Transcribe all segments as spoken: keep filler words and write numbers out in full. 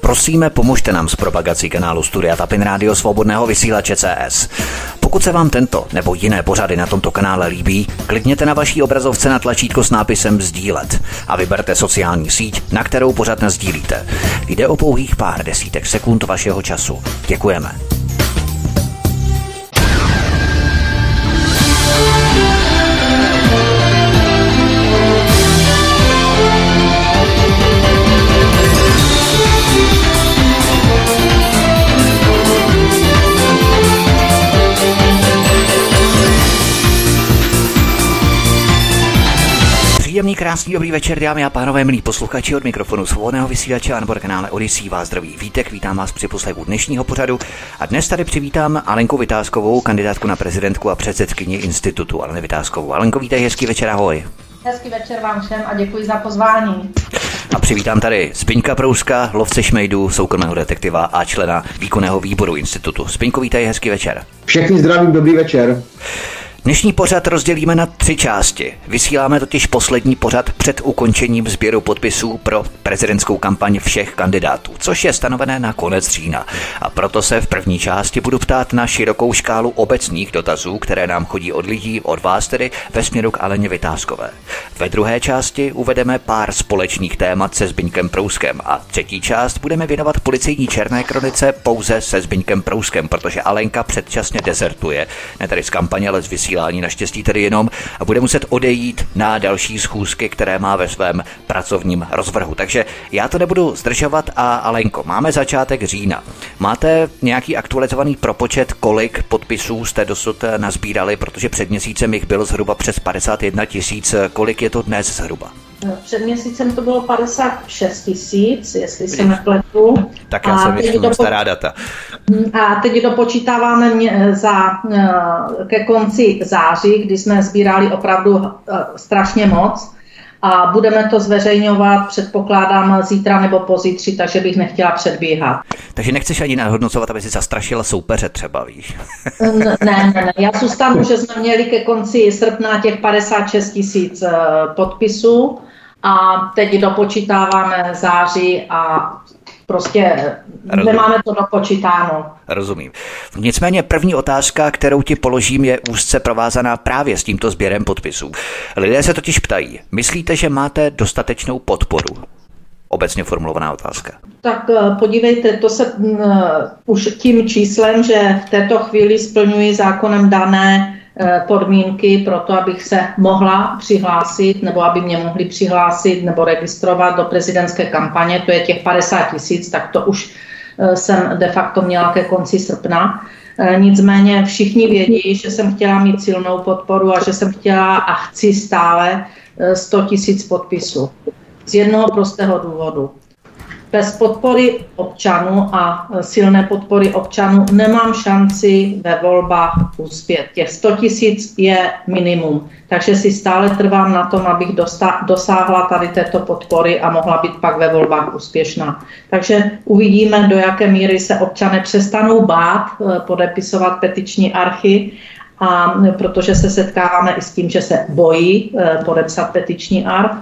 Prosíme, pomožte nám s propagací kanálu Studia Tapin Rádio Svobodného vysílače C S. Pokud se vám tento nebo jiné pořady na tomto kanále líbí, klikněte na vaší obrazovce na tlačítko s nápisem sdílet a vyberte sociální síť, na kterou pořad nasdílíte. Jde o pouhých pár desítek sekund vašeho času. Děkujeme. Příjemný, krásný, dobrý večer, dámy a pánové, milí posluchači, od mikrofonu Svobodného vysílače a nebo kanále Odyssey vás zdraví Vítek, vítám vás při poslechu dnešního pořadu a dnes tady přivítám Alenku Vitáskovou, kandidátku na prezidentku a předsedkyni institutu Alenu Vitáskovou. Alenko, vítej, hezký večer, ahoj. Hezký večer vám všem a děkuji za pozvání. A přivítám tady Zbyňka Prouska, lovce šmejdů, soukromého detektiva a člena výkonného výboru institutu. Zbyňko, vítej, hezký večer. Všechny zdravím, dobrý večer. Dnešní pořad rozdělíme na tři části. Vysíláme totiž poslední pořad před ukončením sběru podpisů pro prezidentskou kampaň všech kandidátů, což je stanovené na konec října. A proto se v první části budu ptát na širokou škálu obecných dotazů, které nám chodí od lidí, od vás tedy, ve směru k Aleně Vitáskové. Ve druhé části uvedeme pár společných témat se Zbyňkem Prouskem a třetí část budeme věnovat policejní černé kronice pouze se Zbyňkem Prouskem, protože Alenka předčasně dezertuje, ne tady z kampaně, ale z vysílání. Naštěstí tedy jenom a bude muset odejít na další schůzky, které má ve svém pracovním rozvrhu. Takže já to nebudu zdržovat a Alenko, máme začátek října. Máte nějaký aktualizovaný propočet, kolik podpisů jste dosud nazbírali, protože před měsícem jich bylo zhruba přes padesát jedna tisíc. Kolik je to dnes zhruba? Před měsícem to bylo padesát šest tisíc, jestli se nepletu. Tak já jsem ještě dopo... stará data. A teď dopočítáváme mě za, ke konci září, kdy jsme sbírali opravdu strašně moc. A budeme to zveřejňovat, předpokládám, zítra nebo pozítří, takže bych nechtěla předbíhat. Takže nechceš ani nadhodnocovat, aby si zastrašila soupeře třeba, víš? ne, ne, ne. Já zůstanu, že jsme měli ke konci srpna těch padesát šest tisíc podpisů a teď dopočítáváme září a prostě Rozumím. Nemáme to dopočítáno. Rozumím. Nicméně první otázka, kterou ti položím, je úzce provázaná právě s tímto sběrem podpisů. Lidé se totiž ptají, myslíte, že máte dostatečnou podporu? Obecně formulovaná otázka. Tak podívejte, to se uh, už tím číslem, že v této chvíli splňuji zákonem dané podmínky pro to, abych se mohla přihlásit, nebo aby mě mohli přihlásit nebo registrovat do prezidentské kampaně, to je těch padesát tisíc, tak to už jsem de facto měla ke konci srpna. Nicméně všichni vědí, že jsem chtěla mít silnou podporu a že jsem chtěla a chci stále sto tisíc podpisů. Z jednoho prostého důvodu. Bez podpory občanů a silné podpory občanů nemám šanci ve volbách uspět. Těch sto tisíc je minimum, takže si stále trvám na tom, abych dosáhla tady této podpory a mohla být pak ve volbách úspěšná. Takže uvidíme, do jaké míry se občané přestanou bát podepisovat petiční archy, a protože se setkáváme i s tím, že se bojí podepsat petiční arch,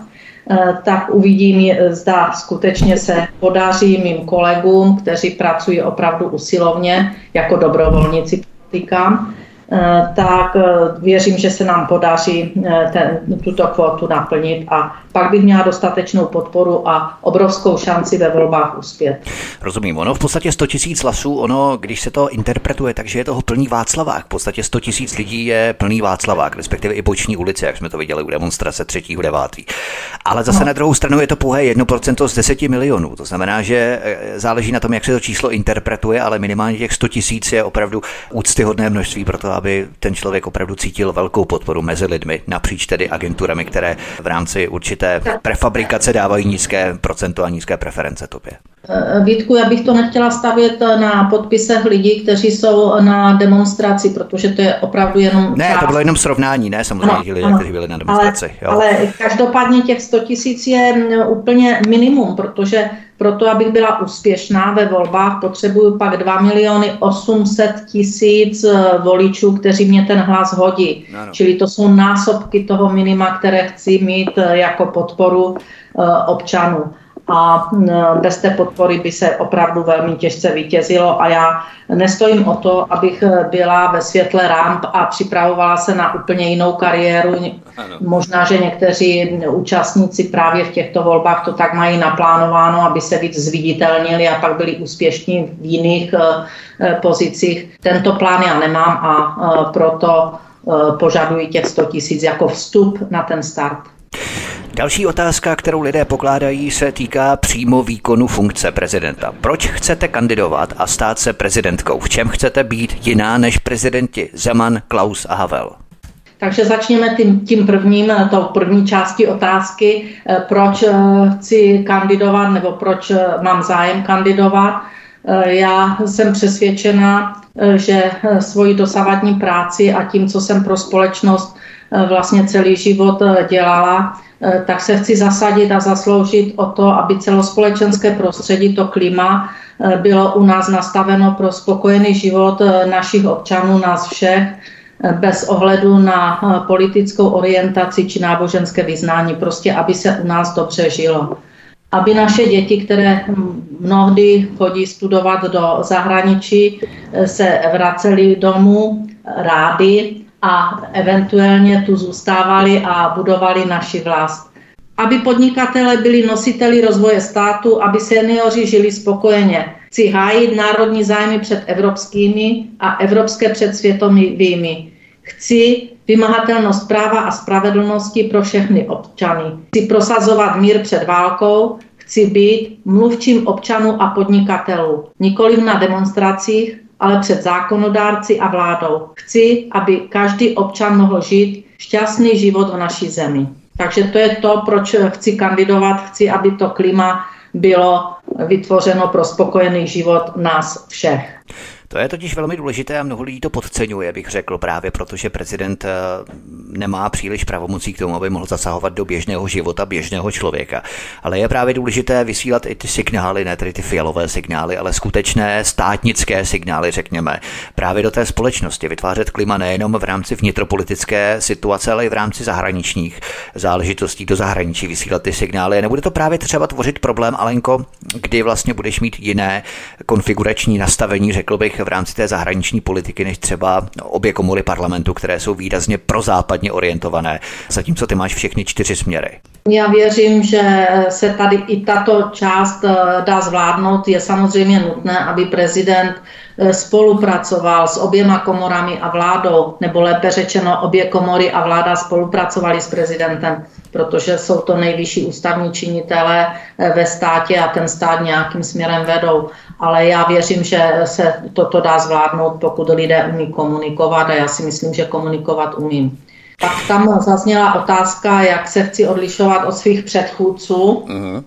tak uvidím, zda skutečně se podaří mým kolegům, kteří pracují opravdu usilovně, jako dobrovolníci, říkám, tak věřím, že se nám podaří ten, tuto kvotu naplnit a pak bych měla dostatečnou podporu a obrovskou šanci ve volbách uspět. Rozumím, ono v podstatě sto tisíc hlasů, ono, když se to interpretuje, takže je toho plný Václavák. V podstatě sto tisíc lidí je plný Václavák, respektive i Boční ulice, jak jsme to viděli u demonstrace třetího devátého Ale zase no. Na druhou stranu je to pouhé jedno procento z deseti milionů. To znamená, že záleží na tom, jak se to číslo interpretuje, ale minimálně těch sto tisíc je opravdu úctyhodné množství pro to, aby ten člověk opravdu cítil velkou podporu mezi lidmi, napříč tedy agenturami, které v rámci určité prefabrikace dávají nízké procento a nízké preference tobě. Vítku, já bych to nechtěla stavět na podpisech lidí, kteří jsou na demonstraci, protože to je opravdu jenom Ne, část. To bylo jenom srovnání, ne samozřejmě ano, ti lidé, ano. kteří byli na demonstraci. Ale, ale každopádně těch sto tisíc je úplně minimum, protože proto, abych byla úspěšná ve volbách, potřebuju pak dva miliony osm set tisíc voličů, kteří mě ten hlas hodí. No, no. Čili to jsou násobky toho minima, které chci mít jako podporu občanů. a bez té podpory by se opravdu velmi těžce vítězilo a já nestojím o to, abych byla ve světle ramp a připravovala se na úplně jinou kariéru. Ano. Možná, že někteří účastníci právě v těchto volbách to tak mají naplánováno, aby se víc zviditelnili a pak byli úspěšní v jiných pozicích. Tento plán já nemám a proto požaduji těch sto tisíc jako vstup na ten start. Další otázka, kterou lidé pokládají, se týká přímo výkonu funkce prezidenta. Proč chcete kandidovat a stát se prezidentkou? V čem chcete být jiná než prezidenti Zeman, Klaus a Havel? Takže začněme tím, tím prvním, tou první částí otázky, proč chci kandidovat nebo proč mám zájem kandidovat. Já jsem přesvědčena, že svoji dosavadní práci a tím, co jsem pro společnost vlastně celý život dělala, tak se chci zasadit a zasloužit o to, aby celospolečenské prostředí, to klima, bylo u nás nastaveno pro spokojený život našich občanů, nás všech, bez ohledu na politickou orientaci či náboženské vyznání, prostě aby se u nás dobře žilo. Aby naše děti, které mnohdy chodí studovat do zahraničí, se vracely domů rády a eventuálně tu zůstávali a budovali naši vlast. Aby podnikatelé byli nositeli rozvoje státu, aby seniori žili spokojeně. Chci hájit národní zájmy před evropskými a evropské před světovými. Chci vymahatelnost práva a spravedlnosti pro všechny občany. Chci prosazovat mír před válkou, chci být mluvčím občanů a podnikatelů. Nikoliv na demonstracích, ale před zákonodárci a vládou. Chci, aby každý občan mohl žít šťastný život v naší zemi. Takže to je to, proč chci kandidovat. Chci, aby to klima bylo vytvořeno pro spokojený život nás všech. To je totiž velmi důležité a mnoho lidí to podceňuje, bych řekl, právě protože prezident nemá příliš pravomocí k tomu, aby mohl zasahovat do běžného života běžného člověka. Ale je právě důležité vysílat i ty signály, ne tedy ty fialové signály, ale skutečné státnické signály, řekněme, právě do té společnosti, vytvářet klima nejenom v rámci vnitropolitické situace, ale i v rámci zahraničních záležitostí, do zahraničí vysílat ty signály. Nebude to právě třeba tvořit problém, Alenko, kdy vlastně budeš mít jiné konfigurační nastavení, řekl bych, v rámci té zahraniční politiky, než třeba obě komory parlamentu, které jsou výrazně prozápadně orientované, zatímco ty máš všechny čtyři směry. Já věřím, že se tady i tato část dá zvládnout. Je samozřejmě nutné, aby prezident spolupracoval s oběma komorami a vládou, nebo lépe řečeno obě komory a vláda spolupracovali s prezidentem, protože jsou to nejvyšší ústavní činitelé ve státě a ten stát nějakým směrem vedou. Ale já věřím, že se toto dá zvládnout, pokud lidé umí komunikovat a já si myslím, že komunikovat umím. Pak tam zazněla otázka, jak se chci odlišovat od svých předchůdců, uh-huh.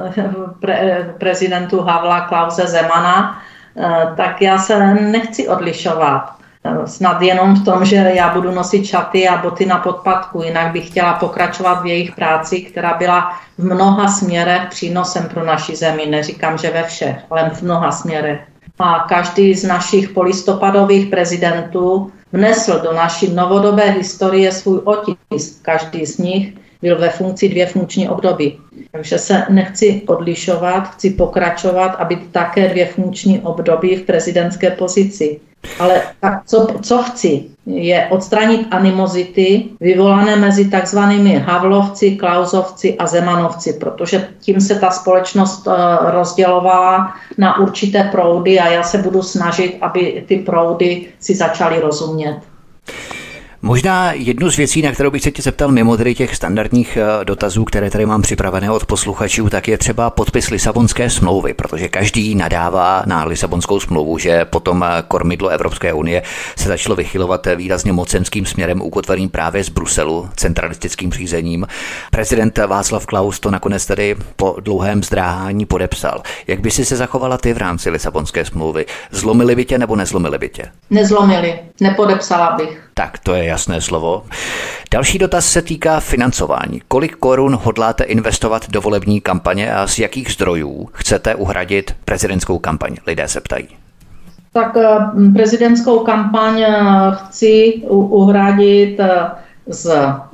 Pre, prezidentu Havla, Klause, Zemana, tak já se nechci odlišovat. Snad jenom v tom, že já budu nosit šaty a boty na podpatku, jinak bych chtěla pokračovat v jejich práci, která byla v mnoha směrech přínosem pro naši zemi. Neříkám, že ve všech, ale v mnoha směrech. A každý z našich polistopadových prezidentů vnesl do naší novodobé historie svůj otisk. Každý z nich byl ve funkci dvě funkční období. Takže se nechci odlišovat, chci pokračovat a být také dvě funkční období v prezidentské pozici. Ale tak co, co chci, je odstranit animozity vyvolané mezi takzvanými Havlovci, Klausovci a Zemanovci, protože tím se ta společnost rozdělovala na určité proudy a já se budu snažit, aby ty proudy si začaly rozumět. Možná jednu z věcí, na kterou bych se tě zeptal mimo tedy těch standardních dotazů, které tady mám připravené od posluchačů, tak je třeba podpis Lisabonské smlouvy, protože každý nadává na Lisabonskou smlouvu, že potom kormidlo Evropské unie se začalo vychylovat výrazně mocenským směrem ukotveným právě z Bruselu, centralistickým řízením. Prezident Václav Klaus to nakonec tedy po dlouhém zdráhání podepsal. Jak by si se zachovala ty v rámci Lisabonské smlouvy? Zlomili by tě nebo nezlomili by tě? Nezlomili, nepodepsala bych. Tak, to je jasné slovo. Další dotaz se týká financování. Kolik korun hodláte investovat do volební kampaně a z jakých zdrojů chcete uhradit prezidentskou kampaň? Lidé se ptají. Tak prezidentskou kampaň chci uhradit z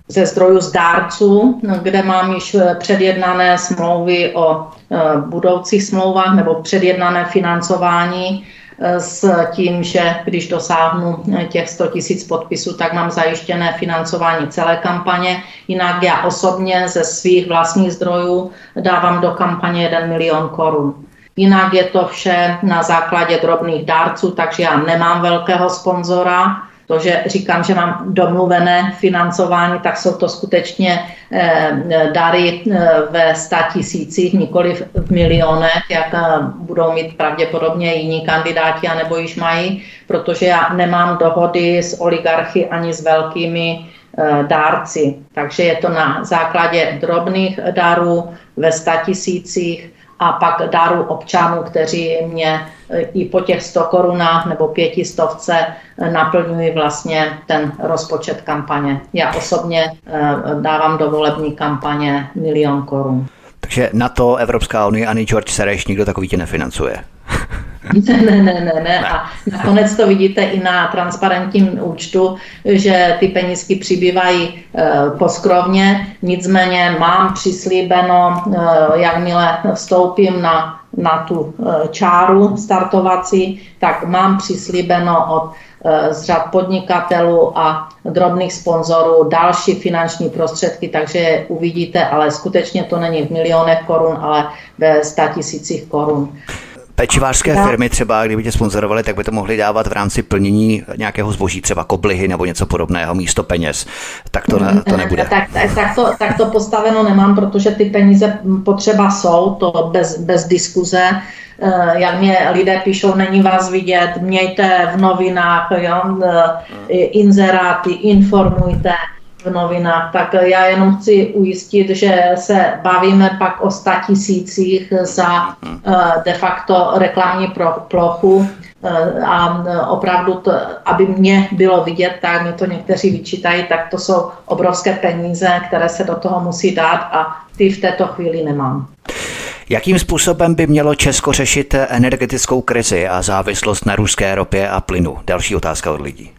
ze zdrojů z dárců, kde mám již předjednané smlouvy o budoucích smlouvách nebo předjednané financování s tím, že když dosáhnu těch sto tisíc podpisů, tak mám zajištěné financování celé kampaně. Jinak já osobně ze svých vlastních zdrojů dávám do kampaně jeden milion korun. Jinak je to vše na základě drobných dárců, takže já nemám velkého sponzora. To, že říkám, že mám domluvené financování, tak jsou to skutečně eh, dary eh, ve sta tisících, nikoli v milionech, jak eh, budou mít pravděpodobně jiní kandidáti, anebo již mají, protože já nemám dohody s oligarchy ani s velkými eh, dárci. Takže je to na základě drobných darů ve sta tisících a pak dáru občanů, kteří mě i po těch sto korunách nebo pětistovce naplňují vlastně ten rozpočet kampaně. Já osobně dávám do volební kampaně milion korun. Takže na to Evropská unie ani George Soros nikdo takový tě nefinancuje. Ne, ne, ne, ne, ne. A nakonec to vidíte i na transparentním účtu, že ty penízky přibývají e, poskrovně, nicméně mám přislíbeno, e, jakmile vstoupím na, na tu e, čáru startovací, tak mám přislíbeno od e, z řad podnikatelů a drobných sponzorů další finanční prostředky, takže uvidíte, ale skutečně to není v milionech korun, ale ve sta tisících korun. Pečivářské firmy třeba, kdyby tě sponzorovali, tak by to mohli dávat v rámci plnění nějakého zboží, třeba koblihy nebo něco podobného místo peněz. Tak to, ne, to nebude. Tak, tak, tak, to, tak to postaveno nemám, protože ty peníze potřeba jsou, to bez, bez diskuze. Jak mě lidé píšou, není vás vidět, mějte v novinách, jo, inzeráty, informujte v novinách, tak já jenom chci ujistit, že se bavíme pak o sta tisících za de facto reklamní plochu a opravdu, to, aby mě bylo vidět, tak mě to někteří vyčítají, tak to jsou obrovské peníze, které se do toho musí dát a ty v této chvíli nemám. Jakým způsobem by mělo Česko řešit energetickou krizi a závislost na ruské ropě a plynu? Další otázka od lidí.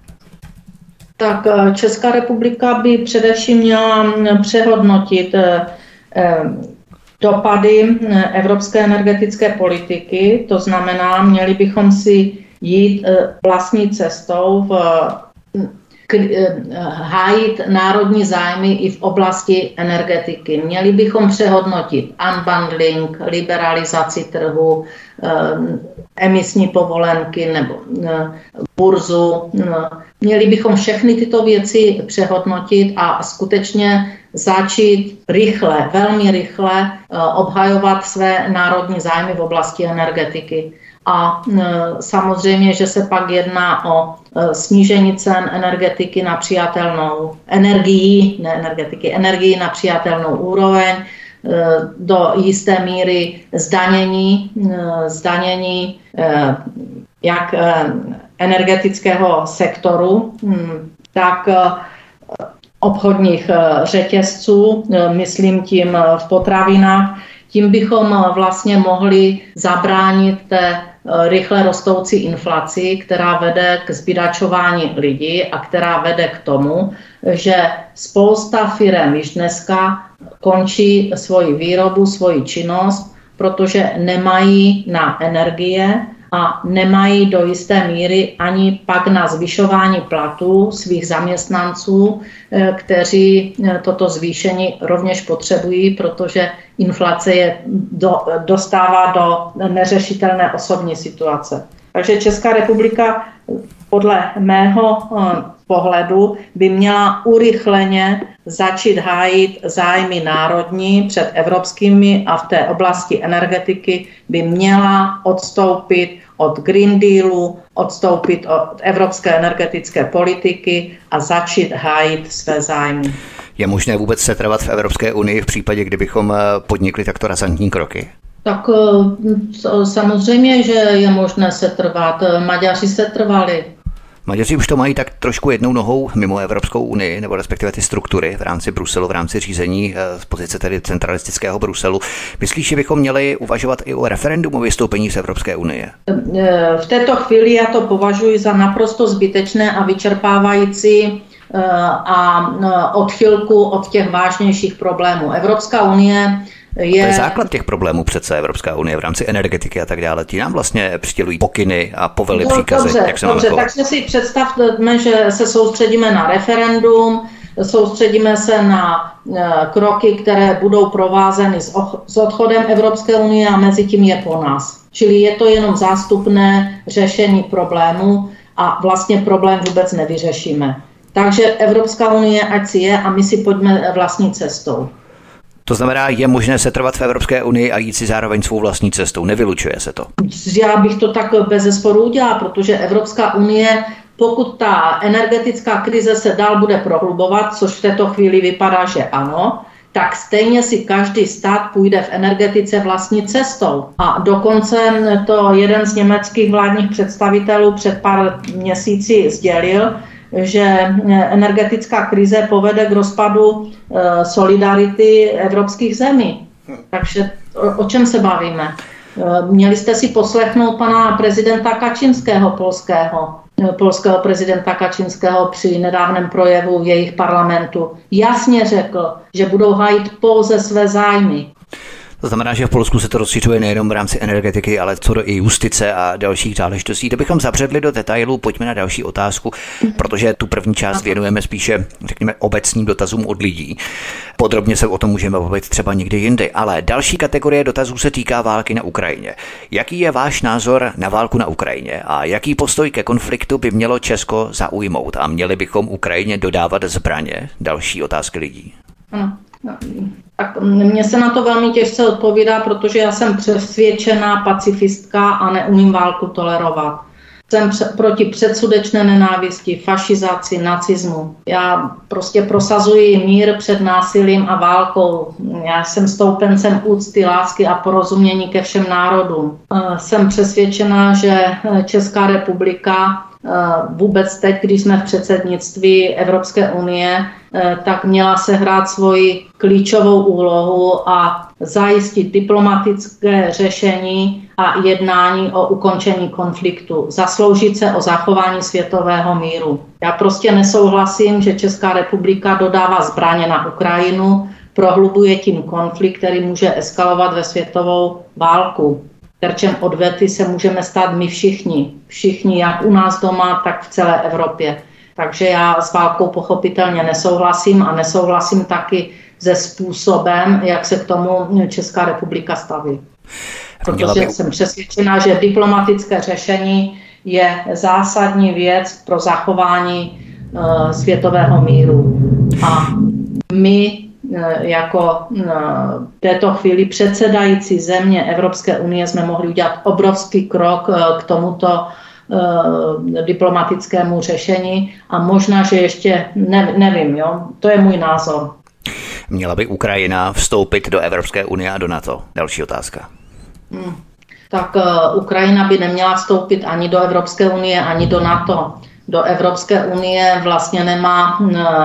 Tak Česká republika by především měla přehodnotit dopady evropské energetické politiky, to znamená, měli bychom si jít vlastní cestou v hájit národní zájmy i v oblasti energetiky. Měli bychom přehodnotit unbundling, liberalizaci trhu, emisní povolenky nebo burzu. Měli bychom všechny tyto věci přehodnotit a skutečně začít rychle, velmi rychle obhajovat své národní zájmy v oblasti energetiky. A samozřejmě, že se pak jedná o snížení cen energetiky na přijatelnou energii, ne energetiky, energii na přijatelnou úroveň, do jisté míry zdanění, zdanění jak energetického sektoru, tak obchodních řetězců, myslím tím v potravinách. Tím bychom vlastně mohli zabránit té rychle rostoucí inflaci, která vede k zbídačování lidí a která vede k tomu, že spousta firem již dneska končí svoji výrobu, svoji činnost, protože nemají na energie a nemají do jisté míry ani pak na zvyšování platů svých zaměstnanců, kteří toto zvýšení rovněž potřebují, protože inflace je do, dostává do neřešitelné osobní situace. Takže Česká republika podle mého pohledu by měla urychleně začít hájit zájmy národní před evropskými a v té oblasti energetiky by měla odstoupit od Green Dealu, odstoupit od evropské energetické politiky a začít hájit své zájmy. Je možné vůbec setrvat v Evropské unii v případě, kdybychom podnikli takto razantní kroky? Tak samozřejmě, že je možné setrvat. Maďaři setrvali. Maďaři už to mají tak trošku jednou nohou mimo Evropskou unii, nebo respektive ty struktury v rámci Bruselu, v rámci řízení z pozice tedy centralistického Bruselu. Myslíš, že bychom měli uvažovat i o referendum o vystoupení z Evropské unie? V této chvíli já to považuji za naprosto zbytečné a vyčerpávající a odchylku od těch vážnějších problémů. Evropská unie je... To je základ těch problémů přece Evropská unie v rámci energetiky a tak dále. Ti nám vlastně přidělují pokyny a povely, no, příkazy. Dobře, jak se dobře, takže si představme, že se soustředíme na referendum, soustředíme se na kroky, které budou provázeny s odchodem Evropské unie a mezi tím je po nás. Čili je to jenom zástupné řešení problému a vlastně problém vůbec nevyřešíme. Takže Evropská unie ať si je a my si pojďme vlastní cestou. To znamená, je možné setrvat v Evropské unii a jít si zároveň svou vlastní cestou. Nevylučuje se to. Já bych to tak bezesporu udělala, protože Evropská unie, pokud ta energetická krize se dál bude prohlubovat, což v této chvíli vypadá, že ano, tak stejně si každý stát půjde v energetice vlastní cestou. A dokonce to jeden z německých vládních představitelů před pár měsíci sdělil, že energetická krize povede k rozpadu e, solidarity evropských zemí. Takže o, o čem se bavíme? E, měli jste si poslechnout pana prezidenta Kačinského, polského, e, polského prezidenta Kačinského při nedávném projevu v jejich parlamentu. Jasně řekl, že budou hájit pouze své zájmy. To znamená, že v Polsku se to rozšiřuje nejenom v rámci energetiky, ale co do i justice a dalších záležitostí. Kdybychom zabředli do detailů, pojďme na další otázku, protože tu první část věnujeme spíše, řekněme, obecným dotazům od lidí. Podrobně se o tom můžeme bavit třeba někdy jindy, ale další kategorie dotazů se týká války na Ukrajině. Jaký je váš názor na válku na Ukrajině a jaký postoj ke konfliktu by mělo Česko zaujmout a měli bychom Ukrajině dodávat zbraně? Další otázky lidí. Ano. Tak mně se na to velmi těžce odpovídá, protože já jsem přesvědčená pacifistka a neumím válku tolerovat. Jsem pře- proti předsudečné nenávisti, fašizaci, nacismu. Já prostě prosazuji mír před násilím a válkou. Já jsem stoupencem úcty, lásky a porozumění ke všem národům. Jsem přesvědčená, že Česká republika vůbec teď, když jsme v předsednictví Evropské unie, tak měla sehrát svoji klíčovou úlohu a zajistit diplomatické řešení a jednání o ukončení konfliktu, zasloužit se o zachování světového míru. Já prostě nesouhlasím, že Česká republika dodává zbraně na Ukrajinu, prohlubuje tím konflikt, který může eskalovat ve světovou válku. Terčem odvety se můžeme stát my všichni. Všichni, jak u nás doma, tak v celé Evropě. Takže já s válkou pochopitelně nesouhlasím a nesouhlasím taky se způsobem, jak se k tomu Česká republika staví. Protože by... jsem přesvědčená, že diplomatické řešení je zásadní věc pro zachování uh, světového míru. A my jako v této chvíli předsedající země Evropské unie jsme mohli udělat obrovský krok k tomuto diplomatickému řešení a možná, že ještě ne, nevím, jo? To je můj názor. Měla by Ukrajina vstoupit do Evropské unie a do NATO? Další otázka. Hmm. Tak uh, Ukrajina by neměla vstoupit ani do Evropské unie, ani do NATO. Do Evropské unie vlastně nemá,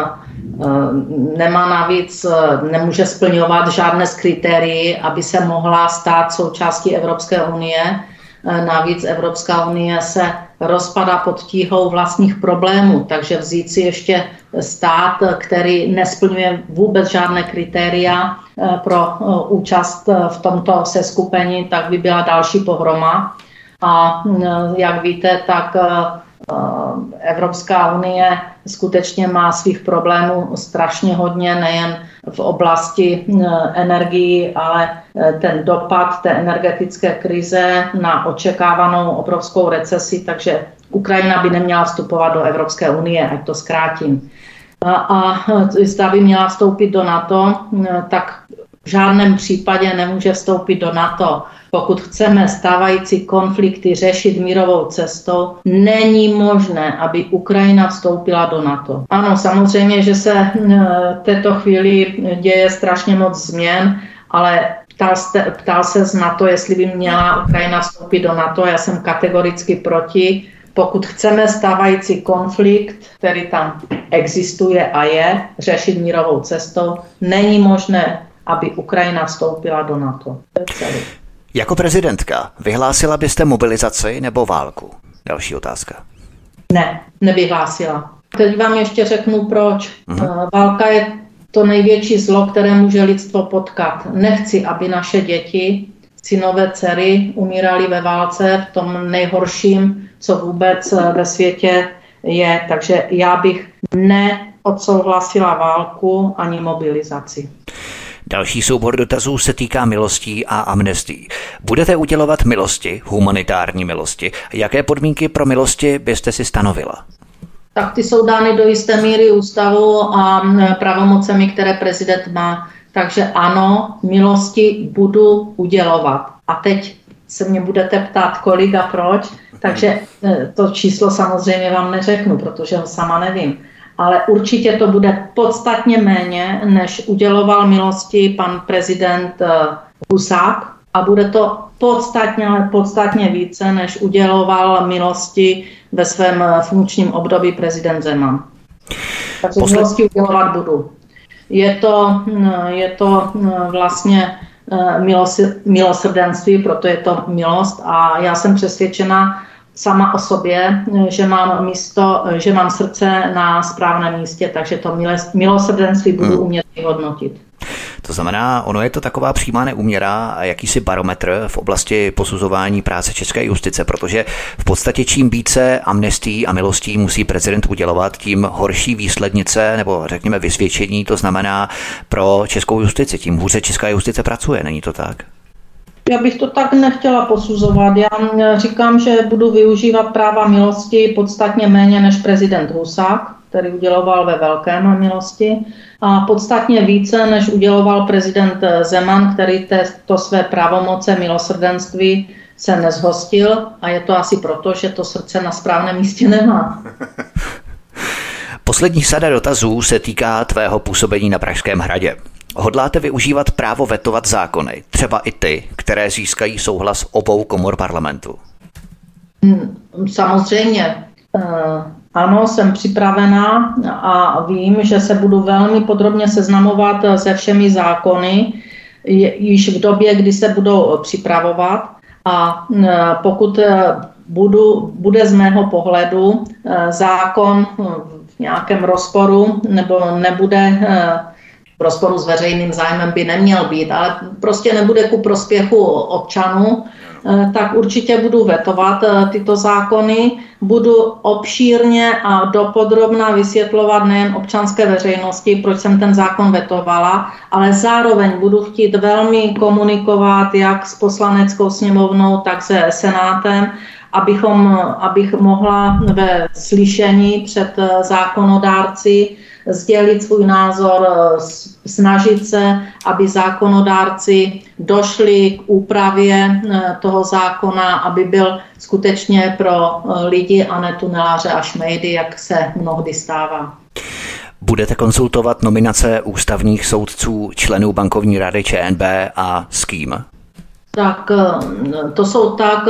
nemá navíc, nemůže splňovat žádné z kritérií, aby se mohla stát součástí Evropské unie. Navíc Evropská unie se rozpadá pod tíhou vlastních problémů, takže vzít si ještě stát, který nesplňuje vůbec žádné kritéria pro účast v tomto seskupení, tak by byla další pohroma. A jak víte, tak Evropská unie skutečně má svých problémů strašně hodně, nejen v oblasti energií, ale ten dopad té energetické krize na očekávanou obrovskou recesi, takže Ukrajina by neměla vstupovat do Evropské unie, ať to zkrátím. A zda by měla vstoupit do NATO, tak v žádném případě nemůže vstoupit do NATO. Pokud chceme stávající konflikty řešit mírovou cestou, není možné, aby Ukrajina vstoupila do NATO. Ano, samozřejmě, že se v této chvíli děje strašně moc změn, ale ptal, jste, ptal se na to, jestli by měla Ukrajina vstoupit do NATO. Já jsem kategoricky proti. Pokud chceme stávající konflikt, který tam existuje a je, řešit mírovou cestou, není možné, aby Ukrajina vstoupila do NATO. Jako prezidentka vyhlásila byste mobilizaci nebo válku? Další otázka. Ne, nevyhlásila. Teď vám ještě řeknu proč. Uh-huh. Válka je to největší zlo, které může lidstvo potkat. Nechci, aby naše děti, synové, dcery umírali ve válce v tom nejhorším, co vůbec ve světě je. Takže já bych neodsouhlasila válku ani mobilizaci. Další soubor dotazů se týká milostí a amnestií. Budete udělovat milosti, humanitární milosti? Jaké podmínky pro milosti byste si stanovila? Tak ty jsou dány do jisté míry ústavu a pravomocemi, které prezident má. Takže ano, milosti budu udělovat. A teď se mě budete ptát, kolik a proč. Takže to číslo samozřejmě vám neřeknu, protože ho sama nevím. Ale určitě to bude podstatně méně, než uděloval milosti pan prezident Husák. A bude to podstatně, ale podstatně více, než uděloval milosti ve svém funkčním období prezident Zeman. Takže Posled... milosti udělovat budu. Je to, je to vlastně milosrdenství, proto je to milost a já jsem přesvědčena sama o sobě, že mám místo, že mám srdce na správném místě, takže to milosrdenství budu umět vyhodnotit. To znamená, ono je to taková přímá neúměra a jakýsi barometr v oblasti posuzování práce české justice, protože v podstatě čím více amnestií a milostí musí prezident udělovat, tím horší výslednice nebo řekněme vysvědčení to znamená pro českou justici, tím hůře česká justice pracuje, není to tak? Já bych to tak nechtěla posuzovat. Já říkám, že budu využívat práva milosti podstatně méně než prezident Husák, který uděloval ve velkém milosti, a podstatně více, než uděloval prezident Zeman, který to své pravomoce milosrdenství se nezhostil a je to asi proto, že to srdce na správném místě nemá. Poslední sada dotazů se týká tvého působení na Pražském hradě. Hodláte využívat právo vetovat zákony, třeba i ty, které získají souhlas obou komor parlamentu? Samozřejmě. Ano, jsem připravená a vím, že se budu velmi podrobně seznamovat se všemi zákony již v době, kdy se budou připravovat. A pokud budu, bude z mého pohledu zákon v nějakém rozporu nebo nebude v rozporu s veřejným zájmem by neměl být, ale prostě nebude ku prospěchu občanů, tak určitě budu vetovat tyto zákony, budu obšírně a dopodrobna vysvětlovat nejen občanské veřejnosti, proč jsem ten zákon vetovala, ale zároveň budu chtít velmi komunikovat jak s poslaneckou sněmovnou, tak se senátem, abychom, abych mohla ve slyšení před zákonodárci sdělit svůj názor, snažit se, aby zákonodárci došli k úpravě toho zákona, aby byl skutečně pro lidi a ne tuneláře a šmejdy, jak se mnohdy stává. Budete konzultovat nominace ústavních soudců členů bankovní rady Č N B a s kým? Tak to jsou tak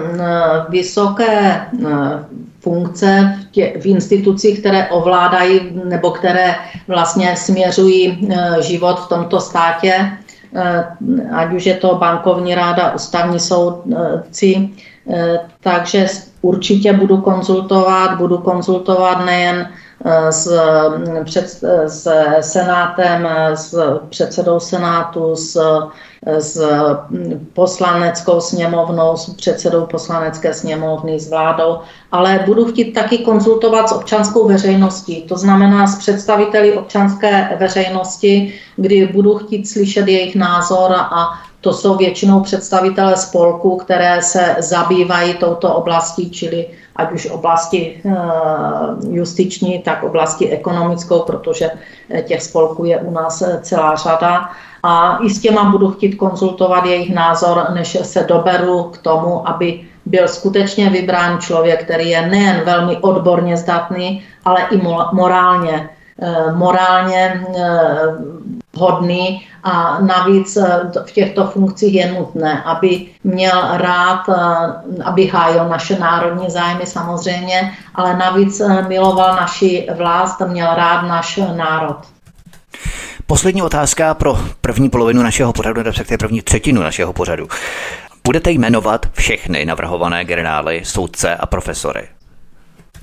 vysoké funkce v, tě, v institucích, které ovládají nebo které vlastně směřují život v tomto státě, ať už je to bankovní rada, ústavní soudci, takže určitě budu konzultovat, budu konzultovat nejen s, před, s senátem, s předsedou senátu, s, s poslaneckou sněmovnou, s předsedou poslanecké sněmovny, s vládou, ale budu chtít taky konzultovat s občanskou veřejností, to znamená s představiteli občanské veřejnosti, kdy budu chtít slyšet jejich názor a to jsou většinou představitelé spolků, které se zabývají touto oblastí, čili ať už oblasti justiční, tak oblasti ekonomickou, protože těch spolků je u nás celá řada. A i s těma budu chtít konzultovat jejich názor, než se doberu k tomu, aby byl skutečně vybrán člověk, který je nejen velmi odborně zdatný, ale i morálně, morálně hodný a navíc v těchto funkcích je nutné, aby měl rád, aby hájil naše národní zájmy samozřejmě, ale navíc miloval naši vlast, měl rád náš národ. Poslední otázka pro první polovinu našeho pořadu, respektive první třetinu našeho pořadu. Budete jmenovat všechny navrhované generály, soudce a profesory?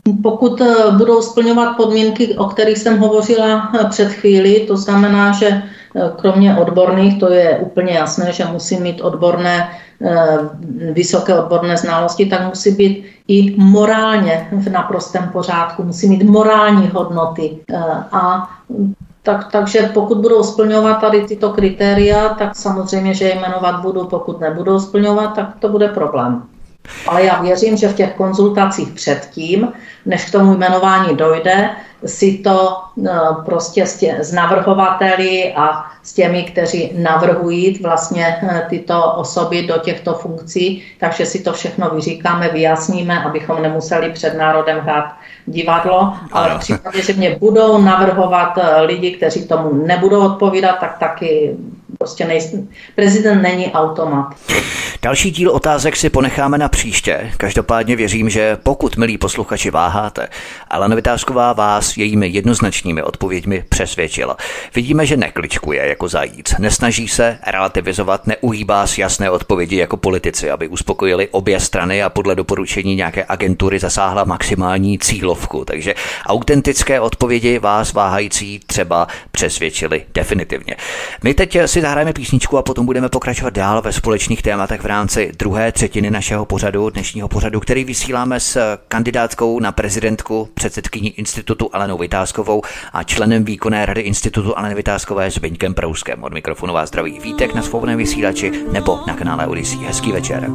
Pokud budou splňovat podmínky, o kterých jsem hovořila před chvíli, to znamená, že kromě odborných, to je úplně jasné, že musí mít odborné, vysoké odborné znalosti, tak musí být i morálně v naprostém pořádku, musí mít morální hodnoty. A tak, takže pokud budou splňovat tady tyto kritéria, tak samozřejmě, že je jmenovat budu, pokud nebudou splňovat, tak to bude problém. Ale já věřím, že v těch konzultacích předtím, než k tomu jmenování dojde, si to prostě s, tě, s navrhovateli a s těmi, kteří navrhují vlastně tyto osoby do těchto funkcí, takže si to všechno vyříkáme, vyjasníme, abychom nemuseli před národem hrát divadlo, ale v případě, že mě budou navrhovat lidi, kteří tomu nebudou odpovídat, tak taky prostě nejsem. Prezident není automat. Další díl otázek si ponecháme na příště. Každopádně věřím, že pokud, milí posluchači, váháte, Alena Vitásková vás jejími jednoznačnými odpověďmi přesvědčila. Vidíme, že nekličkuje jako zajíc, nesnaží se relativizovat, neuhýbá s jasné odpovědi jako politici, aby uspokojili obě strany a podle doporučení nějaké agentury zasáhla maximální cílovku. Takže autentické odpovědi vás váhající třeba přesvědčili definitivně. My teď si zahrajeme písničku a potom budeme pokračovat dál ve společných tématech v rámci druhé třetiny našeho pořadu, dnešního pořadu, který vysíláme s kandidátkou na prezidentku, předsedkyní institutu Alenou Vitáskovou a členem výkonné rady institutu Aleny Vitáskové Zbyňkem Prouskem. Od mikrofonu vás zdraví Vítek na svobodném vysílači nebo na kanále Odyssey. Hezký večer.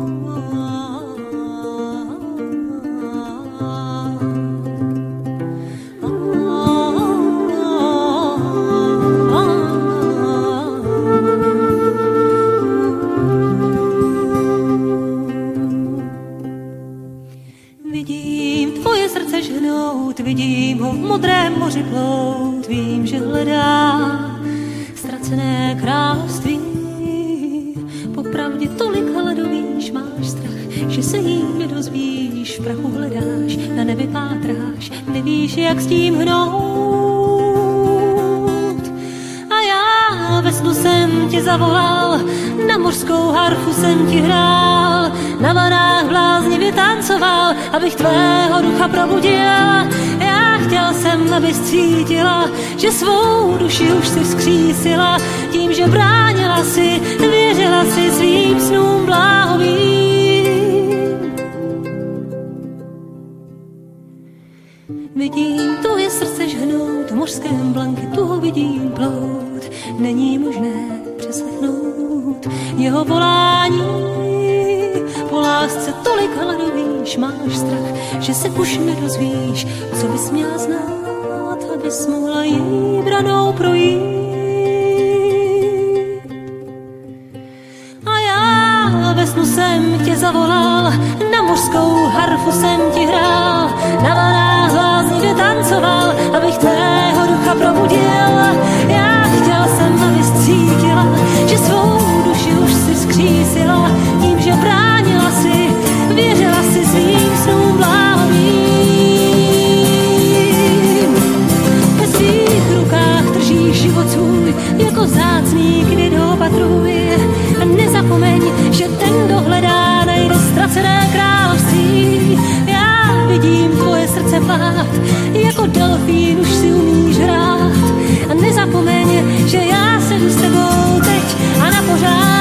Vidím ho v modrém moři plout, vím, že hledá ztracené království. Popravdě tolik hladovíš, máš strach, že se jí nedozvíš, v prachu hledáš, na nebi pátráš, nevíš, jak s tím hnout. A já ve snu jsem tě zavolal, na mořskou harfu jsem ti hrál, na vanách bláznivě tancoval, abych tvého ducha probudil. Já chtěl jsem, abys cítila, že svou duši už si vzkřísila, tím, že bránila si, věřila si svým snům bláhovým. Vidím tvoje srdce žhnout, v mořském blanketu ho vidím plout, není možné přeslechnout jeho volání. Po lásce tolik hladovíš, máš strach, že se už nedozvíš, co bys měla znát, abys mohla jí branou projít. A já ve snu jsem tě zavolal, na mořskou harfu jsem ti hrál, na vanách bláznivě tancoval, abych tvého ducha probudil. Já chtěl jsem, abys cítila, že svou duši už si vzkřísila, tím, že bránila si, věřila si svým snům bláhovým. Ve svých rukách držíš život svůj, jako vzácný květ ho opatruj. A nezapomeň, že ten, kdo hledá, najde ztracené království. Já vidím tvoje srdce plát, jako delfín už si umíš hrát. A nezapomeň, že já jsem s tebou teď a na pořád.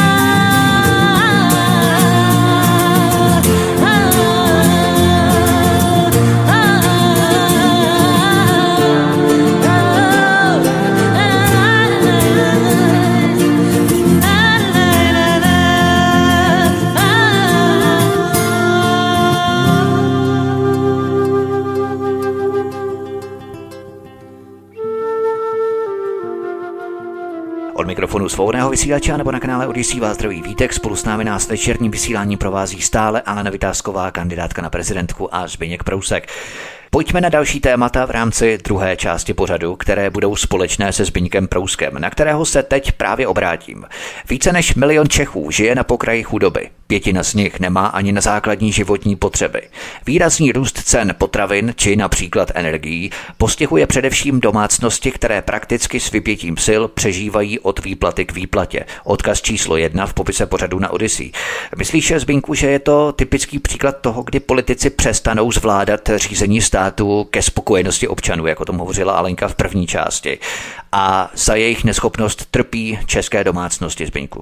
Mikrofonu svobodného vysílače nebo na kanále Odyssey vás zdraví Vítek. Spolu s námi nás večerním vysílání provází stále Alena Vitásková, kandidátka na prezidentku, a Zbyněk Prousek. Pojďme na další témata v rámci druhé části pořadu, které budou společné se Zbyňkem Prouskem, na kterého se teď právě obrátím. Více než milion Čechů žije na pokraji chudoby. Pětina z nich nemá ani na základní životní potřeby. Výrazný růst cen potravin či například energií postihuje především domácnosti, které prakticky s vypětím sil přežívají od výplaty k výplatě. Odkaz číslo jedna v popise pořadu na Odyssey. Myslíš, Zbyňku, že je to typický příklad toho, kdy politici přestanou zvládat řízení státu ke spokojenosti občanů, jako tomu hovořila Alenka v první části, a za jejich neschopnost trpí české domácnosti, Zbyňku?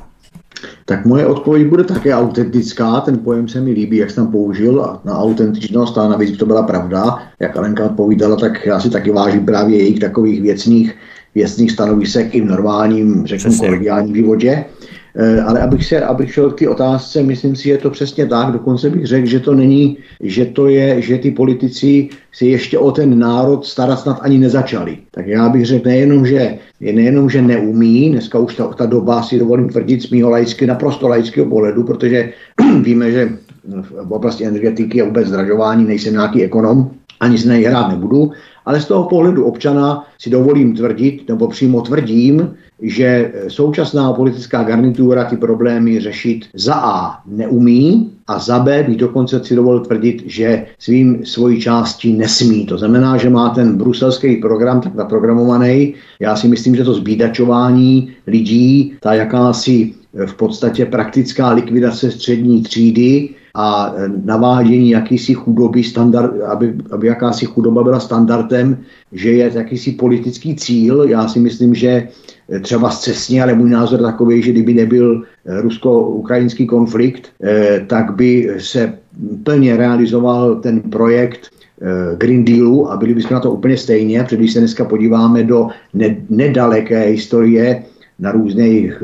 Tak moje odpověď bude také autentická, ten pojem se mi líbí, jak jsi tam použil, a na autentičnost, a navíc to byla pravda, jak Alenka odpovídala, tak já si taky vážím právě jejich takových věcných, věcných stanovisek i v normálním, řeknu, kolegiálním životě. Ale abych, se, abych šel k té otázce, myslím si, že je to přesně tak, dokonce bych řekl, že to není, že to je, že ty politici si ještě o ten národ starat snad ani nezačali. Tak já bych řekl nejenom, že, nejenom, že neumí, dneska už ta, ta doba si dovolím tvrdit z mýho laicky, naprosto laického pohledu, protože víme, že v oblasti energetiky a vůbec zdražování nejsem nějaký ekonom, ani se hrát nebudu, ale z toho pohledu občana si dovolím tvrdit, nebo přímo tvrdím, že současná politická garnitura ty problémy řešit za A neumí a za B bych dokonce si dovolil tvrdit, že svým svojí částí nesmí. To znamená, že má ten bruselský program tak naprogramovaný. Já si myslím, že to zbídačování lidí, ta jakási v podstatě praktická likvidace střední třídy a navádění jakýsi chudoby, standard, aby, aby jakási chudoba byla standardem, že je jakýsi politický cíl. Já si myslím, že třeba scesně, ale můj názor takový, že kdyby nebyl rusko-ukrajinský konflikt, tak by se plně realizoval ten projekt Green Dealu a byli bychom na to úplně stejně, protože když se dneska podíváme do nedaleké historie na různých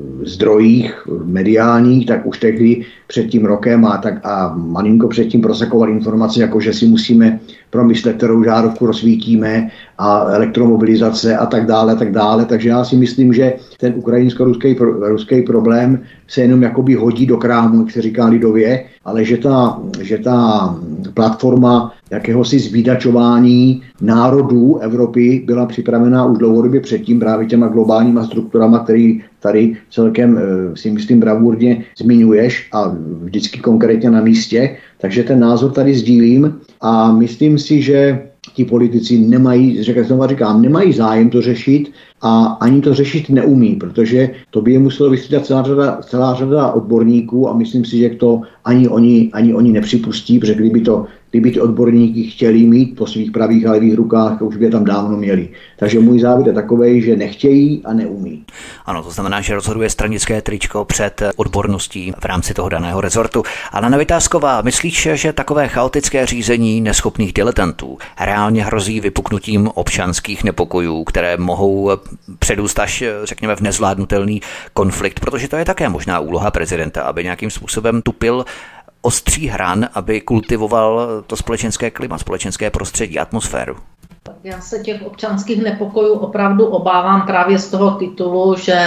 zdrojích mediálních, tak už tehdy před tím rokem a, tak, a malinko předtím prosakoval informace, jako že si musíme promyslet, kterou žárovku rozsvítíme a elektromobilizace a tak dále, tak dále. Takže já si myslím, že ten ukrajinsko-ruský ruský problém se jenom jakoby hodí do krámu, jak se říká lidově, ale že ta, že ta platforma jakéhosi zbídačování národů Evropy byla připravená už dlouhodobě předtím právě těma globálníma strukturama, který tady celkem si myslím bravurně zmiňuješ a vždycky konkrétně na místě. Takže ten názor tady sdílím a myslím si, že ti politici nemají, znovu říkám, nemají zájem to řešit a ani to řešit neumí, protože to by je muselo vystřídat celá řada, celá řada odborníků a myslím si, že to ani oni, ani oni nepřipustí, protože kdyby to Kdyby ty odborníky chtěli mít po svých pravých a levých rukách, už by je tam dávno měli. Takže můj závěr je takovej, že nechtějí a neumí. Ano, to znamená, že rozhoduje stranické tričko před odborností v rámci toho daného rezortu. Ale Vytázková, myslíš, že takové chaotické řízení neschopných diletantů reálně hrozí vypuknutím občanských nepokojů, které mohou předůst až, řekněme, v nezvládnutelný konflikt, protože to je také možná úloha prezidenta, aby nějakým způsobem tupil ostří hran, aby kultivoval to společenské klima, společenské prostředí, atmosféru? Já se těch občanských nepokojů opravdu obávám právě z toho titulu, že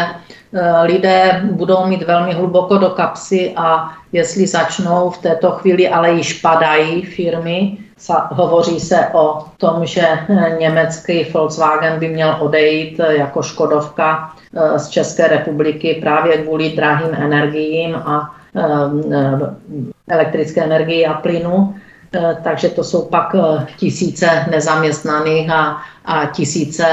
lidé budou mít velmi hluboko do kapsy a jestli začnou v této chvíli, ale již padají firmy, hovoří se o tom, že německý Volkswagen by měl odejít jako Škodovka z České republiky právě kvůli drahým energiím a elektrické energie a plynu, takže to jsou pak tisíce nezaměstnaných a, a tisíce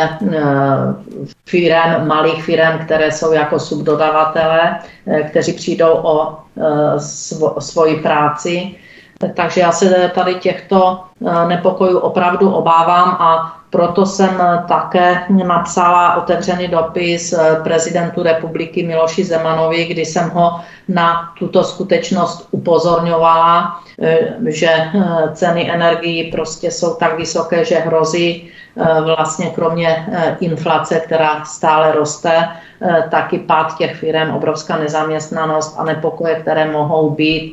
firem, malých firem, které jsou jako subdodavatele, kteří přijdou o svo, svoji práci. Takže já se tady těchto nepokojů opravdu obávám a proto jsem také napsala otevřený dopis prezidentu republiky Miloši Zemanovi, kdy jsem ho na tuto skutečnost upozorňovala, že ceny energií prostě jsou tak vysoké, že hrozí vlastně kromě inflace, která stále roste, taky pád těch firem, obrovská nezaměstnanost a nepokoje, které mohou být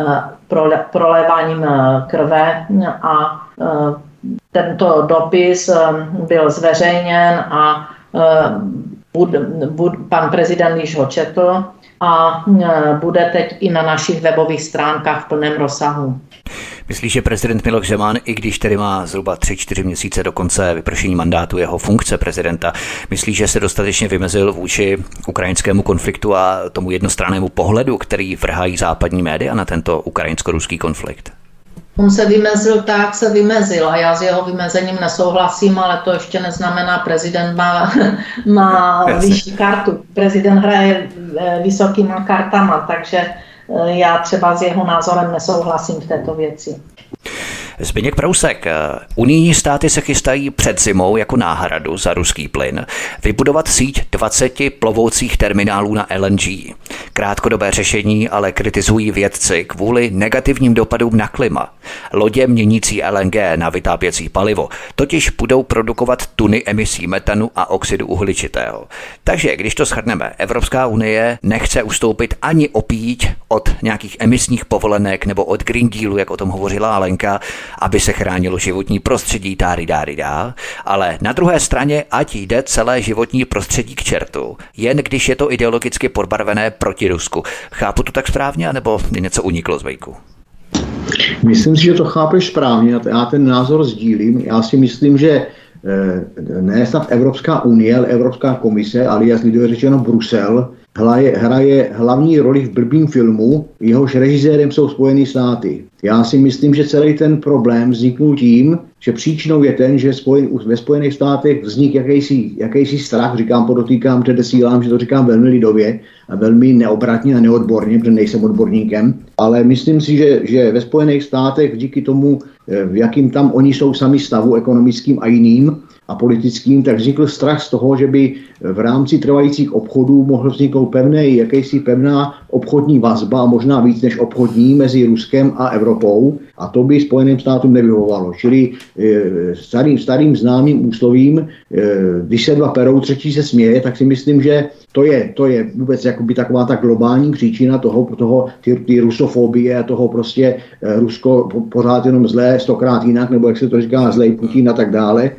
proléváním krve a tento dopis byl zveřejněn a bud, bud, pan prezident již ho četl a bude teď i na našich webových stránkách v plném rozsahu. Myslíš, že prezident Miloš Zeman, i když tedy má zhruba tři čtyři měsíce do konce vypršení mandátu jeho funkce prezidenta, myslíš, že se dostatečně vymezil vůči ukrajinskému konfliktu a tomu jednostrannému pohledu, který vrhají západní média na tento ukrajinsko-ruský konflikt? On se vymezil tak, se vymezil a já s jeho vymezením nesouhlasím, ale to ještě neznamená, prezident má, má vyšší kartu. Prezident hraje vysokýma kartama, takže já třeba s jeho názorem nesouhlasím v této věci. Zbyněk Prousek, unijní státy se chystají před zimou jako náhradu za ruský plyn vybudovat síť dvaceti plovoucích terminálů na L N G. Krátkodobé řešení ale kritizují vědci kvůli negativním dopadům na klima. Lodě měnící L N G na vytápěcí palivo totiž budou produkovat tuny emisí metanu a oxidu uhličitého. Takže když to shrneme, Evropská unie nechce ustoupit ani o píď od nějakých emisních povolenek nebo od Green Dealu, jak o tom hovořila Alenka, aby se chránilo životní prostředí, dáry, dáry, dá. Ale na druhé straně, ať jde celé životní prostředí k čertu, jen když je to ideologicky podbarvené proti Rusku. Chápu to tak správně, anebo mě něco uniklo z vejku? Myslím si, že to chápeš správně, já ten názor sdílím. Já si myslím, že ne snad Evropská unie, ale Evropská komise, alias lidově řečeno Brusel, hraje, hraje hlavní roli v blbým filmu, jehož režisérem jsou Spojené státy. Já si myslím, že celý ten problém vzniknul tím, že příčinou je ten, že spojen, ve Spojených státech vznik jakýsi, jakýsi strach, říkám, podotýkám, předesílám, že to říkám velmi lidově a velmi neobratně a neodborně, protože nejsem odborníkem, ale myslím si, že, že ve Spojených státech díky tomu, v jakým tam oni jsou sami stavu ekonomickým a jiným a politickým, tak vznikl strach z toho, že by v rámci trvajících obchodů mohl vzniknout pevný, jakýsi pevná obchodní vazba, možná víc než obchodní, mezi Ruskem a Evropou, a to by Spojeným státům nevyhovovalo. Čili e, starým, starým známým úslovím, e, když se dva perou, třetí se směje, tak si myslím, že to je, to je vůbec jakoby taková ta globální příčina toho, toho ty, ty rusofobie a toho prostě e, Rusko pořád jenom zlé, stokrát jinak, nebo jak se to říká, zlej Putin a tak dále.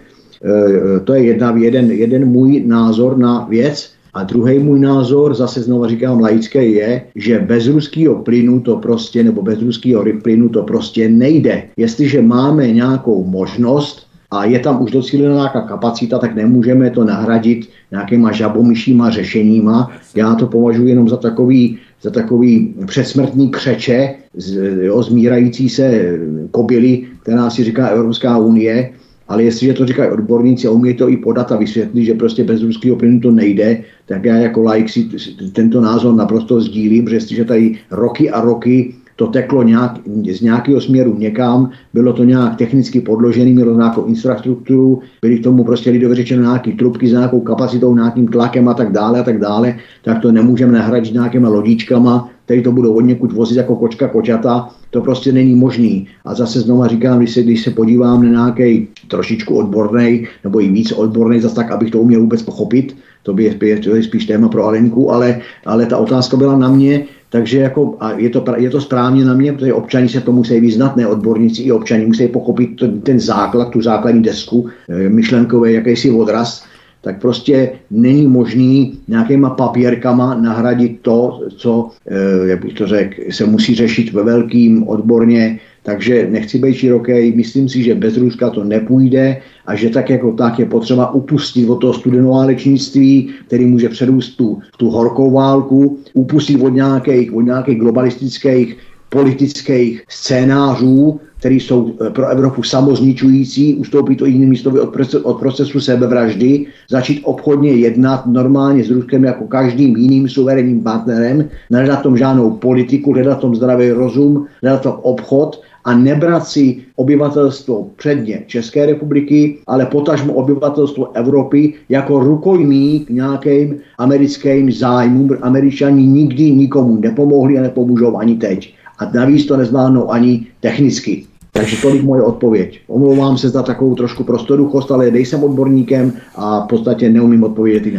E, to je jedna, jeden, jeden můj názor na věc. A druhý můj názor, zase znovu říkám laické, je, že bez ruského plynu to prostě, nebo bez ruského plynu to prostě nejde. Jestliže máme nějakou možnost a je tam už docílena nějaká kapacita, tak nemůžeme to nahradit nějakýma žabomyšíma řešeníma. Já to považuji jenom za takový, za takový předsmrtní křeče, jo, zmírající se kobily, která si říká Evropská unie. Ale jestliže to říkají odborníci a umí to i podat a vysvětlit, že prostě bez ruského plynu to nejde, tak já jako laik si tento názor naprosto sdílím, že jestliže tady roky a roky to teklo nějak, z nějakého směru někam, bylo to nějak technicky podložené, mělo nějakou infrastrukturu, byly k tomu prostě lidově řečeno nějaké trubky s nějakou kapacitou, nějakým tlakem a tak dále a tak dále, tak to nemůžeme nahradit nějakýma lodičkama, který to budou odněkud vozit jako kočka kočata, to prostě není možný. A zase znova říkám, když se, když se podívám na nějaký trošičku odborný, nebo i víc odborný, zase tak, abych to uměl vůbec pochopit, to by je, to je spíš téma pro Alenku, ale, ale ta otázka byla na mě, takže jako, a je to, je to správně na mě, protože občani se to musí vyznat, ne odborníci, i občani musí pochopit to, ten základ, tu základní desku, myšlenkový jakýsi odraz, tak prostě není možný nějakýma papírkama nahradit to, co, jak bych to řekl, se musí řešit ve velkým odborně. Takže nechci být široký, myslím si, že bez Ruska to nepůjde a že tak jako tak je potřeba upustit od toho studenoválečnictví, který může předůst tu, tu horkou válku, upustit od nějakých, od nějakých globalistických politických scénářů, které jsou pro Evropu samozničující, ustoupit to jinými slovy od procesu, od procesu sebevraždy, začít obchodně jednat normálně s Ruskem jako každým jiným suverénním partnerem, nehledat tom žádnou politiku, hledat tom zdravý rozum, hledat tom obchod a nebrat si obyvatelstvo předně České republiky, ale potažmo obyvatelstvo Evropy jako rukojmí k nějakým americkým zájmům. Američani nikdy nikomu nepomohli a nepomůžou ani teď. A navíc to nezvládnou ani technicky. Takže tolik moje odpověď. Omlouvám se za takovou trošku prostoduchost, ale nejsem odborníkem a v podstatě neumím odpovědět jinak.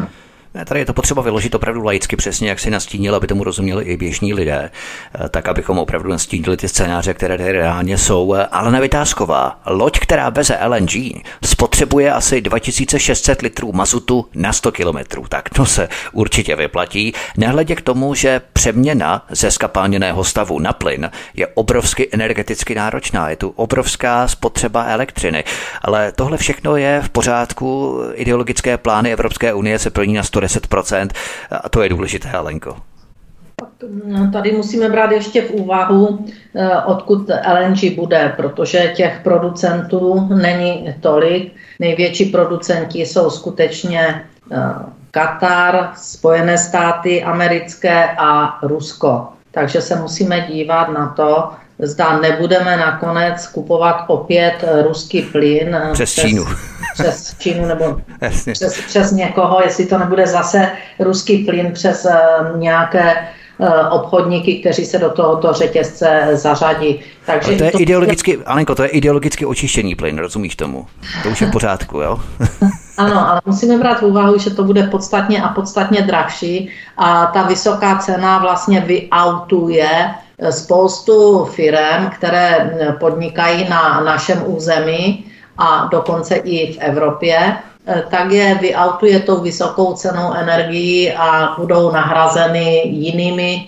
Ne, tady je to potřeba vyložit opravdu laicky, přesně jak si nastínil, aby tomu rozuměli i běžní lidé, tak abychom opravdu nastínili ty scénáře, které tady reálně jsou. Ale Vytázková, loď, která veze L N G, spotřebuje asi dva tisíce šest set litrů mazutu na sto kilometrů. Tak to se určitě vyplatí. Nehledě k tomu, že přeměna ze skapalněného stavu na plyn je obrovsky energeticky náročná. Je tu obrovská spotřeba elektřiny. Ale tohle všechno je v pořádku. Ideologické plány Evropské unie se plní na sto deset procent a to je důležité, Alenko. Tady musíme brát ještě v úvahu, odkud L N G bude, protože těch producentů není tolik. Největší producenti jsou skutečně Katar, Spojené státy americké a Rusko. Takže se musíme dívat na to, zda nebudeme nakonec kupovat opět ruský plyn přes Čínu. Přes Čínu nebo přes, přes někoho, jestli to nebude zase ruský plyn přes nějaké obchodníky, kteří se do tohoto řetězce zařadí. Takže to je to ideologicky, Alenko, to je ideologicky očištěný plyn, rozumíš tomu? To už je v pořádku, jo? Ano, ale musíme brát v úvahu, že to bude podstatně a podstatně drahší a ta vysoká cena vlastně vyautuje spoustu firem, které podnikají na našem území a dokonce i v Evropě, tak je vyautuje tou vysokou cenou energií a budou nahrazeny jinými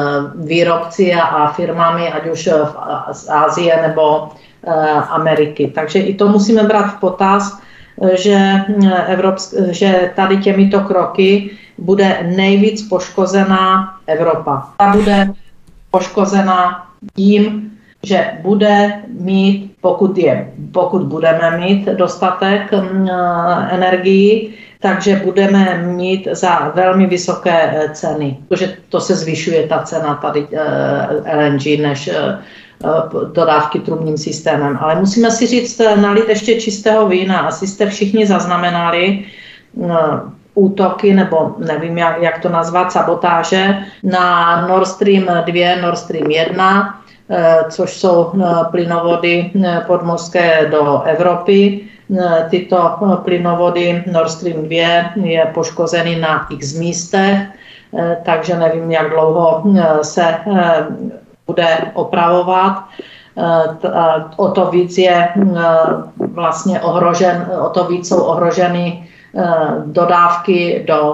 výrobci a firmami, ať už z Asie nebo Ameriky. Takže i to musíme brát v potaz, že, Evropsk- že tady těmito kroky bude nejvíc poškozená Evropa. Ta bude poškozená tím, že bude mít, pokud, je, pokud budeme mít dostatek uh, energií, takže budeme mít za velmi vysoké ceny. Protože to se zvyšuje ta cena tady uh, L N G než uh, dodávky trubním systémem. Ale musíme si říct, nalít ještě čistého vína. Asi jste všichni zaznamenali uh, útoky, nebo nevím, jak, jak to nazvat, sabotáže na Nord Stream dva, Nord Stream jedna, což jsou plynovody podmořské do Evropy. Tyto plynovody Nord Stream dva je poškozený na x místech, takže nevím, jak dlouho se bude opravovat. O to víc je vlastně ohrožen, o to víc jsou ohroženy dodávky do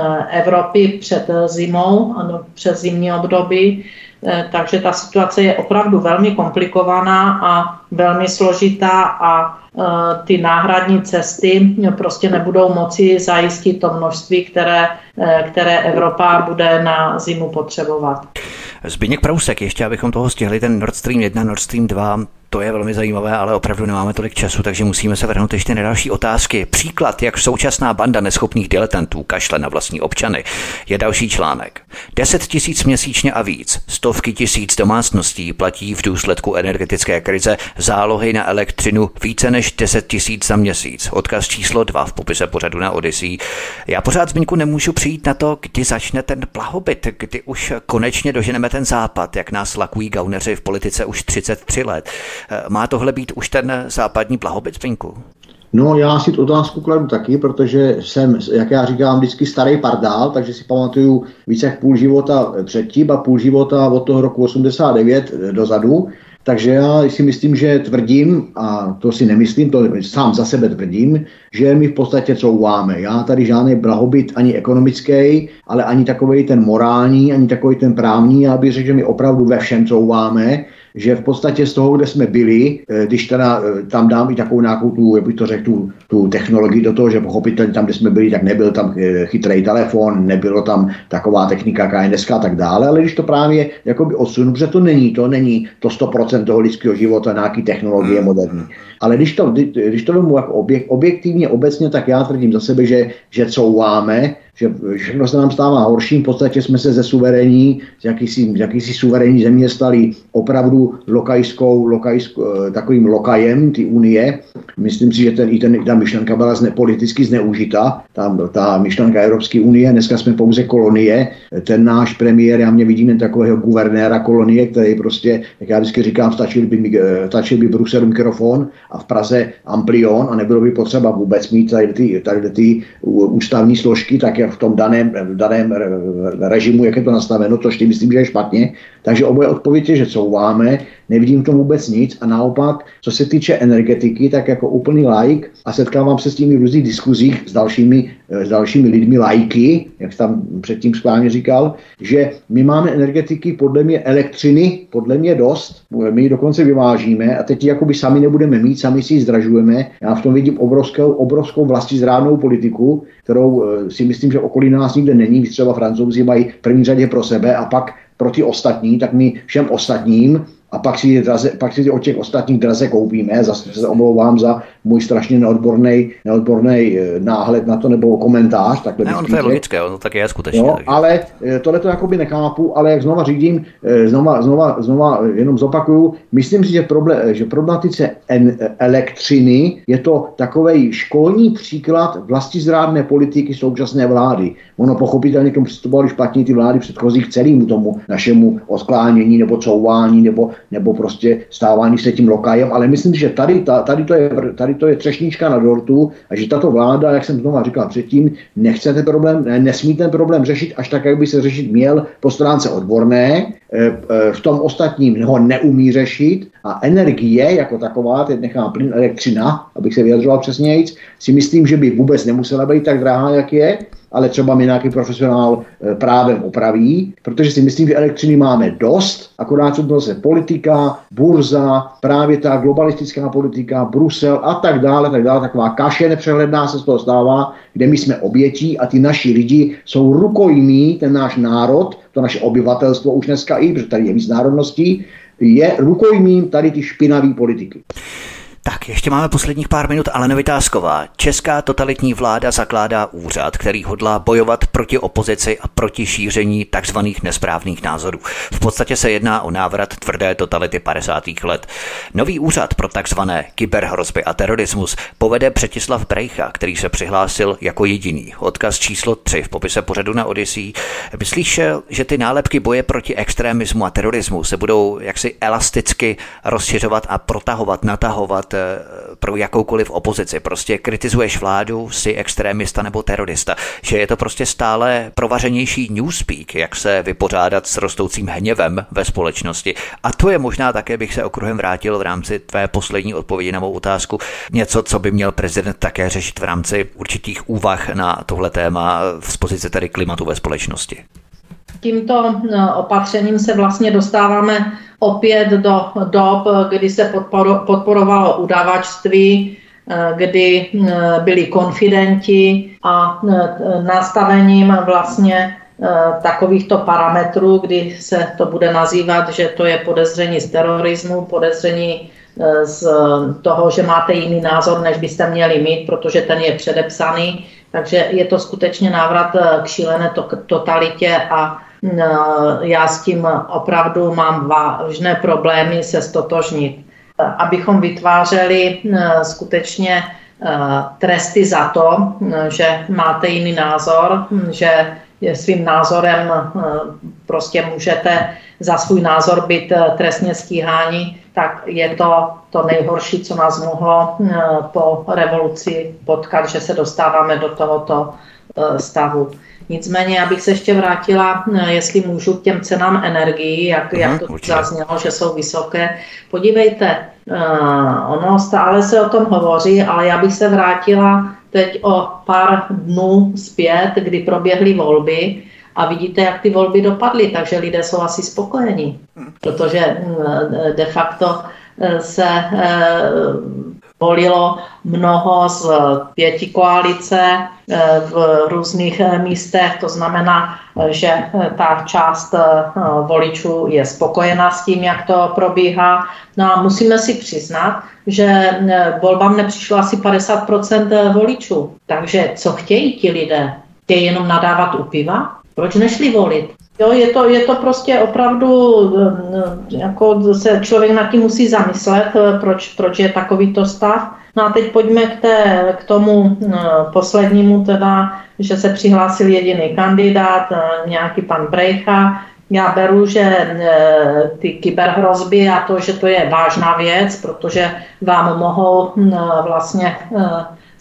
Evropy před zimou, před zimní období. Takže ta situace je opravdu velmi komplikovaná a velmi složitá a ty náhradní cesty prostě nebudou moci zajistit to množství, které, které Evropa bude na zimu potřebovat. Zbyněk Prousek, ještě abychom toho stihli, ten Nord Stream jedna, Nord Stream dva, to je velmi zajímavé, ale opravdu nemáme tolik času, takže musíme se vrhnout ještě na další otázky. Příklad, jak současná banda neschopných diletantů kašle na vlastní občany, je další článek. deset tisíc měsíčně a víc, stovky tisíc domácností platí v důsledku energetické krize zálohy na elektřinu více než deset tisíc za měsíc. Odkaz číslo dva v popise pořadu na Odyssey. Já pořád, Zbyňku, nemůžu přijít na to, kdy začne ten blahobyt, kdy už konečně doženeme ten západ, jak nás lakují gauneři v politice už třicet tři let. Má tohle být už ten západní blahobyt, Zbyňku? No, já si tu otázku kladu taky, protože jsem, jak já říkám, vždycky starý pardál, takže si pamatuju více jak půl života předtím a půl života od toho roku osmdesát devět dozadu. Takže já si myslím, že tvrdím, a to si nemyslím, to sám za sebe tvrdím, že my v podstatě couváme. Já tady žádný blahobyt ani ekonomický, ale ani takovej ten morální, ani takový ten právní, já bych řekl, že my opravdu ve všem couváme, že v podstatě z toho, kde jsme byli, když teda tam dám i takovou nějakou tu, jak bych to řekl, tu, tu technologii do toho, že pochopitelně tam, kde jsme byli, tak nebyl tam chytrý telefon, nebylo tam taková technika, jaká je dneska a tak dále, ale když to právě jakoby odsunu, protože to není, to není to sto procent toho lidského života, nějaký technologie moderní. Ale když to, když to vemu jako objek, objektivně, obecně, tak já tvrdím za sebe, že, že couváme, že všechno se nám stává horším, v podstatě jsme se ze suverénní, z jakýsi, z jakýsi suverénní země stali opravdu lokajskou, lokajskou, takovým lokajem ty unie. Myslím si, že ten, i ten, ta myšlenka byla zne, politicky zneužita, ta, ta myšlenka Evropské unie, dneska jsme pouze kolonie, ten náš premiér, já mě vidím jen takového guvernéra kolonie, který prostě, jak já vždycky říkám, stačil by, stačil by Bruselu mikrofon a v Praze amplion a nebylo by potřeba vůbec mít tady ty, tady ty ústavní složky, tak v tom daném, v daném režimu, jak je to nastaveno, což ty myslím, že je špatně. Takže oboje odpověď je, že couváme, nevidím v tom vůbec nic a naopak, co se týče energetiky, tak jako úplný laik a setkávám se s tím v různých diskuzích s dalšími, s dalšími lidmi lajky, jak tam předtím správně říkal, že my máme energetiky podle mě elektřiny, podle mě dost, my ji dokonce vyvážíme a teď ji jakoby sami nebudeme mít, sami si ji zdražujeme. Já v tom vidím obrovskou, obrovskou vlastizrádnou politiku, kterou si myslím, že okolí nás nikde není, když třeba Francouzi mají v první řadě pro sebe a pak pro ty ostatní, tak my všem ostatním a pak si, draze, pak si od těch ostatních draze koupíme. Zase se omlouvám za můj strašně neodborný, neodborný náhled na to nebo komentář. Takhle ne, on to je logické, ono tak je skutečně. Jo, ale tohle to jakoby nechápu, ale jak znova řídím, znova, znova, znova jenom zopakuju, myslím si, že, problem, že problematice en, elektřiny je to takovej školní příklad vlastizrádné politiky současné vlády. Ono pochopitelně k tomu přistupovali špatně ty vlády předchozích celému tomu našemu odklánění nebo couvání nebo nebo prostě stávání se tím lokajem, ale myslím, že tady, tady, to je, tady to je třešnička na dortu a že tato vláda, jak jsem znova říkal předtím, nechce ten problém, nesmí ten problém řešit až tak, jak by se řešit měl po stránce odborné, v tom ostatním ho neumí řešit a energie jako taková, teď nechám plyn, elektřina, abych se vyjadřoval přesnějc, si myslím, že by vůbec nemusela být tak drahá, jak je, ale třeba mi nějaký profesionál e, právem opraví, protože si myslím, že elektřiny máme dost, akorát to se politika, burza, právě ta globalistická politika, Brusel a tak dále, tak dále, taková kaše nepřehledná se z toho stává, kde my jsme obětí a ty naši lidi jsou rukojmí, ten náš národ, to naše obyvatelstvo už dneska i, protože tady je víc národností, je rukojmím tady ty špinavé politiky. Tak, ještě máme posledních pár minut, Alena Vitásková. Česká totalitní vláda zakládá úřad, který hodlá bojovat proti opozici a proti šíření takzvaných nesprávných názorů. V podstatě se jedná o návrat tvrdé totality padesátých let. Nový úřad pro takzvané kyberhrozby a terorismus povede Přetislav Brejcha, který se přihlásil jako jediný. Odkaz číslo tři v popise pořadu na Odyssey. Myslíš, že ty nálepky boje proti extremismu a terorismu se budou jaksi elasticky rozšiřovat a protahovat, natahovat pro jakoukoliv opozici? Prostě kritizuješ vládu, jsi extrémista nebo terorista. Že je to prostě stále provařenější newspeak, jak se vypořádat s rostoucím hněvem ve společnosti. A to je možná také, bych se okruhem vrátil v rámci tvé poslední odpovědi na mou otázku. Něco, co by měl prezident také řešit v rámci určitých úvah na tohle téma z pozice tedy klimatu ve společnosti. Tímto opatřením se vlastně dostáváme opět do dob, kdy se podporovalo udavačství, kdy byli konfidenti a nastavením vlastně takovýchto parametrů, kdy se to bude nazývat, že to je podezření z terorismu, podezření z toho, že máte jiný názor, než byste měli mít, protože ten je předepsaný. Takže je to skutečně návrat k šílené totalitě a já s tím opravdu mám vážné problémy se stotožnit. Abychom vytvářeli skutečně tresty za to, že máte jiný názor, že svým názorem prostě můžete za svůj názor být trestně stíháni, tak je to to nejhorší, co nás mohlo po revoluci potkat, že se dostáváme do tohoto stavu. Nicméně, abych se ještě vrátila, jestli můžu, k těm cenám energií, jak, Aha, jak to určitě zaznělo, že jsou vysoké. Podívejte, ono stále se o tom hovoří, ale já bych se vrátila teď o pár dnů zpět, kdy proběhly volby a vidíte, jak ty volby dopadly, takže lidé jsou asi spokojení, protože de facto se volilo mnoho z pěti koalice v různých místech, to znamená, že ta část voličů je spokojená s tím, jak to probíhá. No a musíme si přiznat, že volbám nepřišlo asi padesát procent voličů. Takže co chtějí ti lidé? Chtějí jenom nadávat u piva? Proč nešli volit? Jo, je to, je to prostě opravdu, jako se člověk nad tím musí zamyslet, proč, proč je takovýto stav. No a teď pojďme k, té, k tomu poslednímu, teda, že se přihlásil jediný kandidát, nějaký pan Brejcha. Já beru, že ty kyberhrozby a to, že to je vážná věc, protože vám mohou vlastně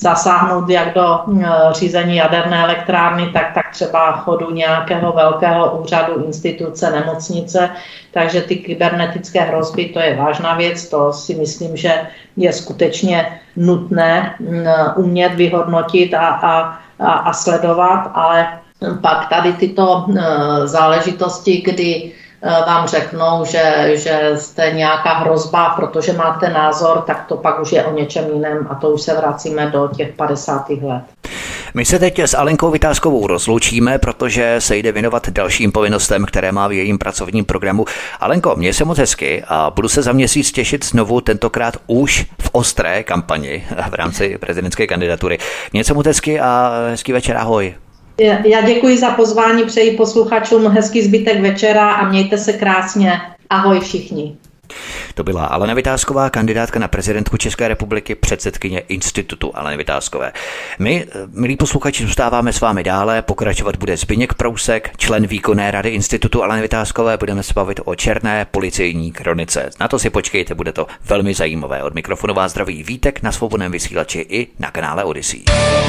zasáhnout jak do řízení jaderné elektrárny, tak, tak třeba chodu nějakého velkého úřadu, instituce, nemocnice. Takže ty kybernetické hrozby, to je vážná věc, to si myslím, že je skutečně nutné umět vyhodnotit a, a, a, a sledovat, ale pak tady tyto záležitosti, kdy vám řeknou, že, že jste nějaká hrozba, protože máte názor, tak to pak už je o něčem jiném a to už se vracíme do těch padesátých let. My se teď s Alenkou Vitáskovou rozloučíme, protože se jde věnovat dalším povinnostem, které má v jejím pracovním programu. Alenko, měj se moc hezky a budu se za měsíc těšit znovu, tentokrát už v ostré kampani v rámci prezidentské kandidatury. Měj se moc hezky a hezký večer, ahoj. Já děkuji za pozvání, přeji posluchačům hezký zbytek večera a mějte se krásně. Ahoj všichni. To byla Alena Vitásková, kandidátka na prezidentku České republiky, předsedkyně Institutu Aleny Vitáskové. My, milí posluchači, zůstáváme s vámi dále, pokračovat bude Zbyněk Prousek, člen výkonné rady Institutu Aleny Vitáskové, budeme se bavit o černé policejní kronice. Na to si počkejte, bude to velmi zajímavé. Od mikrofonu vás zdraví Vítek na svobodném vysílači i na kanále Odyssey.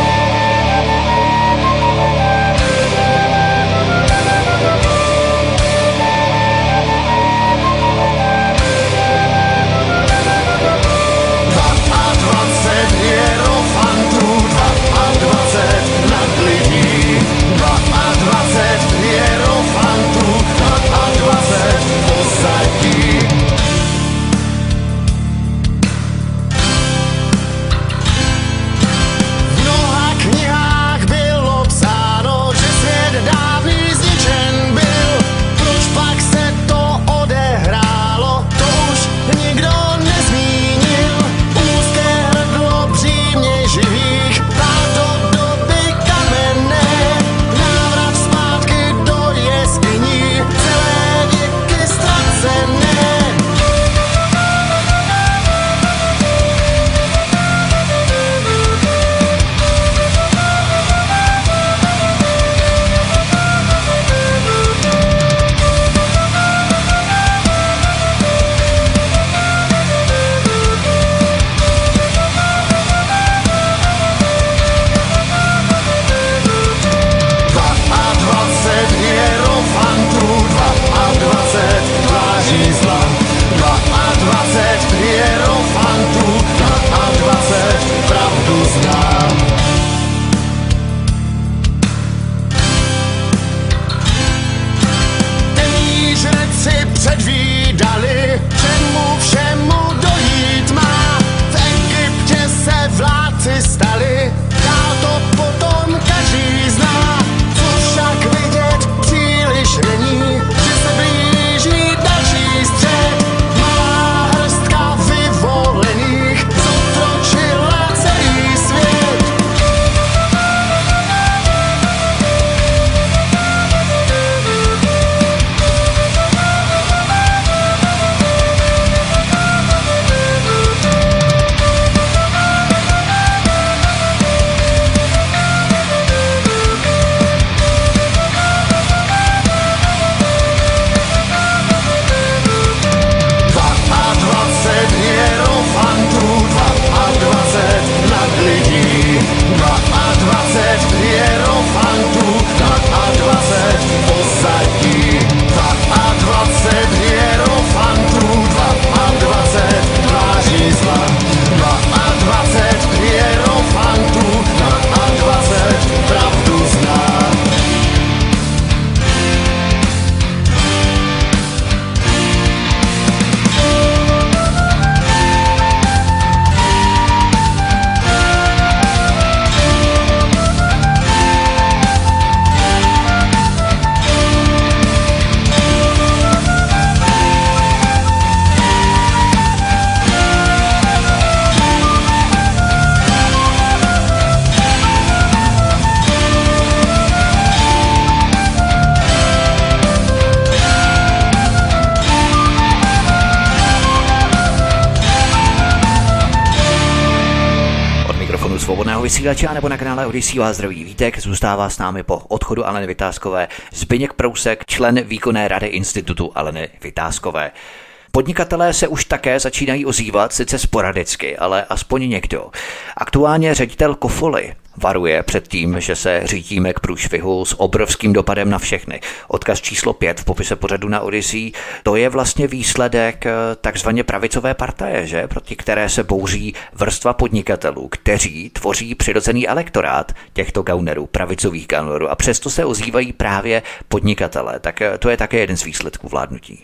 Svobodného vysílače nebo na kanále Odyssey vás zdraví Vítek, zůstává s námi po odchodu Aleny Vitáskové Zbyněk Prousek, člen výkonné rady Institutu Aleny Vitáskové. Podnikatelé se už také začínají ozývat, sice sporadicky, ale aspoň někdo. Aktuálně ředitel Kofoly varuje před tím, že se řítíme k průšvihu s obrovským dopadem na všechny. Odkaz číslo pět v popise pořadu na Odyssey, to je vlastně výsledek takzvaně pravicové partaje, že? Proti které se bouří vrstva podnikatelů, kteří tvoří přirozený elektorát těchto gaunerů, pravicových gaunerů, a přesto se ozývají právě podnikatelé. Tak to je také jeden z výsledků vládnutí.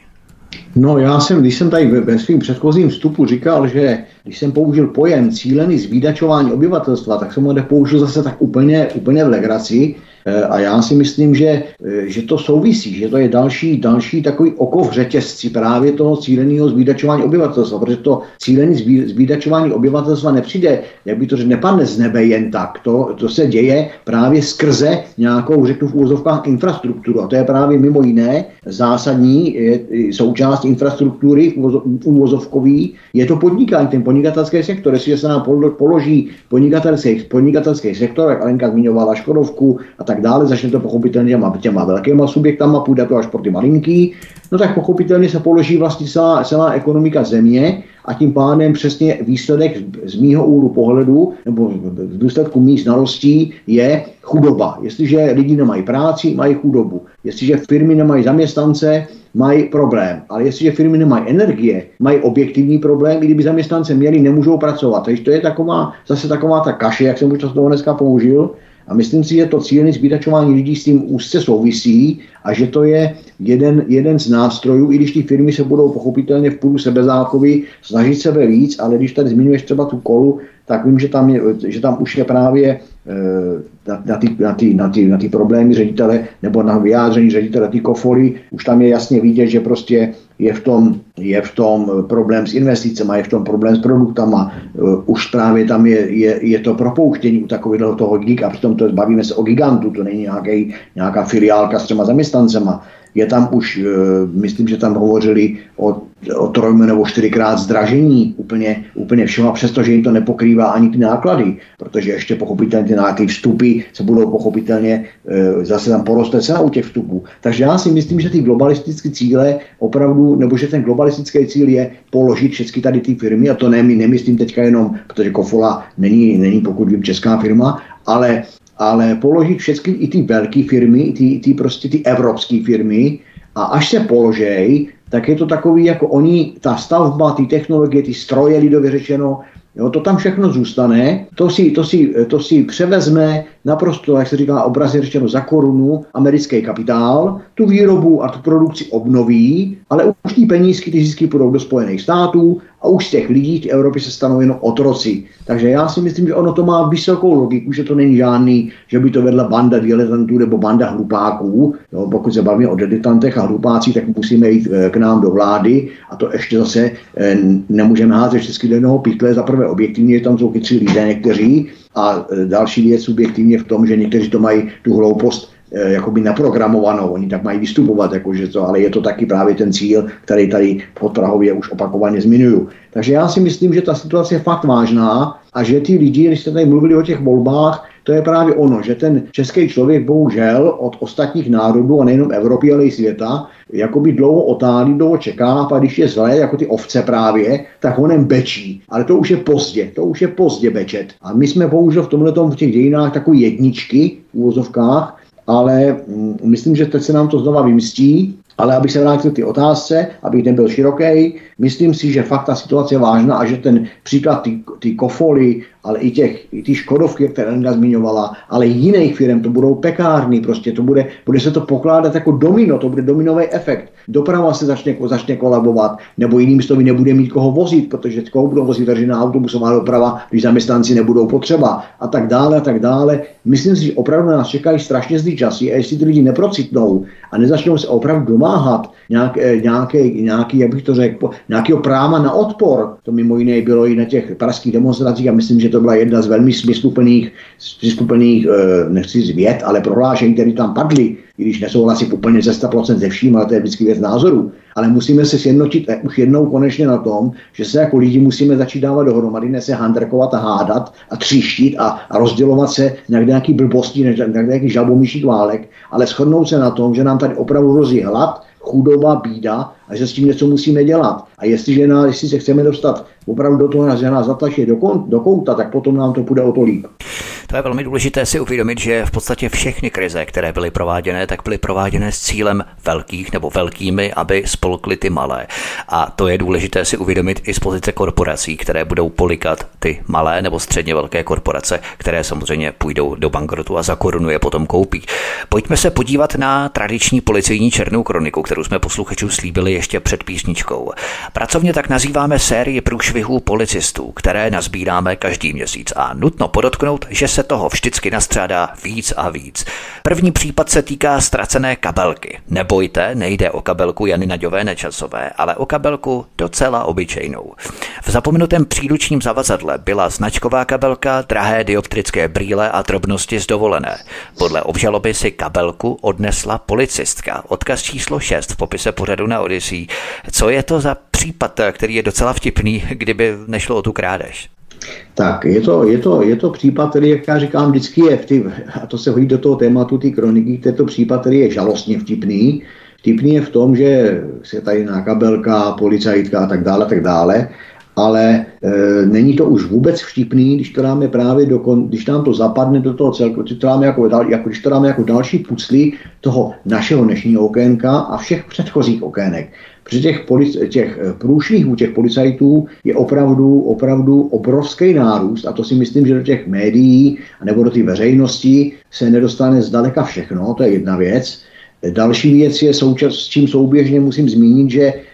No já jsem, když jsem tady ve svým předchozím vstupu říkal, že když jsem použil pojem cílený zbídačování obyvatelstva, tak jsem ho nepoužil zase tak úplně, úplně v legraci. A já si myslím, že, že to souvisí, že to je další, další takový oko v řetězci právě toho cíleného zbídačování obyvatelstva, protože to cílené zbídačování obyvatelstva nepřijde, jak by to řekl, nepadne z nebe jen tak. To, to se děje právě skrze nějakou, řeknu v úvozovkách, infrastrukturu. A to je právě mimo jiné zásadní je, součást infrastruktury úvozovkový. Je to podnikání, ten podnikatelský sektor. Jestliže se nám položí podnikatelský, podnikatelský sektor, jak Alenka zmiňovala Škodovku a tak dále, začne to pochopitelně těma, těma velkýma subjektama, půjde to až pro ty malinký, no tak pochopitelně se položí vlastně celá, celá ekonomika země a tím pádem přesně výsledek z mýho úhlu pohledu nebo v důsledku mých znalostí je chudoba. Jestliže lidi nemají práci, mají chudobu. Jestliže firmy nemají zaměstnance, mají problém. Ale jestliže firmy nemají energie, mají objektivní problém, i kdyby zaměstnance měli, nemůžou pracovat. Takže to je taková, zase taková ta kaše, jak jsem už toho dneska použil. A myslím si, že to cílené zbídačování lidí s tím úzce souvisí a že to je jeden, jeden z nástrojů, i když ty firmy se budou pochopitelně v půdu sebezáchovy snažit sebe víc, ale když tady zmiňuješ třeba tu Kolu, tak vím, že tam, je, že tam už je právě na, na, ty, na, ty, na, ty, na ty problémy ředitele nebo na vyjádření ředitele ty Kofoly, už tam je jasně vidět, že prostě je v tom, je v tom problém s investicemi, je v tom problém s produktama, už právě tam je, je, je to propouštění u takového toho giga, a přitom to bavíme se o gigantu, to není nějaký, nějaká filiálka s třema zaměstnancema. Je tam už, myslím, že tam hovořili o, o trojmě nebo čtyřikrát zdražení úplně, úplně všeho, přestože jim to nepokrývá ani ty náklady, protože ještě pochopitelně ty náklady vstupy se budou pochopitelně, zase tam poroste cena u těch vstupů. Takže já si myslím, že ty globalistické cíle opravdu, nebo že ten globalistický cíl je položit všechny tady ty firmy, a to ne, nemyslím teďka jenom, protože Kofola není, není pokud vím česká firma, ale ale položit všechny i ty velké firmy, i ty, ty prostě ty evropské firmy, a až se položej, tak je to takový, jako oni, ta stavba, ty technologie, ty stroje, lidově řečeno, jo, to tam všechno zůstane, to si, to, si, to si převezme naprosto, jak se říká obrazně řečeno, za korunu americký kapitál, tu výrobu a tu produkci obnoví, ale už ty penízky, ty zisky půjdou do Spojených států a už z těch lidí, ty Evropy se stanou jenom otroci. Takže já si myslím, že ono to má vysokou logiku, že to není žádný, že by to vedla banda diletantů nebo banda hlupáků. Jo, pokud se bavíme o diletantech a hlupácích, tak musíme jít k nám do vlády a to ještě zase nemůžeme házet všechny do jednoho pytle. Za prvé objektivně, že tam jsou chytří lidé někteří, a další věc subjektivně v tom, že někteří to mají tu hloupost jakoby naprogramovanou, oni tak mají vystupovat, jakože to, ale je to taky právě ten cíl, který tady v Podprahově už opakovaně zmiňuju. Takže já si myslím, že ta situace je fakt vážná a že ty lidi, když jste tady mluvili o těch volbách, to je právě ono, že ten český člověk bohužel od ostatních národů a nejenom Evropy, ale i světa, jakoby dlouho otálí, dlouho čeká, a pak když je zlé, jako ty ovce právě, tak honem bečí. Ale to už je pozdě, to už je pozdě bečet. A my jsme bohužel v tomhletom v těch dějinách takový jedničky v úvozovkách, ale mm, myslím, že teď se nám to znova vymstí. Ale abych se vrátil k té otázce, abych nebyl široký, myslím si, že fakt ta situace je vážná a že ten příklad ty, ty Kofoly, ale i těch, i ty Škodovky, které Lenka zmiňovala, ale i jiných firm, to budou pekárny, prostě to bude, bude se to pokládat jako domino, to bude dominový efekt. Doprava se začne, začne kolabovat, nebo jinými slovy nebude mít koho vozit, protože koho budou vozit veřejná autobusová doprava, když zaměstnanci nebudou potřeba a tak dále a tak dále. Myslím si, že opravdu nás čekají strašně zlý časy a jestli ty lidi neprocitnou a nezačnou se opravdu domáhat nějaké, nějaké, nějaký, jak bych to řekl, nějakého práva na odpor, to mimo jiné bylo i na těch pražských demonstracích a myslím, že to byla jedna z velmi smysluplných, smysluplných nechci zvět, ale prohlášení, které tam padly, i když nesouhlasím úplně ze sto procent ze vším, ale to je vždycky věc názoru. Ale musíme se sjednotit už jednou konečně na tom, že se jako lidi musíme začít dávat dohromady, ne se handrkovat a hádat a tříštit a, a rozdělovat se na nějaký blbosti, na nějaký žabomyších válek, ale shodnout se na tom, že nám tady opravdu hrozí hlad, chudoba, bída a že s tím něco musíme dělat. A jestliže nás, jestli se chceme dostat opravdu do toho, že nás zatlačí do, do kouta, tak potom nám to půjde o to líp. To je velmi důležité si uvědomit, že v podstatě všechny krize, které byly prováděné, tak byly prováděné s cílem velkých nebo velkými, aby spolkly ty malé. A to je důležité si uvědomit i z pozice korporací, které budou polikat ty malé nebo středně velké korporace, které samozřejmě půjdou do bankrotu a za korunu je potom koupí. Pojďme se podívat na tradiční policejní černou kroniku, kterou jsme posluchačům slíbili ještě před písničkou. Pracovně tak nazýváme sérii průšvihů policistů, které nazbíráme každý měsíc a nutno podotknout, že se toho vždycky nastřádá víc a víc. První případ se týká ztracené kabelky. Nebojte, nejde o kabelku Jany Naďové Nečasové, ale o kabelku docela obyčejnou. V zapomenutém příručním zavazadle byla značková kabelka, drahé dioptrické brýle a drobnosti z dovolené. Podle obžaloby si kabelku odnesla policistka. Odkaz číslo šest v popise pořadu na Odyssey. Co je to za případ, který je docela vtipný, kdyby nešlo o tu krádež? Tak, je to, je to, je to případ, který, jak já říkám, vždycky je vtip, a to se hodí do toho tématu té kroniky, je to případ, který je žalostně vtipný. Vtipný je v tom, že se tady na kabelka, policajtka a tak dále, tak dále, ale e, není to už vůbec vtipný, když to dáme právě do, když nám to zapadne do toho celku, když to dáme jako, jako, když to dáme jako další pucly toho našeho dnešního okénka a všech předchozích okének. Protože těch, polic- těch průšvihů, těch policajtů je opravdu, opravdu obrovský nárůst a to si myslím, že do těch médií nebo do té veřejnosti se nedostane zdaleka všechno, to je jedna věc. Další věc je, součas, s čím souběžně musím zmínit, že e,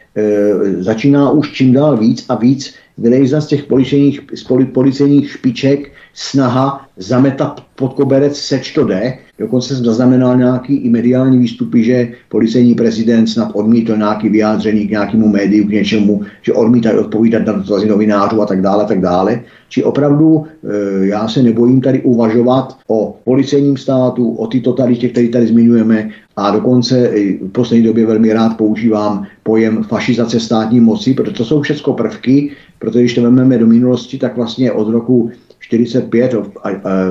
začíná už čím dál víc a víc vylejzat z těch policejních, z policejních špiček snaha zametat pod koberec seč to jde. Dokonce jsem zaznamenal nějaký i mediální výstupy, že policejní prezident snad odmítl nějaký vyjádření k nějakému médiu, k něčemu, že odmítají odpovídat na dotazy novinářů a tak dále, tak dále. Či opravdu e, já se nebojím tady uvažovat o policejním státu, o ty totalitě, které tady zmiňujeme a dokonce v poslední době velmi rád používám pojem fašizace státní moci, protože to jsou všechno prvky, protože když to vezmeme do minulosti, tak vlastně od roku čtyřicet pět, a, a,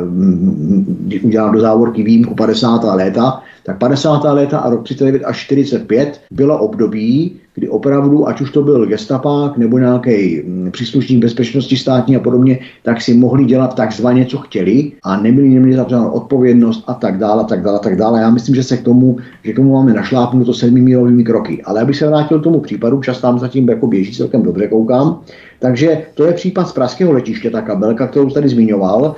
když udělám do závorky výjimku padesátá léta, tak padesátá léta a rok třicet devět až čtyřicet pět bylo období, kdy opravdu, ať už to byl gestapák nebo nějaký příslušník bezpečnosti státní a podobně, tak si mohli dělat takzvaně, co chtěli a neměli, neměli za to odpovědnost a tak dále, tak dále, tak dále. Já myslím, že se k tomu, že k tomu máme našlápnuto sedmimílovými kroky. Ale abych se vrátil k tomu případu, čas tam zatím jako běží, celkem dobře koukám. Takže to je případ z pražského letiště, ta kabelka, kterou tady zmiňoval.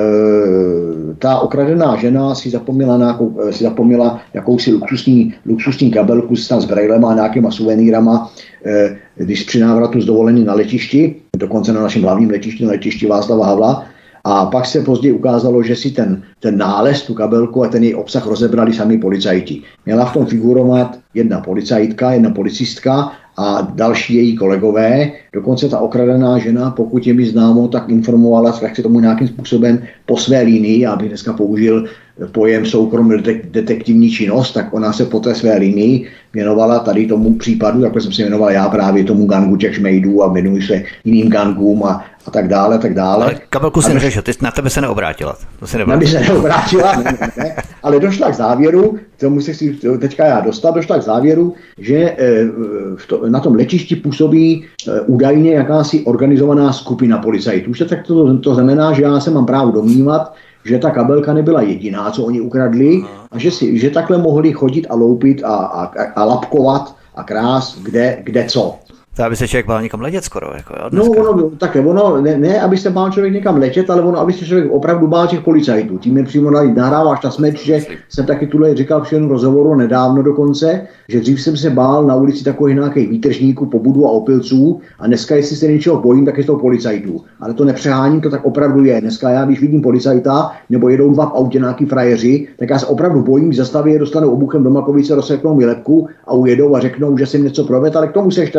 E, ta okradená žena si zapomněla, nějakou, si zapomněla jakousi luxusní, luxusní kabelku s brejlema a nějakýma suvenýrama, e, když při návratu z dovolení na letišti, dokonce na našem hlavním letišti, na letišti Václava Havla. A pak se později ukázalo, že si ten, ten nález, tu kabelku a ten její obsah rozebrali sami policajti. Měla v tom figurovat jedna policajtka, jedna policistka a další její kolegové. Dokonce ta okradená žena, pokud je mi známo, tak informovala, tak se tomu nějakým způsobem po své linii, aby dneska použil pojem soukromý detektivní činnost, tak ona se po té své linii věnovala tady tomu případu, jako jsem se jmenoval já právě tomu gangu těch šmejdů a jmenuji se jiným gangům a, a tak dále, tak dále. Ale kabelku si neřešil, ty na tebe se neobrátila. To se na mě se neobrátila, ne, ne, ne, ale došla k závěru, k tomu se si teďka já dostal, došla k závěru, že v to, na tom letišti působí údajně jakási organizovaná skupina policajtů. Tak to, to znamená, že já se mám právo domnívat, že ta kabelka nebyla jediná, co oni ukradli, a že, si, že takhle mohli chodit a loupit a, a, a lapkovat a krás, kde, kde co. To aby se člověk bál někam letět skoro. Jako, jo, no ono, také ono, ne, ne, aby se bál člověk někam letět, ale ono, aby se člověk opravdu bál těch policajtů. Tím je přímo nahráváš na smeč, že jsem taky tuhle říkal v jednom rozhovoru nedávno dokonce, že dřív jsem se bál na ulici takových nějakých výtržníků, pobudu a opilců a dneska, jestli se něčeho bojím, tak je to policajtů. Ale to nepřeháním, to tak opravdu je. Dneska já, když vidím policajta nebo jedou dva v autě nějaký frajeři, tak já se opravdu bojím, zastaví je, dostanou obuchem do Makovice, rozseknou mi lebku a ujedou a řeknou, že jsem něco provedl, ale k tomu se ještě taky konec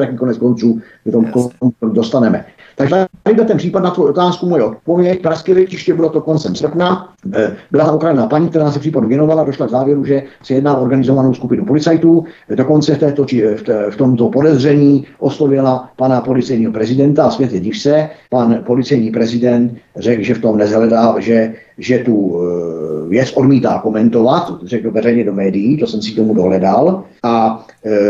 konců k tomu dostaneme. Takže tady ten případ na tvou otázku, moje odpověď, pražské letiště, bylo to koncem srpna, byla ta okrajná paní, která se případu věnovala, došla k závěru, že se jedná o organizovanou skupinu policajtů, dokonce v, této, v tomto podezření oslovila pana policejního prezidenta a světě div se, pan policejní prezident řekl, že v tom nezhledá, že, že tu věc odmítá komentovat, řekl veřejně do médií, to jsem si k tomu dohledal, a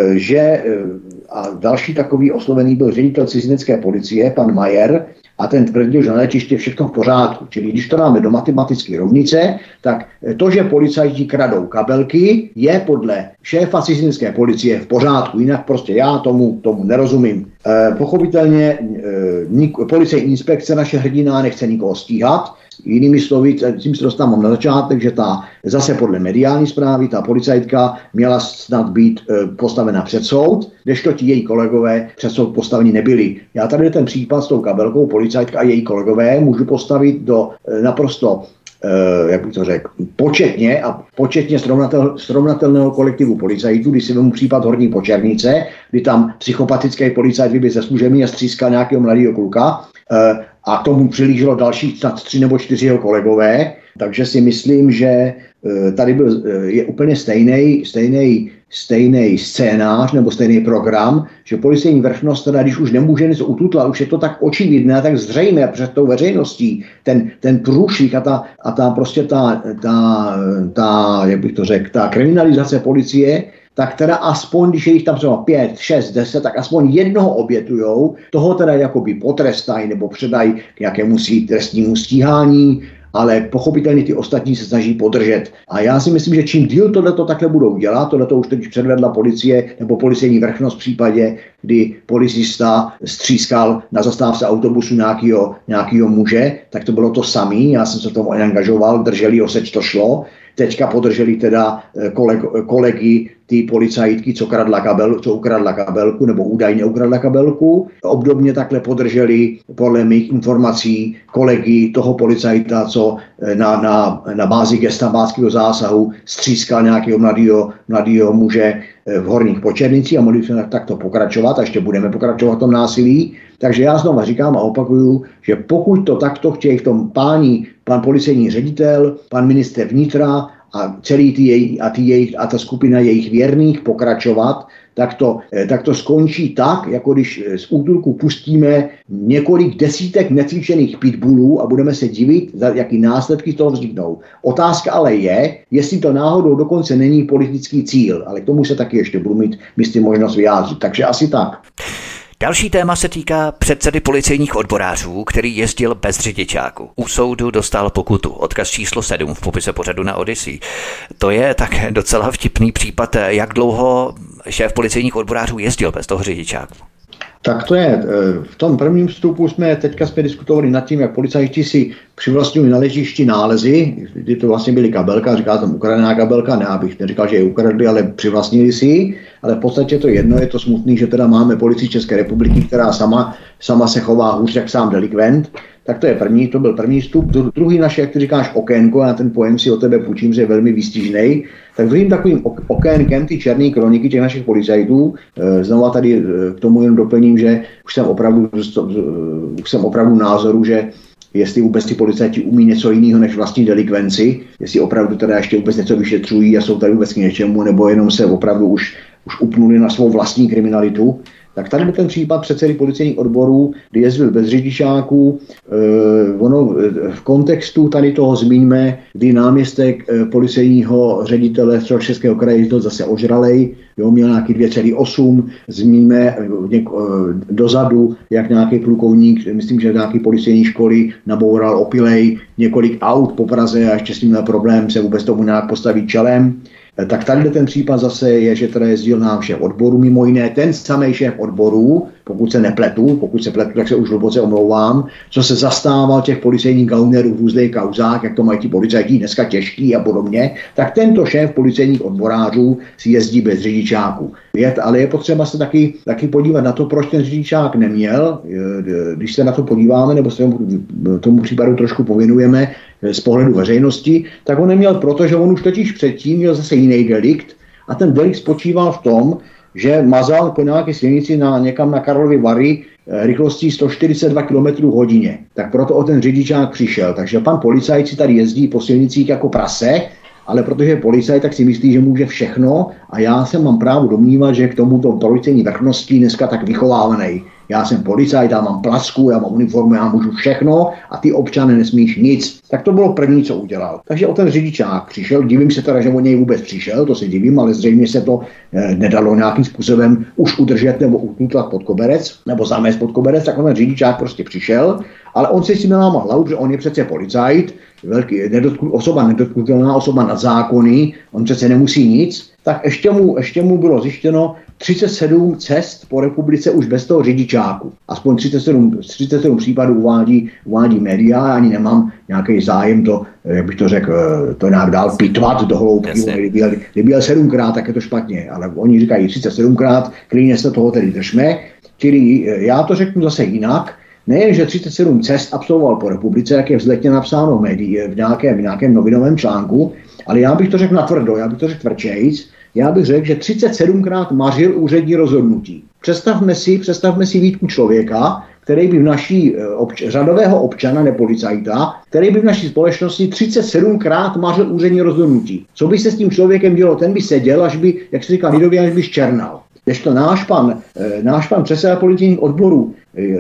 že a další takový oslovený byl ředitel cizinecké policie, pan Majer, a ten tvrdil, že na letiště je všechno v pořádku. Čili když to dáme do matematické rovnice, tak to, že policajti kradou kabelky, je podle šéfa cizinecké policie v pořádku. Jinak prostě já tomu, tomu nerozumím. E, pochopitelně e, nik, policejní inspekce, naše hrdina, nechce nikoho stíhat. Jinými slovy, tím se dostávám na začátek, že ta zase podle mediální zprávy ta policajtka měla snad být e, postavena před soud, kdežto ti její kolegové před soud postaveni nebyli. Já tady ten případ s tou kabelkou policajtka a její kolegové můžu postavit do e, naprosto Uh, jak bych to řekl, početně a početně srovnatel, srovnatelného kolektivu policajtů, když si vemu případ Horní Počernice, kdy tam psychopatický policajt vyběhl ze služebny a střískal nějakého mladého kluka uh, a k tomu přilížilo další snad tři nebo čtyři jeho kolegové, takže si myslím, že uh, tady byl, uh, je úplně stejný, stejný stejný scénář nebo stejný program, že policejní vrchnost teda, když už nemůže něco ututla, už je to tak očividné, tak zřejmé před tou veřejností, ten, ten průšvih a ta, a ta prostě ta, ta, ta, jak bych to řekl, ta kriminalizace policie, tak teda aspoň, když je jich tam třeba pět, šest, deset, tak aspoň jednoho obětujou, toho teda jakoby potrestají nebo předají k jakému si trestnímu stíhání, ale pochopitelně ty ostatní se snaží podržet. A já si myslím, že čím díl tohleto takhle budou dělat, tohleto už teď předvedla policie nebo policejní vrchnost v případě, kdy policista střískal na zastávce autobusu nějakého, nějakého muže, tak to bylo to samý, já jsem se tomu angažoval, drželi ho, seč to šlo. Teďka podrželi teda koleg, kolegy ty policajtky, co, kradla kabel, co ukradla kabelku, nebo údajně ukradla kabelku. Obdobně takhle podrželi podle mých informací kolegy toho policajta, co na, na, na bázi gestabáckého zásahu střískal nějakého mladého, mladého muže v Horních Počernicích a mohli jsme takto pokračovat a ještě budeme pokračovat v tom násilí. Takže já znova říkám a opakuju, že pokud to takto chtějí v tom páni, pan policejní ředitel, pan ministr vnitra a celý ty jej, a, ty jejich, a ta skupina jejich věrných pokračovat, tak to, tak to skončí tak, jako když z útulku pustíme několik desítek necvičených pitbullů a budeme se divit, jaký následky z toho vzniknou. Otázka ale je, jestli to náhodou dokonce není politický cíl, ale k tomu se taky ještě budu mít, myslím, možnost vyjádřit. Takže asi tak. Další téma se týká předsedy policejních odborářů, který jezdil bez řidičáku. U soudu dostal pokutu, odkaz číslo sedm v popise pořadu na Odyssey. To je tak docela vtipný případ, jak dlouho šéf policejních odborářů jezdil bez toho řidičáku. Tak to je, v tom prvním vstupu jsme teďka jsme diskutovali nad tím, jak policajti si přivlastňují na ležišti nálezy, kdy to vlastně byly kabelka, říká tam ukradená kabelka, ne, abych neříkal, že je ukradli, ale přivlastnili si ji, ale v podstatě to jedno, je to smutný, že teda máme policii České republiky, která sama, sama se chová hůř jak sám delikvent. Tak to je první, to byl první vstup. Druhý naše, jak ty říkáš, okénko, a ten pojem si o tebe půjčím, že je velmi výstižnej. Tak druhým takovým okénkem ty černé kroniky těch našich policajtů, znova tady k tomu jen doplním, že už jsem opravdu, už jsem opravdu názoru, že jestli vůbec ty policajti umí něco jiného než vlastní delikvenci, jestli opravdu teda ještě vůbec něco vyšetřují a jsou tady vůbec k něčemu, nebo jenom se opravdu už, už upnuli na svou vlastní kriminalitu. Tak tady byl ten případ předsedy policejních odborů, kdy jezdil bez řidičáků. E, ono v kontextu tady toho zmíníme, kdy náměstek e, policejního ředitele Středočeského kraje byl zase ožralej, jo, měl nějaký dvě celá osm, zmíníme něk, e, dozadu, jak nějaký plukovník, myslím, že nějaký policejní školy naboural opilej několik aut po Praze a ještě s ním měl problém se vůbec tomu nějak postavit čelem. Tak tady ten případ zase je, že teda jezdil nám šéf odboru, mimo jiné ten samý šéf odboru, pokud se nepletu, pokud se pletu, tak se už hluboce omlouvám, co se zastával těch policejních gaunerů v různých kauzách, jak to mají ti policajti dneska těžký a podobně, tak tento šéf policejních odborářů si jezdí bez řidičáku. Je, ale je potřeba se taky, taky podívat na to, proč ten řidičák neměl. Když se na to podíváme, nebo se tomu případu trošku pověnujeme z pohledu veřejnosti, tak on neměl proto, že on už totiž předtím měl zase jiný delikt a ten delikt spočíval v tom, že mazal po nějaké silnici na, někam na Karlovy Vary rychlostí sto čtyřicet dva kilometrů hodině. Tak proto o ten řidičák přišel. Takže pan policajt si tady jezdí po silnicích jako prase, ale protože je policajt, tak si myslí, že může všechno a já se mám právo domnívat, že k tomuto policejní vrchnosti dneska tak vychovávaný. Já jsem policajt, já mám plasku, já mám uniformu, já můžu všechno a ty občany nesmíš nic. Tak to bylo první, co udělal. Takže o ten řidičák přišel, divím se teda, že o něj vůbec přišel, to se divím, ale zřejmě se to eh, nedalo nějakým způsobem už udržet nebo ututlat pod koberec, nebo zamést pod koberec, tak on ten řidičák prostě přišel, ale on si si nelámal hlavu, že on je přece policajt, velký, nedotknu, osoba nedotknutelná, osoba nad zákony, on přece nemusí nic, tak ještě mu, ještě mu bylo zjištěno třicet sedm cest po republice už bez toho řidičáku. Aspoň třicet sedm, třicet sedm případů uvádí, uvádí média, já ani nemám nějaký zájem to, jak bych to řekl, to nějak dál pitvat do hloubky. Kdyby jel, kdyby jel sedmkrát, tak je to špatně, ale oni říkají třicet sedmkrát, klidně se toho tedy držme. Čili já to řeknu zase jinak. Nejen, že třicet sedm cest absolvoval po republice, jak je vzletně napsáno v, médii, v, nějakém, v nějakém novinovém článku, ale já bych to řekl natvrdo, já bych to řekl tvrdšejc, já bych řekl, že třicet sedmkrát mařil úřední rozhodnutí. Představme si, představme si výtku člověka, který by v naší obč- řadového občana, nepolicajta, který by v naší společnosti třicet sedmkrát mařil úřední rozhodnutí. Co by se s tím člověkem dělo? Ten by seděl, až by, jak se říká lidově, až by ščernal. Kdežto náš pan, náš pan předseda policejních odborů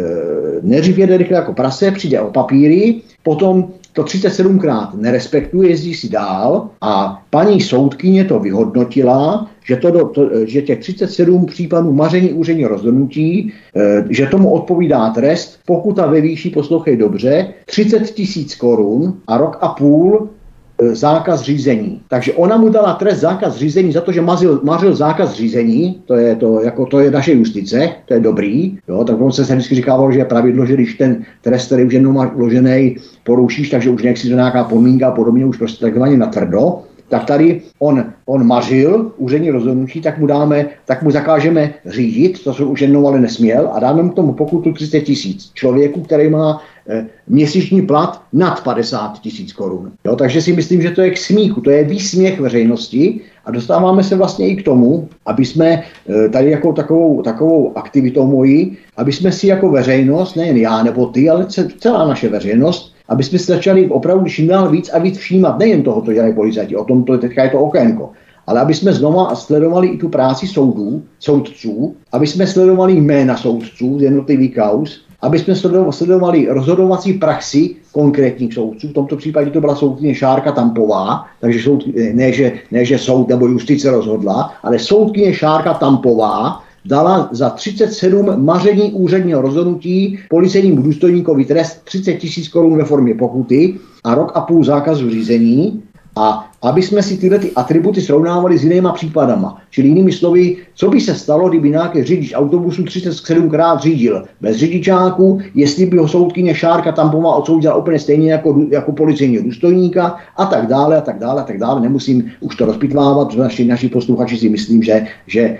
nejdřív jede rychle jako prase, přijde o papíry, potom to třicet sedmkrát nerespektuje, jezdí si dál a paní soudkyně to vyhodnotila, že, to do, to, že těch třicet sedm případů maření úředního rozhodnutí, že tomu odpovídá trest, pokuta ve výši, poslouchej dobře, třicet tisíc korun a rok a půl zákaz řízení. Takže ona mu dala trest zákaz řízení za to, že mařil, mařil zákaz řízení, to je, to, jako, to je naše justice, to je dobrý, jo, tak on se vždycky říkával, že je pravidlo, že když ten trest, který už jednou máš uložený, porušíš, takže už neexistuje nějaká podmínka a podobně, už prostě takzvaně natvrdo, tak tady on, on mařil úřední rozhodnutí, tak mu dáme, tak mu zakážeme řídit, to už jednou ale nesměl, a dáme mu tomu pokutu třicet tisíc člověku, který má e, měsíční plat nad padesát tisíc korun. Jo, takže si myslím, že to je k smíchu, to je výsměch veřejnosti a dostáváme se vlastně i k tomu, aby jsme e, tady jako takovou, takovou aktivitou mojí, aby jsme si jako veřejnost, nejen já nebo ty, ale celá naše veřejnost, aby jsme se začali opravdu čím dál víc a víc všímat nejen toho, co dělají policajti, o tom to teďka je to okénko, ale aby jsme znova sledovali i tu práci soudů, soudců, aby jsme sledovali jména soudců z jednotlivých kauz, aby jsme sledovali rozhodovací praxi konkrétních soudců. V tomto případě to byla soudkyně Šárka Tampová, takže soud, ne, že, ne, že soud nebo justice rozhodla, ale soudkyně Šárka Tampová dala za třicet sedm maření úředního rozhodnutí policejnímu důstojníkovi trest třicet tisíc korun ve formě pokuty a rok a půl zákazu řízení. A aby jsme si tyhle ty atributy srovnávali s jinýma případama. Čili jinými slovy, co by se stalo, kdyby nějaký řidič autobusu třicet sedmkrát řídil bez řidičáku, jestli by ho soudkyně Šárka Tampová odsoudila úplně stejně jako, jako policejního důstojníka a tak dále, a tak dále, a tak dále. Nemusím už to rozpitvávat, protože naši, naši posluchači si myslím, že, že,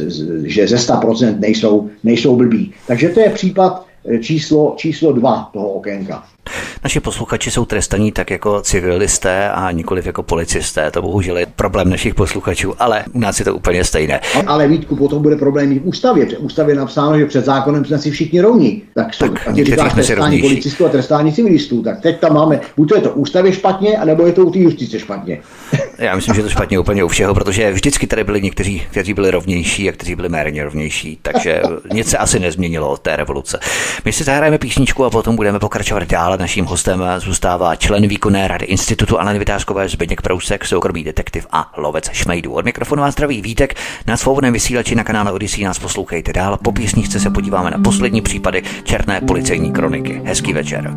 že ze sto procent nejsou, nejsou blbí. Takže to je případ číslo, číslo dva toho okénka. Naši posluchači jsou trestaní tak jako civilisté a nikoliv jako policisté. To bohužel je problém našich posluchačů, ale u nás je to úplně stejné. Ale Vítku, potom bude problém i v ústavě. V ústavě je napsáno, že před zákonem jsme si všichni rovní. Tak, tak a ty říkáš trestání policistů a trestání civilistů. Tak teď tam máme, buď to je to v ústavě špatně, anebo je to u té justice špatně. Já myslím, že to špatně úplně u všeho, protože vždycky tady byli někteří, kteří byli rovnější a kteří byli méně rovnější, takže nic se asi nezměnilo od té revoluce. My si zahrajeme písničku a potom budeme pokračovat dál. Naším hostem zůstává člen výkonné rady Institutu Aleny Vytázkové Zbyněk Prousek, soukromý detektiv a lovec šmejdů. Od mikrofonu vás zdraví Vítek, na svobodném vysílači na kanále Odyssey nás poslouchejte dál. Po písničce se podíváme na poslední případy černé policejní kroniky. Hezký večer.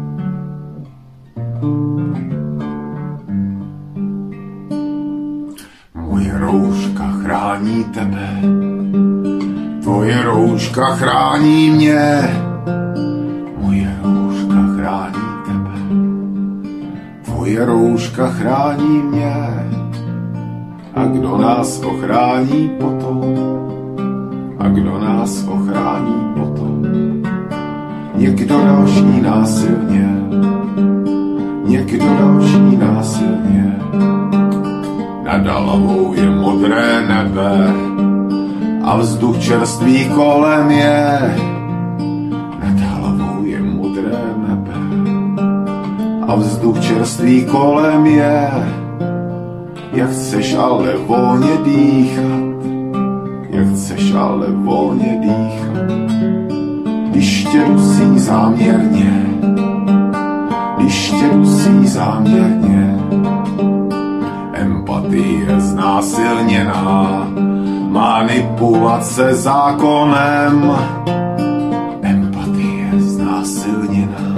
Moje rouška chrání tebe, tvoje rouška chrání mě, moje rouška chrání tebe, tvoje rouška chrání mě. A kdo nás ochrání potom? A kdo nás ochrání potom? Někdo další násilně, někdo další násilně. Nad hlavou je modré nebe a vzduch čerstvý kolem je. Nad hlavou je modré nebe a vzduch čerstvý kolem je. Jak chceš ale volně dýchat, jak chceš ale volně dýchat, když tě dusí záměrně, když tě dusí záměrně. Empatie znásilněná, manipulace zákonem. Empatie znásilněná,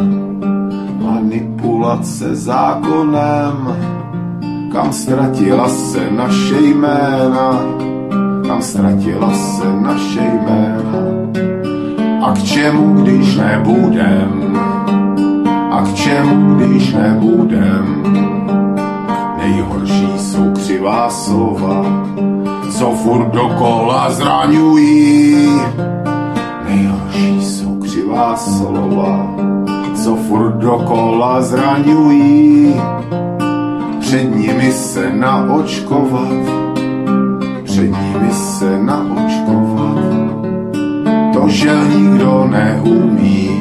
manipulace zákonem. Kam ztratila se naše jména, kam ztratila se naše jména. A k čemu, když nebudem, a k čemu, když nebudem. Nejhorší jsou křivá slova, co furt dokola zraňují. Nejhorší jsou křivá slova, co furt dokola zraňují. Před nimi se naočkovat, před nimi se naočkovat. To žel nikdo neumí,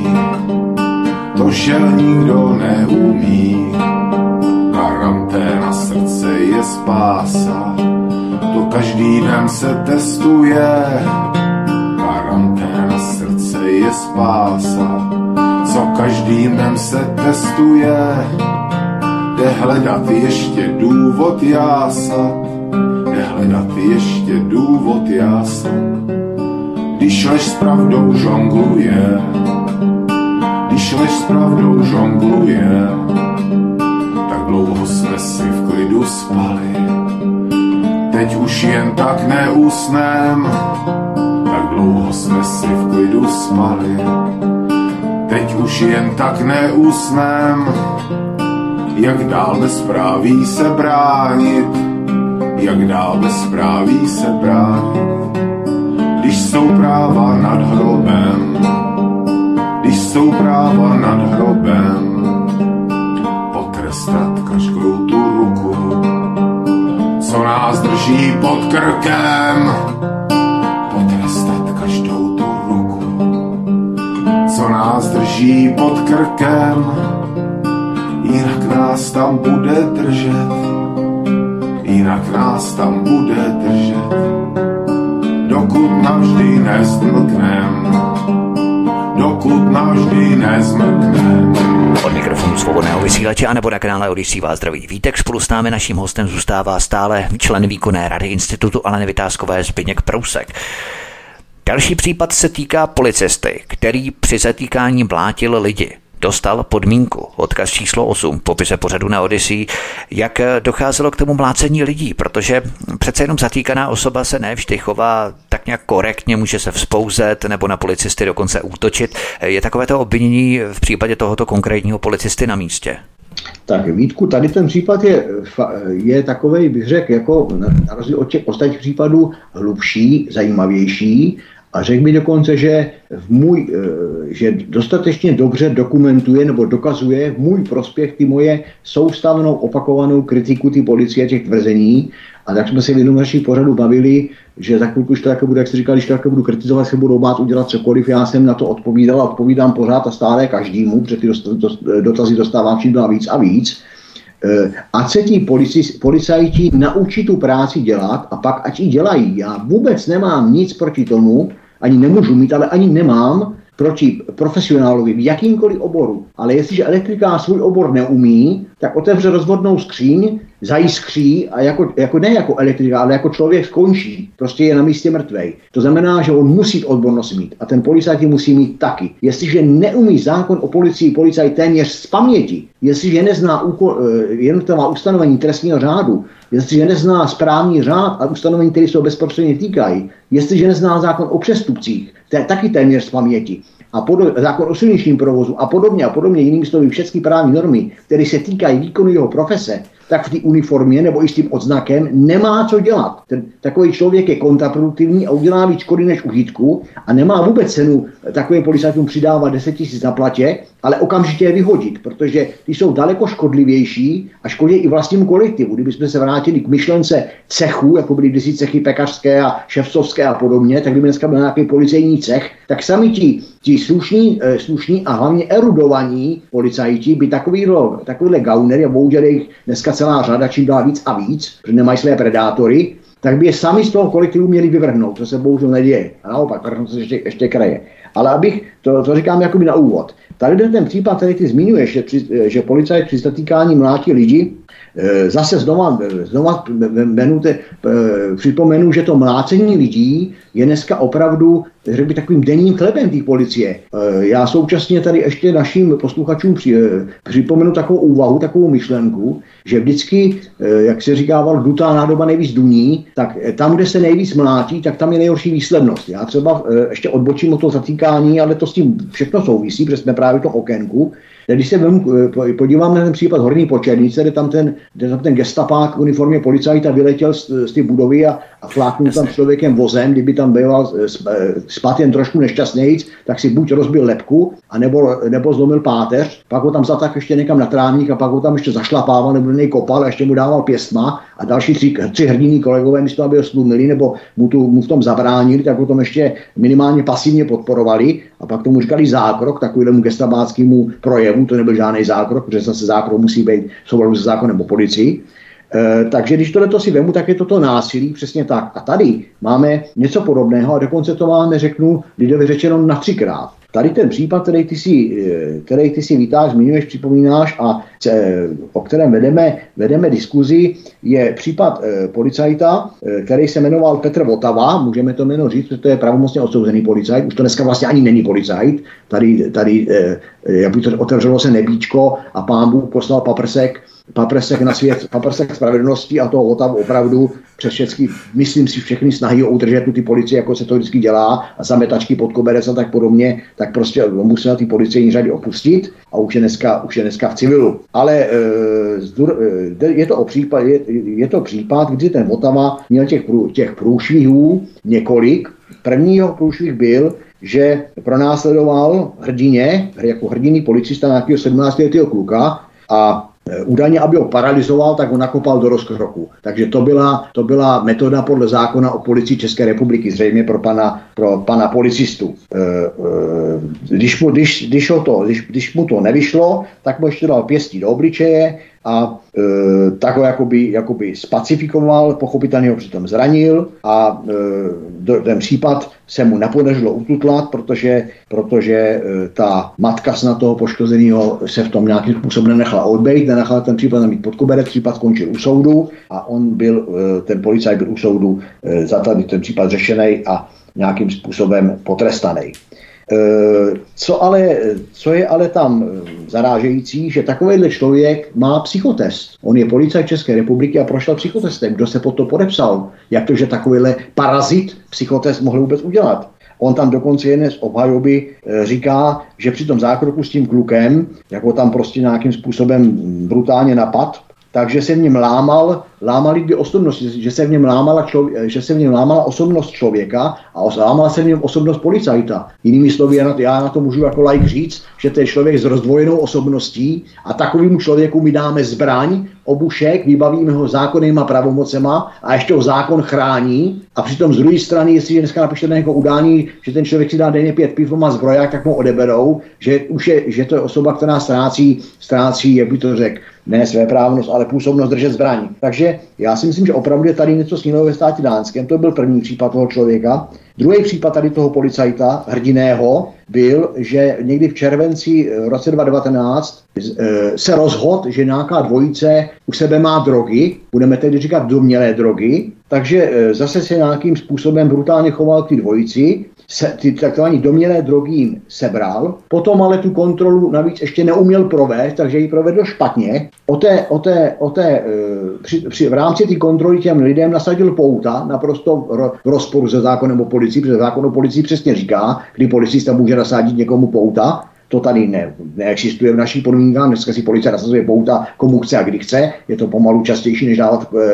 to žel nikdo neumí. Karanténa srdce je spása, to každý den se testuje. Karanténa srdce je spása, co každým dnem se testuje. Jde hledat ještě důvod jásat, jde hledat ještě důvod jásat. Když lež s pravdou žongluje, když lež s pravdou žongluje, tak dlouho jsme si v klidu spali. Teď už jen tak neusnem, tak dlouho jsme si v klidu spali. Teď už jen tak neusnem, jak dál bezpráví se bránit, jak dál bezpráví se bránit. Když jsou práva nad hrobem, když jsou práva nad hrobem, potrestat každou tu ruku, co nás drží pod krkem. Potrestat každou tu ruku, co nás drží pod krkem. Jinak nás tam bude držet, jinak nás tam bude držet, dokud navždy nezmlknem, dokud navždy nezmlknem. Od mikrofonu Svobodného vysílače a nebo na kanále Odyssey vás zdraví Vítek. Spolu s námi naším hostem zůstává stále člen výkonné rady Institutu Aleny Vytázkové Zbyněk Prousek. Další případ se týká policisty, který při zatýkání mlátil lidi. Dostal podmínku, odkaz číslo osm, popise pořadu na Odyssey, jak docházelo k tomu mlácení lidí, protože přece jenom zatýkaná osoba se nevždy chová tak nějak korektně, může se vzpouzet nebo na policisty dokonce útočit. Je takovéto obvinění v případě tohoto konkrétního policisty na místě? Tak Vítku, tady ten případ je, je takovej, bych řekl, jako na rozdíl od těch ostatních případů hlubší, zajímavější. A řekl mi dokonce, že, v můj, že dostatečně dobře dokumentuje nebo dokazuje v můj prospěch ty moje soustavnou opakovanou kritiku ty policie těch tvrzení. A tak jsme se v jednom našich pořadů bavili, že za chvilku, už to jako bude, jak jsi říkal, když to jako budu kritizovat, se budou bát udělat cokoliv. Já jsem na to odpovídal a odpovídám pořád a stále každému, protože ty dotazy dostávám čím dál víc a víc. Ať se ti polici, policajti naučí tu práci dělat a pak ať ji dělají. Já vůbec nemám nic proti tomu, ani nemůžu mít, ale ani nemám proti profesionálovi v jakýmkoliv oboru. Ale jestliže elektrikář svůj obor neumí, tak otevře rozvodnou skříň, zajiskří a jako, jako ne jako elektrikář, ale jako člověk skončí. Prostě je na místě mrtvej. To znamená, že on musí odbornost mít a ten policajt musí mít taky. Jestliže neumí zákon o policii policajt téměř z paměti, jestliže nezná jednotlivá ustanovení trestního řádu, jestliže nezná správní řád a ustanovení, které se ho bezprostředně týkají, jestliže nezná zákon o přestupcích, to je taky téměř z paměti, a podob, zákon o silničním provozu a podobně a podobně jinými slovy všechny právní normy, které se týkají výkonu jeho profese, tak v té uniformě nebo i s tím odznakem nemá co dělat. Ten takový člověk je kontraproduktivní a udělá víc škody než užitku a nemá vůbec cenu takovým policajtům přidávat deset tisíc na platě, ale okamžitě je vyhodit, protože ty jsou daleko škodlivější a škodí i vlastnímu kolektivu. Kdybychom se vrátili k myšlence cechu, jako byly kdysi cechy pekařské a ševcovské a podobně, tak kdyby dneska byl nějaký policejní cech, tak sami ti, ti slušní, slušní a hlavně erudovaní policajti by takovýhle, takovýhle gaunery, a bohužel jich dneska celá řada, čím dál víc a víc, protože nemají své predátory, tak by je sami z toho kolektivu měli vyvrhnout, co se bohužel neděje. A naopak, vrhnou se ještě, ještě kraje. Ale abych, to, to říkám jakoby na úvod. Tady ten případ, který ty zmiňuješ, že, že policajt při zatýkání mlátí lidi, zase znova, znova menu, te, připomenu, že to mlácení lidí je dneska opravdu, řekl bych, takovým denním chlebem té policie. Já současně tady ještě našim posluchačům při, připomenu takovou úvahu, takovou myšlenku, že vždycky, jak se říkával, dutá nádoba nejvíc duní, tak tam, kde se nejvíc mlátí, tak tam je nejhorší výslednost. Já třeba ještě odbočím od toho zatýkání, ale to s tím všechno souvisí, protože jsme právě to okénku. Když se podívám na ten případ Horní Počernice, kde tam ten, kde tam ten gestapák v uniformě policajta vyletěl z, z té budovy a, a fláknul tam člověkem vozem, kdyby tam byl spát jen trošku nešťastnějíc, tak si buď rozbil lebku, anebo, nebo zlomil páteř, pak ho tam zatáhl ještě někam na trávník a pak ho tam ještě zašlapával nebo něj kopal a ještě mu dával pěstma a další tři, tři hrdinní kolegové místo, aby ho stlumili nebo mu, tu, mu v tom zabránili, tak ho tam ještě minimálně pasivně podporovali a pak tomu říkali zákrok takovému gestapáckému projevu. To nebyl žádný zákrok, protože zase zákrok musí být v souladu se zákonem o policii. E, takže když tohleto si vemu, tak je toto násilí přesně tak. A tady máme něco podobného a dokonce to máme, řeknu, lidově řečeno na třikrát. Tady ten případ, který ty si, který ty si vítáš, zmiňuješ, připomínáš a o kterém vedeme, vedeme diskuzi, je případ e, policajta, e, který se jmenoval Petr Votava, můžeme to jméno říct, protože to je pravomocně odsouzený policajt, už to dneska vlastně ani není policajt, tady, tady e, jak by to otevřelo se nebíčko a pán Bůh poslal paprsek, paprsek na svět, paprsek spravedlnosti a toho Votavu opravdu přes všechny, myslím si, všechny snahy o udržet tu ty policie, jako se to vždycky dělá a zametačky pod koberec a tak podobně, tak prostě musí na ty policejní řady opustit a už je dneska, už je dneska v civilu. Ale e, je, to o případ, je, je to případ, kdy ten Votava měl těch, prů, těch průšvihů několik. Prvního průšvih byl, že pronásledoval hrdině, jako hrdinný policista nějakého sedmnáctiletého kluka a údajně, aby ho paralyzoval, tak ho nakopal do rozkroku. Takže to byla, to byla metoda podle zákona o policii České republiky, zřejmě pro pana, pro pana policistu. E, e, když, mu, když, když, to, když, když mu to nevyšlo, tak mu ještě dal pěstí do obličeje a e, tak ho jakoby, jakoby spacifikoval, pochopitelně ho přitom zranil a e, do, ten případ se mu nepodařilo ututlat, protože, protože e, ta matka na toho poškozeného se v tom nějakým způsobem nenechala odbejt, nenechala ten případ mít pod koberec, případ skončil u soudu a on byl, e, ten policajt byl u soudu e, za tady ten případ řešený a nějakým způsobem potrestaný. Co, ale, co je ale tam zarážející, že takovýhle člověk má psychotest. On je policajt České republiky a prošel psychotestem. Kdo se pod to podepsal? Jak to, že takovýhle parazit psychotest mohl vůbec udělat? On tam dokonce jen z obhajoby říká, že při tom zákroku s tím klukem, jako tam prostě nějakým způsobem brutálně napad, takže se v něm lámal, lámaly dvě osobnosti, že se v něm lámala, člově, že se v něm lámala osobnost člověka a lámala se v něm osobnost policajta. Jinými slovy, já na, to, já na to můžu jako laik říct, že to je člověk s rozdvojenou osobností a takovému člověku my dáme zbraň, obušek, vybavíme ho zákonnýma pravomocema a ještě ho zákon chrání a přitom z druhé strany, jestliže dneska napíšte na někoho udání, že ten člověk si dá denně pět piv, má zbroják, tak mu odeberou, že už je, že to je osoba, která ztrácí, ztrácí, jak by to řekl, ne svéprávnost, ale působnost držet zbraní. Takže já si myslím, že opravdu je tady něco snímalo ve státě dánském. To byl první případ toho člověka. Druhý případ tady toho policajta, hrdiného, byl, že někdy v červenci v roce dva tisíce devatenáct se rozhodl, že nějaká dvojice u sebe má drogy, budeme tedy říkat domnělé drogy, takže zase se nějakým způsobem brutálně choval k ty dvojici, se, ty takzvané domnělé drogy jim sebral, potom ale tu kontrolu navíc ještě neuměl provést, takže ji provedl špatně. O té, o té, o té, při, při, v rámci té kontroly těm lidem nasadil pouta, naprosto v rozporu se zákonem o policii, protože zákon o policii přesně říká, kdy policista může nasadit někomu pouta, to tady ne, neexistuje v naší podmínkách, dneska si policie nasazuje pouta, komu chce a kdy chce, je to pomalu častější, než dávat e,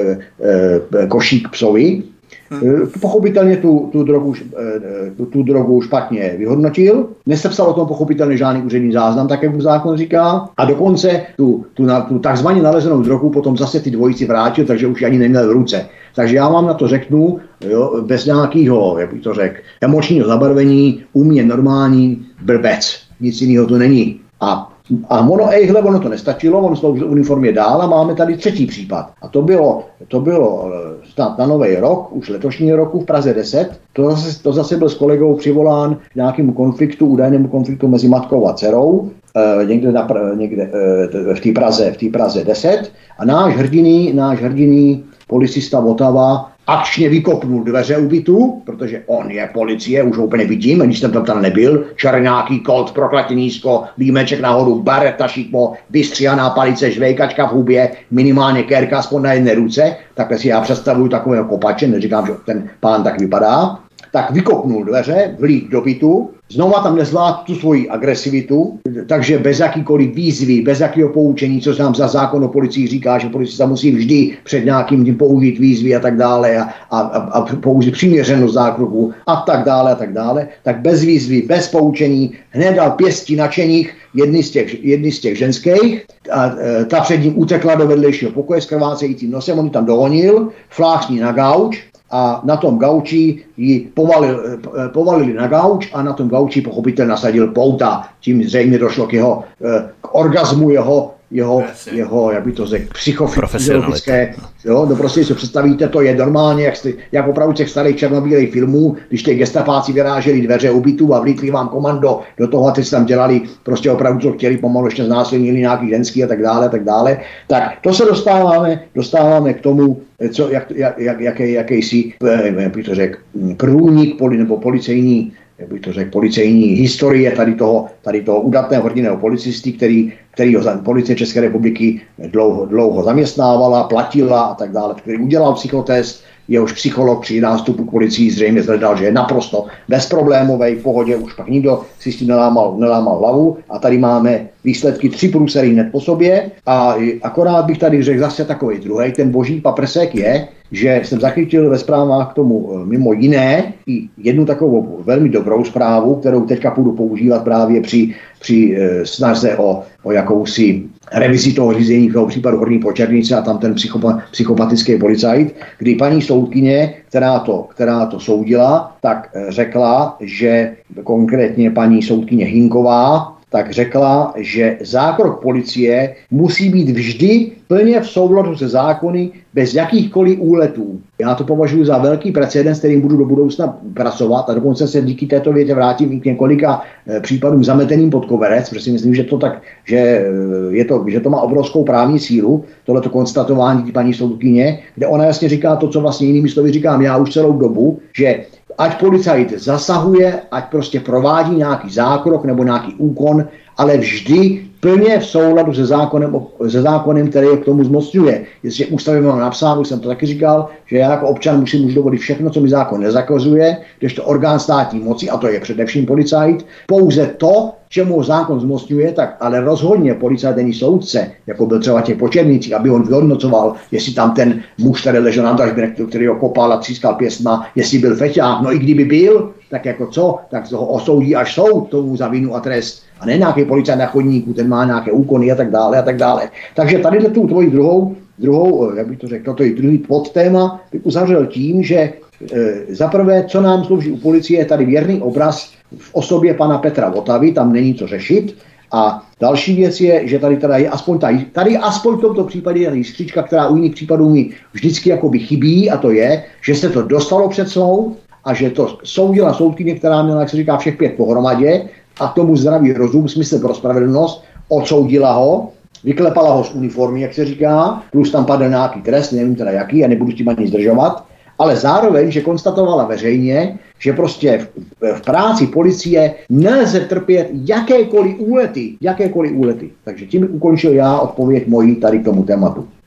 e, košík psovi. Hmm. Pochopitelně tu, tu, drogu, tu, tu drogu špatně vyhodnotil, nesepsal o tom pochopitelně žádný úřední záznam, tak jak mu zákon říká, a dokonce tu, tu, tu takzvaně nalezenou drogu potom zase ty dvojici vrátil, takže už ani neměl v ruce. Takže já vám na to řeknu, jo, bez nějakého, jak bych to řekl, emočního zabarvení, u mě normální blbec, nic jiného to není. A A ono, ejhle, ono to nestačilo, on sloužil uniformě dál a máme tady třetí případ. A to bylo, to bylo snad na nový rok, už letošního roku v Praze deset. To zase, to zase byl s kolegou přivolán k nějakému konfliktu, údajnému konfliktu mezi matkou a dcerou, eh, někde, na, někde eh, v té Praze, v té Praze deset. A náš hrdiný, náš hrdiný policista Votava akčně vykopnul dveře u bytu, protože on je policie, už ho úplně vidím, když jsem tam tam nebyl, černáký kolt, prokletý nízko, límeček nahoru, bareta šikmo, vystříhaná palice, žvejkačka v hubě, minimálně kérka aspoň na jedné ruce, takhle si já představuju takového kopače, neříkám, že ten pán tak vypadá, tak vykopnul dveře, vlík do bytu, znova tam nezvládl tu svoji agresivitu, takže bez jakýkoliv výzvy, bez jakého poučení, co se nám za zákon o policii říká, že policista musí vždy před nějakým tím použít výzvy a tak dále a, a, a použít přiměřenost zákroku a tak dále a tak dále, tak bez výzvy, bez poučení hned dal pěstí načeních jedny z těch, jedny z těch ženských, a, e, ta před ním utekla do vedlejšího pokoje s krvácejícím nosem, on ji tam dohonil, flákní na gauč, a na tom gauči ji povalil, povalili na gauč a na tom gauči pochopitelně nasadil pouta. Tím zřejmě došlo k jeho, k orgazmu jeho, jeho, jeho jak by to řekl, psychofyziologické. Jo, no prostě si představíte, to je normálně, jak, jste, jak opravdu těch starých černobílých filmů, když těch gestapáci vyráželi dveře u bytu a vlítli vám komando do toho, a ty si tam dělali prostě opravdu, co chtěli, pomalu ještě znásilnili nějaký ženský a tak dále, tak dále. Tak to se dostáváme, dostáváme k tomu, co, jak, jak, jak, jaký, jakýsi, jak bych to řekl, průnik poli, nebo policejní, jak bych to řekl, policejní historie tady toho, tady toho udatného hrdinného policisty, který, který ho policie České republiky dlouho, dlouho zaměstnávala, platila a tak dále, který udělal psychotest, jehož psycholog při nástupu k policii zřejmě zhledal, že je naprosto bezproblémový, v pohodě, už pak nikdo si s tím nelámal, nelámal hlavu a tady máme výsledky tři průsery hned po sobě a akorát bych tady řekl zase takový druhý, ten boží paprsek je, že jsem zachytil ve zprávách k tomu mimo jiné i jednu takovou velmi dobrou zprávu, kterou teďka půjdu používat právě při, při snaze o, o jakousi revizi toho řízení toho případu Horní Počernice a tam ten psychopa, psychopatický policajt, kdy paní soudkyně, která to, která to soudila, tak řekla, že konkrétně paní soudkyně Hinková, tak řekla, že zákrok policie musí být vždy plně v souladu se zákony bez jakýchkoliv úletů. Já to považuji za velký precedens, kterým budu do budoucna pracovat a dokonce se díky této větě vrátím i k několika e, případům zameteným pod koberec, protože si myslím, že to, tak, že, je to, že to má obrovskou právní sílu, tohleto konstatování paní soudkyně, kde ona jasně říká to, co vlastně jinými slovy říkám já už celou dobu, že ať policajt zasahuje, ať prostě provádí nějaký zákrok nebo nějaký úkon, ale vždy plně v souladu se zákonem, se zákonem, který je k tomu zmocňuje. Jestliže ústavě mám napsáno, už jsem to taky říkal, že já jako občan musím už dovolit všechno, co mi zákon nezakazuje, když to orgán státní moci, a to je především policajt, pouze to, čemu zákon zmocňuje, tak ale rozhodně policajt není soudce, jako byl třeba těch Počernicích, aby on vyhodnocoval, jestli tam ten muž, který ležel na dražbě, který ho kopal a třískal pěstma, jestli byl feťák. No i kdyby byl, tak jako co, tak toho osoudí až soud tomu za vinu a trest. A ne nějaký policajt na chodníku, ten má nějaké úkony a tak dále a tak dále. Takže tady tu tvoji druhou, druhou, jak bych to řekl, to je druhý podtéma, bych uzavřel tím, že e, zaprvé, co nám slouží u policie, je tady věrný obraz v osobě pana Petra Votavy, tam není co řešit. A další věc je, že tady, tady je aspoň tady, tady aspoň v tomto případě je jiskřička, která u jiných případů mi vždycky jakoby chybí, a to je, že se to dostalo před soud a že to soudila soudkyně, která měla, jak se říká, všech pět pohromadě, a tomu zdravý rozum, smysl pro spravedlnost, odsoudila ho, vyklepala ho z uniformy, jak se říká, plus tam padl nějaký trest, nevím teda jaký, a nebudu s tím ani zdržovat, ale zároveň, že konstatovala veřejně, že prostě v, v práci policie nelze trpět jakékoliv úlety, jakékoliv úlety. Takže tím ukončil já odpověď mojí tady k tomu tématu.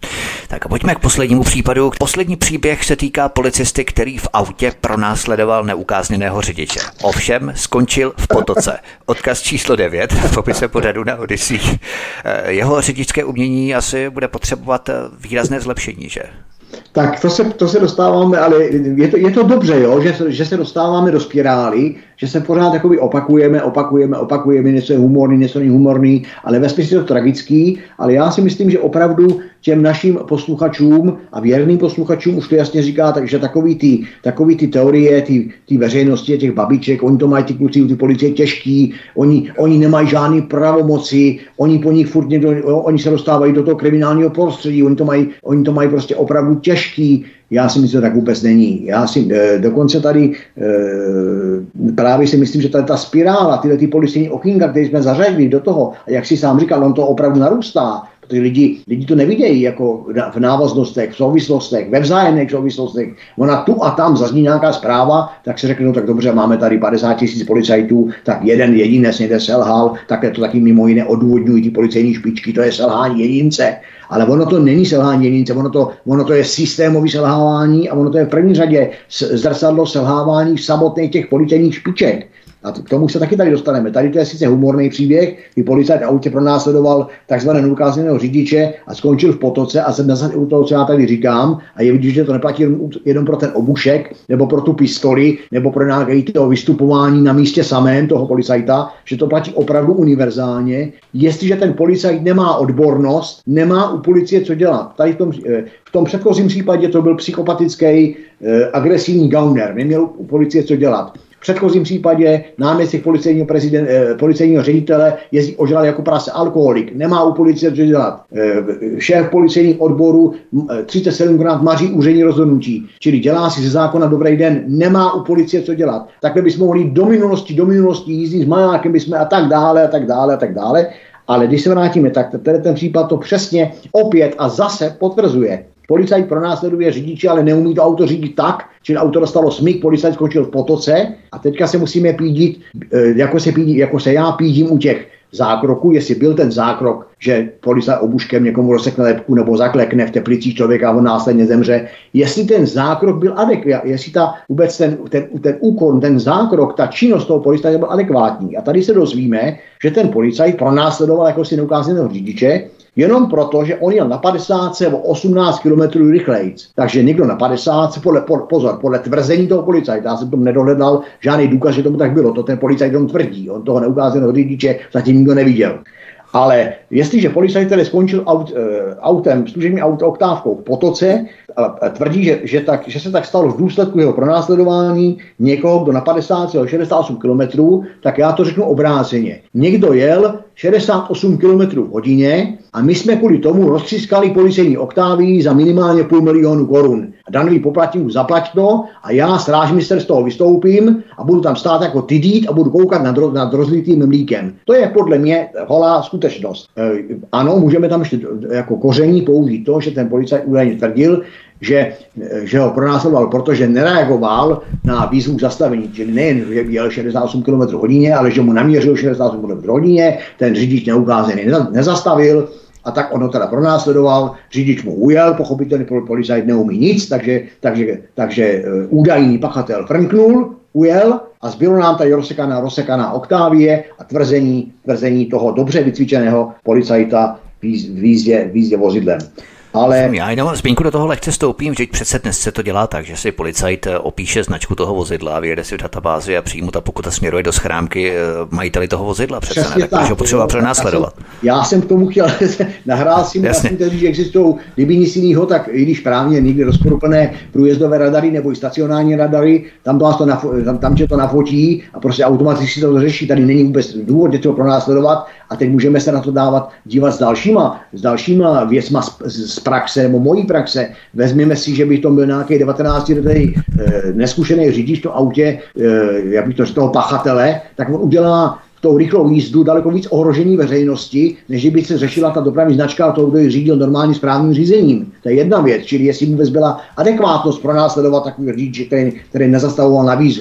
Tak a pojďme k poslednímu případu. Poslední příběh se týká policisty, který v autě pronásledoval neukázněného řidiče. Ovšem skončil v potoce. Odkaz číslo devět v popise pořadu na Odysích. Jeho řidičské umění asi bude potřebovat výrazné zlepšení, že? Tak to se, to se dostáváme, ale je to, je to dobře, jo, že, že se dostáváme do spirály, že se pořád jakoby opakujeme, opakujeme, opakujeme, něco je humorný, něco není humorný, ale ve smyslu je to tragický, ale já si myslím, že opravdu těm našim posluchačům a věrným posluchačům už to jasně říká, takže takový ty, takový ty teorie, ty, ty veřejnosti, těch babiček, oni to mají ty kluci, ty policie těžký, oni, oni nemají žádný pravomoci, oni po nich furt někdo, oni se dostávají do toho kriminálního prostředí, oni to mají, oni to mají prostě opravdu těžký. Já si myslím, že to tak vůbec není. Já si e, dokonce tady e, právě si myslím, že tady ta spirála, tyhle ty policejní okýnka, které jsme zařadili do toho, a jak si sám říkal, on to opravdu narůstá, protože lidi, lidi to nevidějí jako v návaznostech, v souvislostech, ve vzájemných souvislostech. Ona tu a tam zazní nějaká zpráva, tak se řekne, no tak dobře, máme tady padesát tisíc policajtů, tak jeden jedinec někde selhal, tak to taky mimo jiné odůvodňují ty policejní špičky, to je selhání jedince. Ale ono to není selhání jedince, ono to, ono to je systémový selhávání a ono to je v první řadě zrcadlo selhávání samotných těch policejních špiček. A k tomu se taky tady dostaneme. Tady to je sice humorný příběh, kdy policajt v autě pronásledoval takzvaného neukázněného řidiče a skončil v potoce a jsem nazad u toho, co já tady říkám, a je vidět, že to neplatí jenom pro ten obušek, nebo pro tu pistoli, nebo pro nějaké toho vystupování na místě samém toho policajta, že to platí opravdu univerzálně. Jestliže ten policajt nemá odbornost, nemá u policie co dělat. Tady v tom, v tom předchozím případě to byl psychopatický, agresivní gauner, neměl u policie co dělat. V předchozím případě náměstek policejního, prezident, eh, policejního ředitele jezdí ožral jako prase, alkoholik, nemá u policie co dělat. Eh, šéf policejních odborů eh, třicet sedmkrát maří úřední rozhodnutí, čili dělá si ze zákona dobrý den, nemá u policie co dělat. Takhle bychom mohli do minulosti, do minulosti jízdit s majákem bychom a tak dále, a tak dále, a tak dále. Ale když se vrátíme, tak ten, ten případ to přesně opět a zase potvrzuje. Policajt pronásleduje řidiče, ale neumí to auto řídit tak, čili auto dostalo smyk, policajt skončil v potoce a teďka se musíme pídit, jako se, pídí, jako se já pídím u těch zákroků, jestli byl ten zákrok, že policajt obuškem někomu rozsekne lepku nebo zaklekne v teplicích člověka a on následně zemře. Jestli ten zákrok byl adekvátní, jestli ta, vůbec ten, ten, ten úkon, ten zákrok, ta činnost toho policajta byl adekvátní. A tady se dozvíme, že ten policajt pronásledoval jako si neukázněného řidiče, jenom proto, že on jel na padesát o osmnáct kilometrů rychlejc. Takže někdo na padesát, podle, po, pozor, podle tvrzení toho policajta, já jsem tomu nedohledal žádný důkaz, že tomu tak bylo, to ten policajt jenom tvrdí, on toho neukázněného řidiče zatím nikdo neviděl. Ale jestliže policajt tedy skončil aut, autem, služebním autem oktávkou v potoce, a tvrdí, že, že, tak, že se tak stalo v důsledku jeho pronásledování někoho, kdo na padesát nebo šedesát osm kilometrů, tak já to řeknu obráceně. Někdo jel šedesát osm kilometrů v hodině a my jsme kvůli tomu roztřískali policejní oktávy za minimálně půl milionu korun. A daňový poplatník zaplať to a já strážmistr z toho vystoupím a budu tam stát jako tydít a budu koukat nad, nad rozlitým mlíkem. To je podle mě holá skutečnost. E, ano, můžeme tam ještě jako koření použít to, že ten policajt údajně tvrdil, že, že ho pronásledoval, protože nereagoval na výzvu k zastavení. Čili nejen, že jel šedesát osm kilometrů hodině, ale že mu naměřil šedesát osm kilometrů hodině, ten řidič neukázený nezastavil, a tak ono teda pronásledoval, řidič mu ujel, pochopitelně policajt neumí nic, takže, takže, takže uh, údajný pachatel frnknul, ujel a zbylo nám tady rozsekaná, rozsekaná Octavie a tvrzení, tvrzení toho dobře vycvičeného policajta v jízdě, v jízdě vozidlem. Ale... Já jenom zmínku do toho lehce stoupím, že přece dnes se to dělá tak, že si policajt opíše značku toho vozidla a vyjede si v databázi a přímo ta pokuta směruje do schránky majiteli toho vozidla. Přece přesně ne, takže ho potřeba pronásledovat. Já, já jsem k tomu chtěl nahrát si vlastně, že existují, kdyby nic jiného, tak i když právě někdy rozporuplné průjezdové radary nebo i stacionární radary, tam, to nafo, tam, tam tě to nafotí a prostě automaticky to řeší. Tady není vůbec důvod něco pronásledovat a teď můžeme se na to dávat, dívat s dalšíma, s dalšíma věcma z, z praxe nebo mojí praxe. Vezměme si, že bych to byl nějaký devatenáctiletý e, neskušený řidič v tom autě, e, jak bych to z toho pachatele, tak on udělá tou rychlou jízdu daleko víc ohrožení veřejnosti, než by se řešila ta dopravní značka a toho, kdo ji řídil normálním správním řízením. To je jedna věc, čili jestli vůbec byla adekvátnost pronásledovat takový řidič, který, který nezastavoval na výzvu.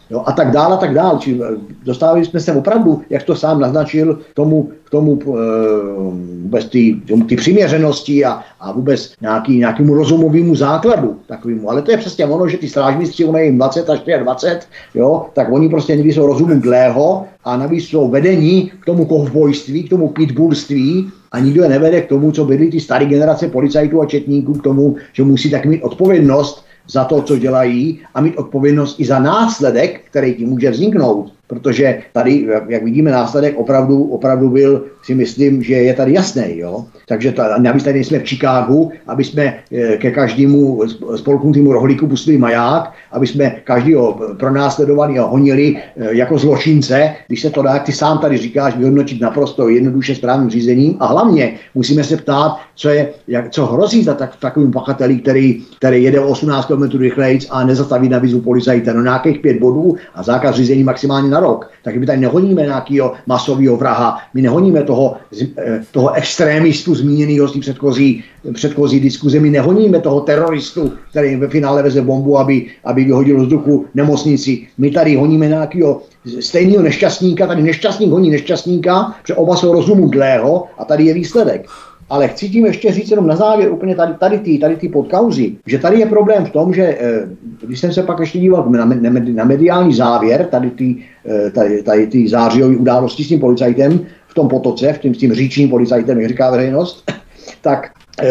jo, a tak dále, a tak dále. Či dostávali jsme se opravdu, jak to sám naznačil, k tomu, k tomu e, vůbec ty, ty přiměřenosti a, a vůbec nějaký, nějakému rozumovému základu takovému. Ale to je přesně ono, že ty strážníci mají dvacet až dvacet čtyři, jo, tak oni prostě někdy jsou rozumu dlého a navíc jsou vedení k tomu kovbojství, k tomu pitbullství a nikdo je nevede k tomu, co byly ty staré generace policajtů a četníků, k tomu, že musí tak mít odpovědnost za to, co dělají a mít odpovědnost i za následek, který tím může vzniknout. Protože tady, jak vidíme, následek opravdu, opravdu byl, si myslím, že je tady jasný. Jo? Takže ta, navíc tady jsme v Chicagu, aby jsme ke každému spolknutému rohlíku pustili maják, aby jsme každého pronásledovali a honili jako zločince, když se to dá, jak ty sám tady říkáš, vyhodnotit naprosto jednoduše správným řízením. A hlavně musíme se ptát, co, je, jak, co hrozí za tak, takovým pachatelí, který, který jede o osmnáct kilometrů rychlejc a nezastaví na výzvu policajta, no nějakých pět bodů a zákaz řízení maximálně na rok. Tak my tady nehoníme nějakého masového vraha, my nehoníme toho, toho extrémistu zmíněného z té předchozí, předchozí diskuze, my nehoníme toho teroristu, který ve finále veze bombu, aby, aby vyhodil z vzduchu nemocnici. My tady honíme nějakého stejného nešťastníka, tady nešťastník honí nešťastníka, protože oba jsou rozumu dlého a tady je výsledek. Ale chci tím ještě říct jenom na závěr úplně tady, tady ty tady ty podkauzy, že tady je problém v tom, že když jsem se pak ještě díval na, na, na mediální závěr, tady ty, tady, tady ty zářijové události s tím policajtem v tom potoce, v tím, s tím říčním policajtem, jak říká veřejnost, tak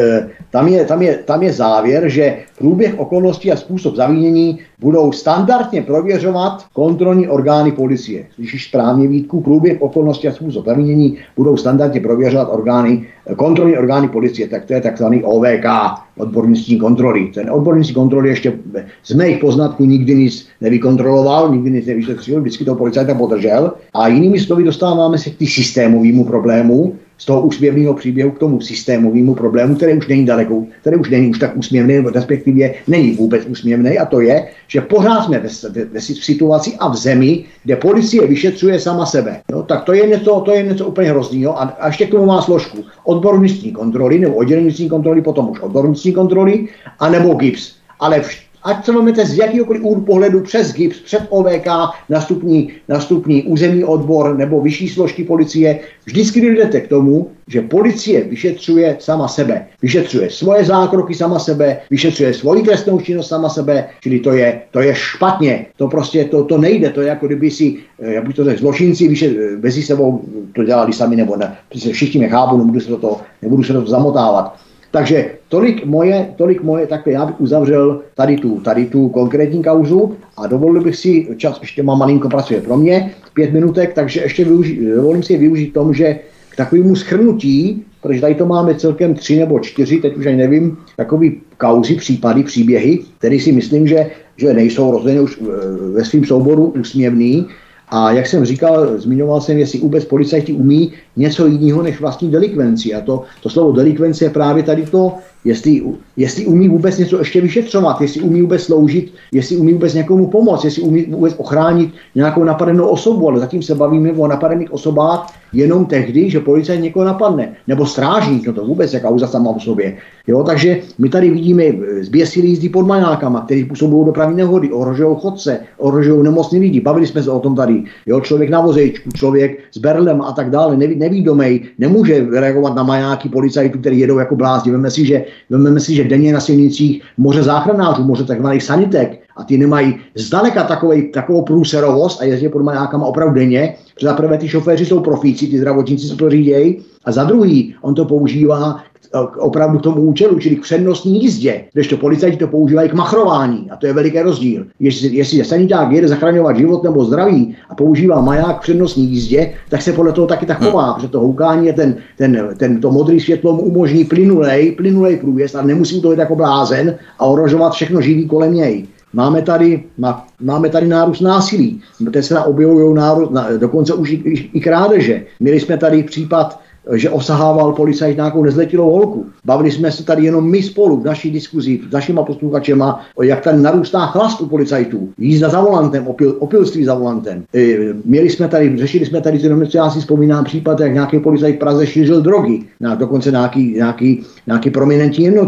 tam je, tam, je, tam je závěr, že průběh okolností a způsob zavinění budou standardně prověřovat kontrolní orgány policie. Když správně, Vítku, průběh okolností a způsob zavinění budou standardně prověřovat orgány, kontrolní orgány policie, tak to je takzvaný O V K, odbornictví kontroly. Ten odbornictví kontroly ještě z mých poznatků nikdy nic nevykontroloval, nikdy nic nevyšetřil, vždycky toho policajta podržel. A jinými slovy dostáváme se k ty systémovému problému, z toho úsměvného příběhu k tomu systémovému problému, který už není daleko, který už není už tak úsměvný, respektive není vůbec úsměvný, a to je, že pořád jsme ve, ve, ve situaci a v zemi, kde policie vyšetřuje sama sebe. No, tak to je něco, to je něco úplně hrozného. A, a ještě k tomu má složku odbornictví kontroly, nebo oddělnictví kontroly, potom už odbornictví kontroly, anebo G I P S. Ale vš- ať se máte z jakýkoliv úhlu pohledu přes G I P S, před O V K, nastupní, nastupní územní odbor nebo vyšší složky policie, vždycky jdete k tomu, že policie vyšetřuje sama sebe. Vyšetřuje svoje zákroky sama sebe, vyšetřuje svoji trestnou činnost sama sebe, čili to je, to je špatně. To prostě to, to nejde, to je jako kdyby si, jak bych to řekl, zločinci vyšet, mezi sebou to dělali sami, nebo ne, všichni mě chápu, nebudu se do toho, nebudu se do toho zamotávat. Takže tolik moje, tolik moje, tak já bych uzavřel tady tu, tady tu konkrétní kauzu a dovolil bych si, čas ještě mám malinko pracuje pro mě, pět minutek, takže ještě využít, dovolím si využít tomu, že k takovému shrnutí, protože tady to máme celkem tři nebo čtyři, teď už ani nevím, takový kauzy, případy, příběhy, které si myslím, že, že nejsou rozhodně už ve svým souboru úsměvný. A jak jsem říkal, zmiňoval jsem, jestli vůbec policajti umí něco jiného než vlastní delikvenci. A to, to slovo delikvence je právě tady to, jestli, jestli umí vůbec něco ještě vyšetřovat, jestli umí vůbec sloužit, jestli umí vůbec někomu pomoct, jestli umí vůbec ochránit nějakou napadenou osobu. Ale zatím se bavíme o napadených osobách jenom tehdy, že policajt někoho napadne. Nebo strážník, no to vůbec je kauza sama o sobě. Jo, takže my tady vidíme zběsilí jízdy pod majákama, který působují dopravní nehody, ohrožují chodce, ohrožují nemocní lidi. Bavili jsme se o tom tady. Jo, člověk na vozejčku, člověk s berlem a tak dále, neví, nevídomej, nemůže reagovat na majáky policajtů, kteří jedou jako blázni. Veme si, že, veme si, že denně na silnicích moře záchranářů, moře takzvaných sanitek, a ty nemají zdaleka takovej, takovou průserovost a jezdí pod majákama opravdu denně. Za prvé ty šoféři jsou profíci, ty zdravotníci se to řídějí, a za druhý on to používá opravdu k tomu účelu, čili k přednostní jízdě, kdežto policajti to používají k machrování, a to je veliký rozdíl. Jestli, jestli saniták jede zachraňovat život nebo zdraví a používá maják k přednostní jízdě, tak se podle toho taky tak chová, protože to houkání je ten, ten, ten, to modré světlo mu umožní plynulej, plynulej průjezd a nemusí to jít jako blázen a ohrožovat všechno živý kolem něj. Máme tady, má, máme tady nárůst násilí, teď se objevují nárůst, na, dokonce už i, i, i krádeže. Měli jsme tady případ, že osahával policajt nějakou nezletilou holku. Bavili jsme se tady jenom my spolu v naší diskuzi s našima posluchačema, jak tady narůstá chlast u policajtů. Jízda za volantem, opil, opilství za volantem. Měli jsme tady, řešili jsme tady, co já si vzpomínám případ, jak nějaký policajt v Praze šířil drogy, dokonce nějaký, nějaký, nějaký prominentní jednotky.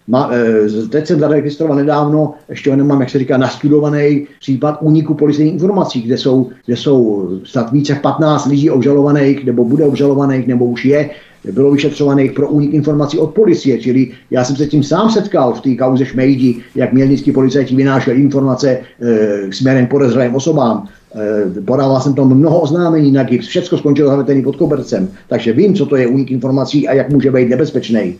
Má, e, teď jsem zaregistroval nedávno, ještě nemám, jak se říká, nastudovaný případ úniku policejních informací, kde jsou, kde jsou snad více patnáct lidí obžalovaných, nebo bude obžalovaných, nebo už je, bylo vyšetřovaných pro únik informací od policie, čili já jsem se tím sám setkal v té kauze Šmejdi, jak mělnický policajti vynášeli informace e, směrem podezřelým osobám. E, podával jsem tam mnoho oznámení na GIBS, všechno skončilo zametený pod kobercem, takže vím, co to je únik informací a jak může být nebezpečný.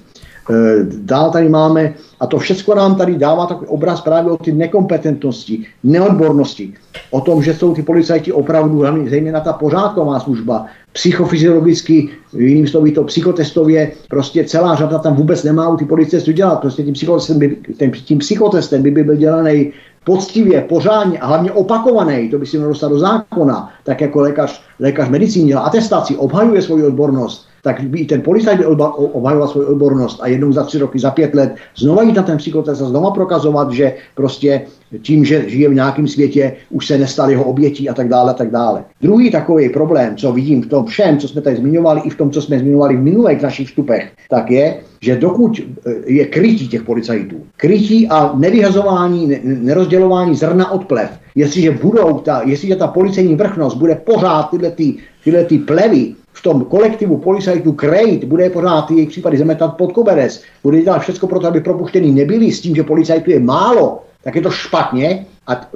Dál tady máme, a to všechno nám tady dává takový obraz právě o ty nekompetentnosti, neodbornosti, o tom, že jsou ty policajti opravdu, zejména ta pořádková služba, psychofyziologicky, jiným slovy to psychotestově, prostě celá řada tam vůbec nemá u ty policie co dělat, prostě tím psychotestem by, ten, tím psychotestem by byl dělaný poctivě, pořádně a hlavně opakovaný, to by si mělo dostat do zákona, tak jako lékař, lékař medicíny dělá atestaci, obhajuje svoji odbornost, tak by ten policajt by obhajoval svou odbornost a jednou za tři roky, za pět let znova jít na ten psychotest a znova prokazovat, že prostě tím, že žije v nějakém světě, už se nestal jeho obětí a tak dále a tak dále. Druhý takový problém, co vidím v tom všem, co jsme tady zmiňovali, i v tom, co jsme zmiňovali v minulých našich vstupech, tak je, že dokud je krytí těch policajtů, krytí a nevyhazování, nerozdělování zrna od plev, jestliže budou ta, jestliže ta policejní vrchnost bude pořád tyhle, ty, tyhle ty plevy v tom kolektivu policajtů krejt, bude pořád ty jejich případy zametat pod koberec, bude dělat všechno pro to, aby propuštěný nebyli s tím, že policajtů je málo, tak je to špatně a, t-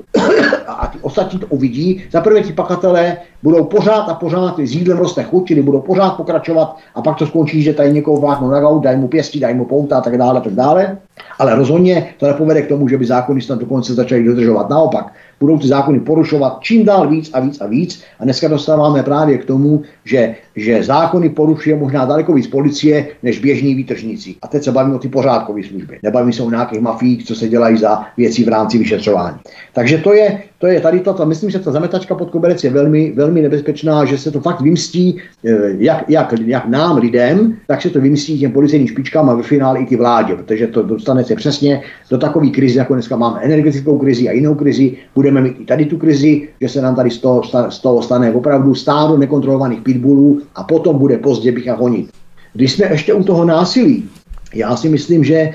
a ty ostatní to uvidí. Za prvé ti pachatelé budou pořád a pořád, s jídlem roste chuť, čili budou pořád pokračovat a pak to skončí, že tady někoho vláknou na gaut, dají mu pěstí, dají mu pouta a tak dále, tak dále. Ale rozhodně to nepovede k tomu, že by zákony snad dokonce začaly dodržovat. Naopak, budou ty zákony porušovat čím dál víc a víc a víc a dneska dostáváme právě k tomu, že, že zákony porušuje možná daleko víc policie než běžní výtržníci. A teď se bavíme o ty pořádkové služby. Nebavíme se o nějakých mafiích, co se dělají za věcí v rámci vyšetřování. Takže to je, to je tady toto. Myslím, že ta zametačka pod koberec je velmi, velmi nebezpečná, že se to fakt vymstí jak, jak, jak nám, lidem, tak se to vymstí těm policejním špičkám a ve finále i ty vládě, protože to dostane se přesně do takové krize, jako dneska máme energetickou krizi a jinou krizi. Budeme mít i tady tu krizi, že se nám tady z toho, z toho stane opravdu stádo nekontrolovaných pitbullů a potom bude pozdě bych a honit. Když jsme ještě u toho násilí, já si myslím, že,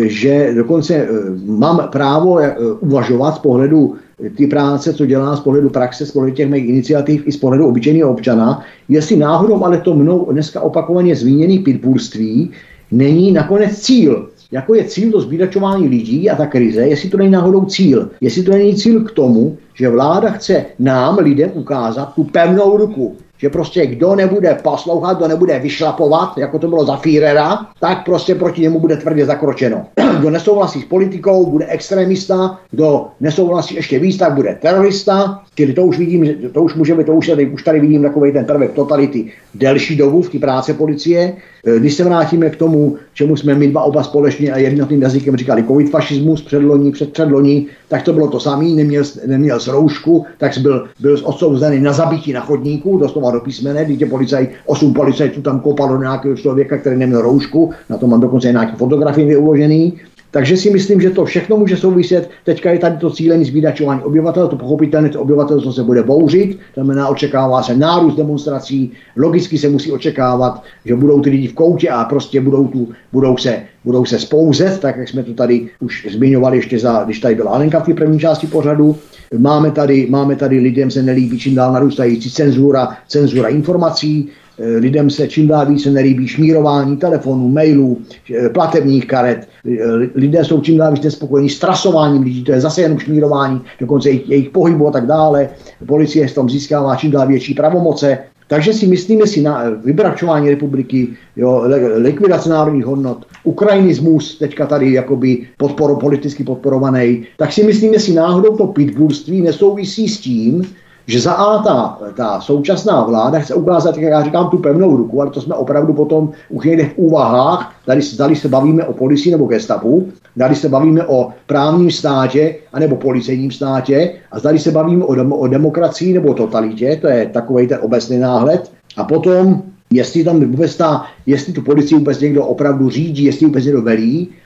že dokonce mám právo uvažovat z pohledu ty práce, co dělá z pohledu praxe, z pohledu těch mých iniciativ i z pohledu obyčejného občana, jestli náhodou ale to mnou dneska opakovaně zmíněné pitbullství není nakonec cíl. Jako je cíl to zbídačování lidí a ta krize, jestli to není náhodou cíl. Jestli to není cíl k tomu, že vláda chce nám, lidem, ukázat tu pevnou ruku. Že prostě kdo nebude poslouchat, kdo nebude vyšlapovat, jako to bylo za Führera, tak prostě proti němu bude tvrdě zakročeno. Kdo nesouhlasí s politikou, bude extremista, kdo nesouhlasí ještě víc, tak bude terorista. Čili to už vidím, že to už může být, to už tady, už tady vidím takový ten prvek totality delší dobu v té práce policie. Když se vrátíme k tomu, čemu jsme my dva oba společně a jednotným jazykem říkali covid fašismus předloni, předpředloni, tak to bylo to samý, neměl, neměl s roušku, tak byl, byl odsouzený na zabití na chodníku, doslova do písmene, když policaj, osm policajtů tam kopalo do nějakého člověka, který neměl roušku, na to mám dokonce nějaké fotografie uložený. Takže si myslím, že to všechno může souviset. Teďka je tady to cílené zbídačování obyvatel, to pochopitelně to obyvatelstvo se bude bouřit, to znamená očekává se nárůst demonstrací, logicky se musí očekávat, že budou ty lidi v koutě a prostě budou, tu, budou, se, budou se spouzet, tak jak jsme to tady už zmiňovali ještě za, když tady byla Alenka v té první části pořadu. Máme tady, máme tady lidem se nelíbí čím dál narůstající cenzura, cenzura informací, lidem se čím dál více nelíbí šmírování telefonů, mailů, platebních karet. Lidé jsou čím dál víc nespokojení s trasováním lidí, to je zase jenom šmírování, dokonce jejich, jejich pohybu a tak dále. Policie s tom získává čím dál větší pravomoce. Takže si myslíme si na vybračování republiky, jo, likvidace národních hodnot, ukrajinismus, teďka tady jakoby podporu, politicky podporovaný, tak si myslíme si náhodou to pitbullství nesouvisí s tím, že za A ta, ta současná vláda chce ukázat, jak já říkám, tu pevnou ruku, ale to jsme opravdu potom už někde v úvahách, tady, tady se bavíme o policii nebo gestapu, tady se bavíme o právním státě anebo policejním státě a tady se bavíme o, dem, o demokracii nebo totalitě, to je takovej ten obecný náhled. A potom, jestli tam vůbec ta, jestli tu policii vůbec někdo opravdu řídí, jestli vůbec někdo velí,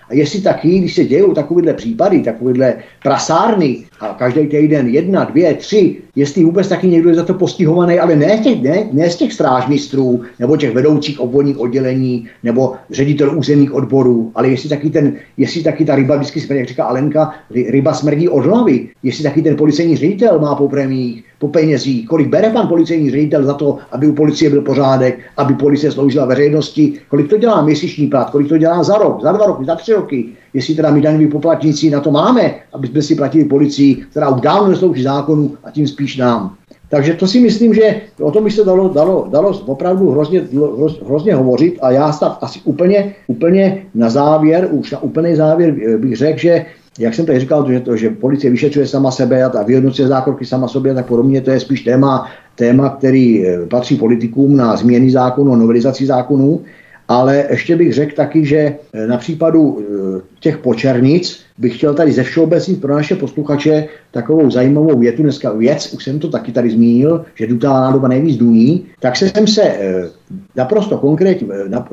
A jestli taky, když se dějou takovýhle případy, takovýhle prasárny a každý týden jedna, dvě, tři, jestli vůbec taky někdo je za to postihovaný, ale ne, těch, ne, ne z těch strážmistrů nebo těch vedoucích obvodních oddělení nebo ředitelů územních odborů, ale jestli taky, ten, jestli taky ta ryba, vždycky smrdí, jak říká Alenka, ryba smrdí od hlavy, jestli taky ten policejní ředitel má po prémiích, po penězích, kolik bere pan policejní ředitel za to, aby u policie byl pořádek, aby policie sloužila veřejnosti, kolik to dělá měsíční plat, kolik to dělá za rok, za dva roky, za tři roky, jestli teda my daňoví poplatníci na to máme, aby jsme si platili policii, která už dávno neslouží zákonu a tím spíš nám. Takže to si myslím, že o tom by se dalo, dalo, dalo opravdu hrozně, hroz, hrozně hovořit a já stav asi úplně, úplně na závěr, už na úplný závěr bych řekl, že jak jsem tady říkal, že, to, že policie vyšetřuje sama sebe a ta vyhodnocuje zákroky sama sobě, tak podobně to je spíš téma, téma, který patří politikům na změny zákonů, novelizaci zákonů, ale ještě bych řekl taky, že na případu těch počernic bych chtěl tady ze všeobecnit pro naše posluchače takovou zajímavou větu, dneska věc, už jsem to taky tady zmínil, že dutá nádoba nejvíc duní, tak jsem se naprosto konkrétně,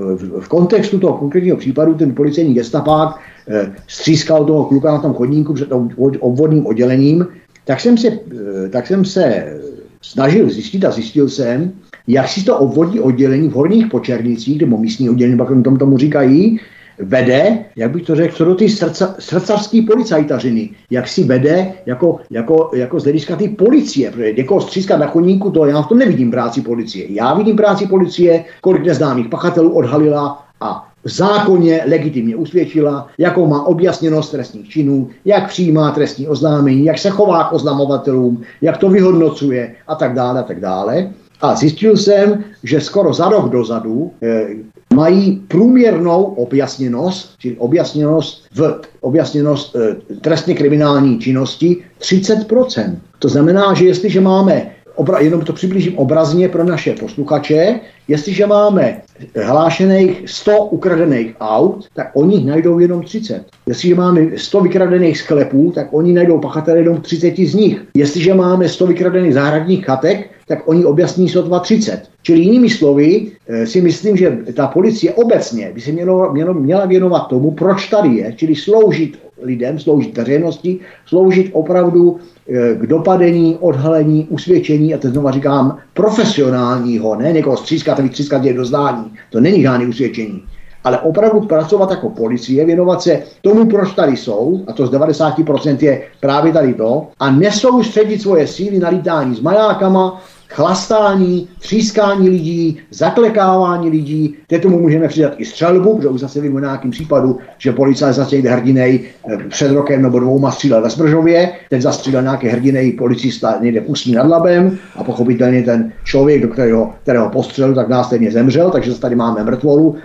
v kontextu toho konkrétního případu ten policejní gestapák střískal toho kluka na tom chodníku před obvodním oddělením, tak jsem se, tak jsem se snažil zjistit a zjistil jsem, jak si to obvodní oddělení v Horních Počernicích, nebo místní oddělení, pak tomu, tomu říkají, vede, jak bych to řekl, co do ty srdca, srdcařský policajtařiny, jak si vede jako, jako, jako z hlediska ty policie, protože někoho střískat na chodníku, to já v tom nevidím práci policie. Já vidím práci policie, kolik neznámých pachatelů odhalila a v zákoně legitimně usvědčila, jakou má objasněnost trestních činů, jak přijímá trestní oznámení, jak se chová k oznamovatelům, jak to vyhodnocuje a tak dále a tak dále. A zjistil jsem, že skoro za rok dozadu eh, mají průměrnou objasněnost, čili objasněnost, v, objasněnost eh, trestně kriminální činnosti třicet procent. To znamená, že jestliže máme, obra, jenom to přiblížím obrazně pro naše posluchače, jestliže máme hlášených sto ukradených aut, tak oni najdou jenom třicet. Jestliže máme sto vykradených sklepů, tak oni najdou pachatele jenom třicet z nich. Jestliže máme sto vykradených zahradních chatek, tak oni objasní sotva třicet. Čili jinými slovy si myslím, že ta policie obecně by se mělo, mělo, měla věnovat tomu, proč tady je, čili sloužit lidem, sloužit veřejnosti, sloužit opravdu k dopadení, odhalení, usvědčení, a teď znovu říkám, profesionálního, ne někoho střískat a vytřískat je do zdání. To není žádné usvědčení. Ale opravdu pracovat jako policie, věnovat se tomu, proč tady jsou, a to z devadesát procent je právě tady to, a nesoustředit svoje síly na lítání s majákama, chlastání, třískání lidí, zaklekávání lidí. Teď tomu můžeme přidat i střelbu, protože už zase vím o nějakým případu, že policajt zase někde hrdinej před rokem nebo dvouma střílel ve Smržově, teď zastřílel nějaký hrdinej policista někde v Ústí nad Labem a pochopitelně ten člověk, do kterého, kterého postřelil, tak následně zemřel, takže zase tady máme mrtvolu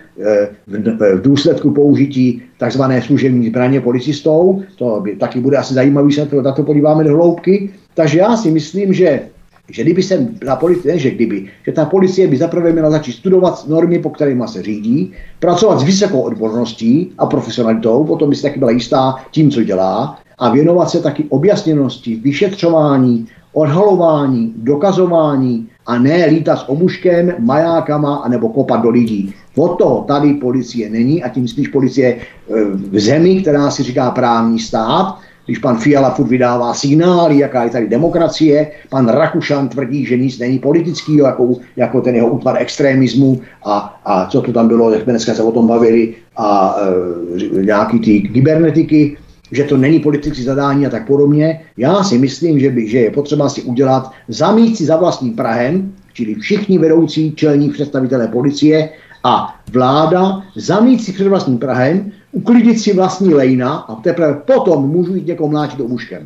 v důsledku použití takzvané služební zbraně policistou. To by taky bude asi zajímavý, se na to podíváme do hloubky. Takže já si myslím, že že kdyby se ta policie, ne, že kdyby, že ta policie by zaprvé měla začít studovat normy, po kterými se řídí, pracovat s vysokou odborností a profesionalitou, potom by se taky byla jistá tím, co dělá, a věnovat se taky objasněnosti, vyšetřování, odhalování, dokazování a ne lítat s obuškem, majákama anebo kopat do lidí. Od toho tady policie není a tím spíš policie v zemi, která si říká právní stát. Když pan Fiala furt vydává signály, jaká je tady demokracie, pan Rakušan tvrdí, že nic není politického, jako, jako ten jeho útvar extremismu a, a co to tam bylo, jak jsme dneska se o tom bavili, a e, nějaký ty kybernetiky, že to není politické zadání a tak podobně. Já si myslím, že, by, že je potřeba si udělat, zamít si za vlastním prahem, čili všichni vedoucí čelní představitelé policie a vláda, zamít si před vlastním prahem, uklidit si vlastní lejna a teprve potom můžu jít někoho mlátit obuškem.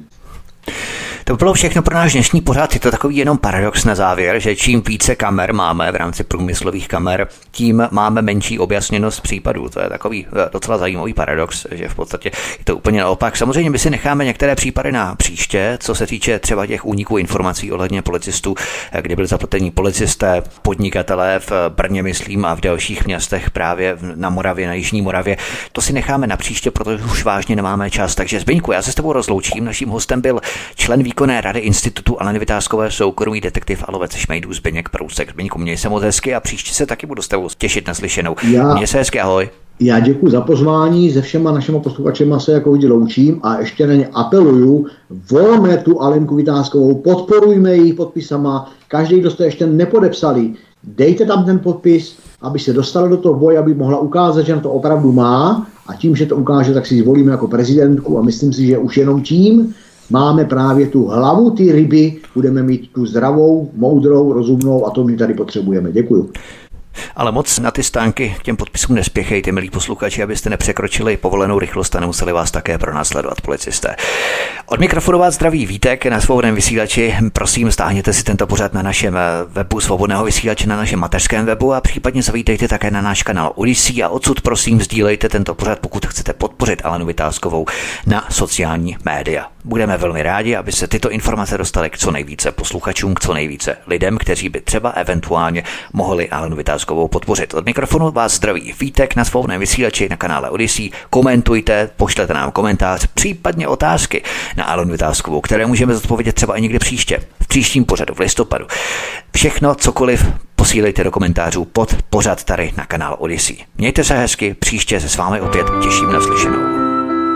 To bylo všechno pro náš dnešní pořad. Je to takový jenom paradox na závěr, že čím více kamer máme v rámci průmyslových kamer, tím máme menší objasněnost případů. To je takový docela zajímavý paradox, že v podstatě je to úplně naopak. Samozřejmě my si necháme některé případy na příště, co se týče třeba těch úniků informací ohledně policistů, kdy byli zapletení policisté, podnikatelé v Brně, myslím, a v dalších městech právě na Moravě, na Jižní Moravě. To si necháme na příště, protože už vážně nemáme čas. Takže Zbyňku, já se s tebou rozloučím. Naším hostem byl člen výkonné rady Institutu Aleny Vytázkové soukromý detektiv a lovec šmejdů Zbyněk Prousek. Zbyňku, měj se moc hezky a příště se taky budu s tebou těšit na slyšenou. Já, Měj se hezky, ahoj. Já děkuji za pozvání, se všema našimi posluchačema se jako vždy loučím a ještě na ně apeluju, volme tu Alenku Vitáskovou, podporujme ji podpisama, každý, kdo jste ještě nepodepsali, dejte tam ten podpis, aby se dostala do toho boje, aby mohla ukázat, že na to opravdu má a tím, že to ukáže, tak si ji zvolíme jako prezidentku a myslím si, že už jenom tím máme právě tu hlavu ty ryby, budeme mít tu zdravou, moudrou, rozumnou a to my tady potřebujeme. Děkuju. Ale moc na ty stánky k těm podpisům nespěchejte, milí posluchači, abyste nepřekročili povolenou rychlost a nemuseli vás také pronásledovat policisté. Od mikrofonu vás zdraví Vítek na Svobodném vysílači. Prosím, stáhněte si tento pořad na našem webu Svobodného vysílače, na našem mateřském webu a případně zavítejte také na náš kanál Odyssey a odsud prosím sdílejte tento pořad, pokud chcete podpořit Alenu Vitáskovou na sociální média. Budeme velmi rádi, aby se tyto informace dostaly k co nejvíce posluchačům, k co nejvíce lidem, kteří by třeba eventuálně mohli Alenu Vitáskovou podpořit. Od mikrofonu vás zdraví Vítek na Svobodném vysílači na kanále Odyssey. Komentujte, pošlete nám komentář, případně otázky na Alenu Vitáskovou, které můžeme zodpovědět třeba i někdy příště, v příštím pořadu v listopadu. Všechno, cokoliv, posílejte do komentářů pod pořad tady na kanál Odyssey. Mějte se hezky, příště se s vámi opět těším na slyšenou.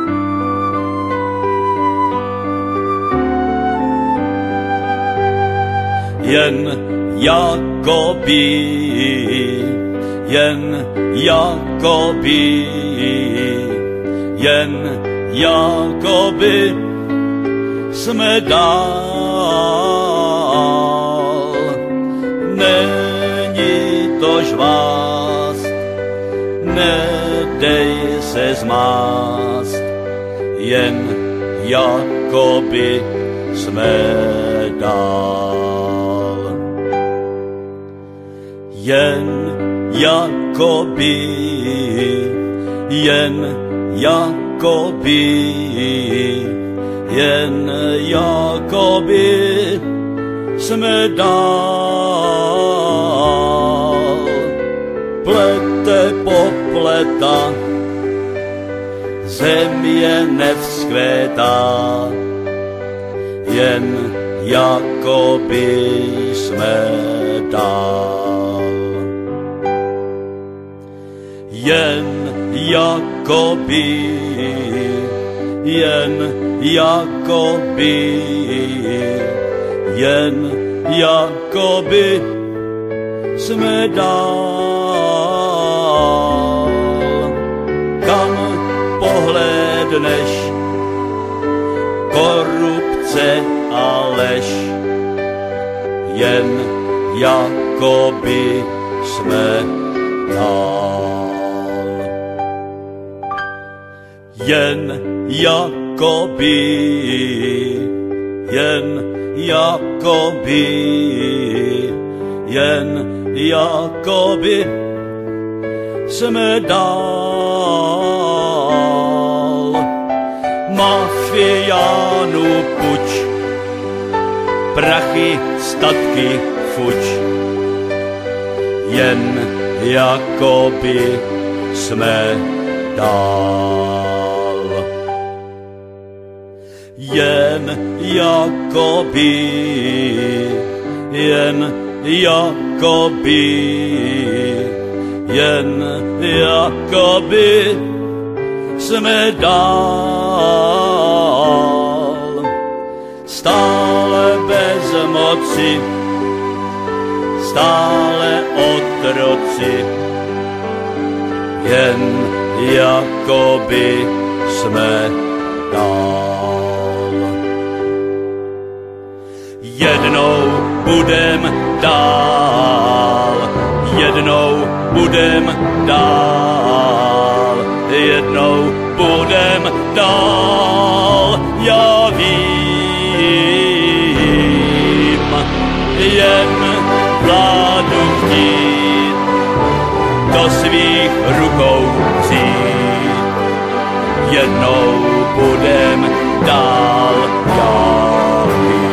Jen jakoby, jen jakoby, jen jakoby jsme dál. Není to žvást, nedej se zmást, jen jakoby jsme dál. Jen jakoby, jen jakoby, jen jakoby jsme dál. Plete popleta, země nevzkvétá, jen jakoby jsme dál. Jen jakoby, jen jakoby, jen jakoby jsme dál. Kam pohlédneš, korupce a lež, jen jakoby jsme dál. Jen jakoby, jen jakoby, jen jakoby jsme dál. Mafiánů puč, prachy, statky, fuč, jen jakoby jsme dál. Jen jakoby, jen jakoby, jen jakoby jsme dál. Stále bez moci, stále otroci, jen jakoby jsme dál. Jednou budem dál, jednou budem dál, jednou budem dál, já vím, jen vládu chtít, do svých rukou vzít, jednou budem dál, já vím.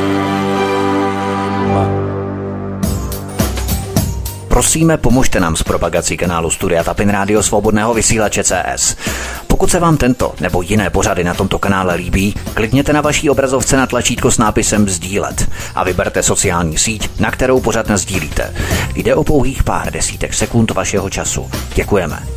Prosíme, pomožte nám s propagací kanálu Studia Tapin Rádio Svobodného vysílače C S. Pokud se vám tento nebo jiné pořady na tomto kanále líbí, klikněte na vaší obrazovce na tlačítko s nápisem sdílet a vyberte sociální síť, na kterou pořad nasdílíte. Jde o pouhých pár desítek sekund vašeho času. Děkujeme.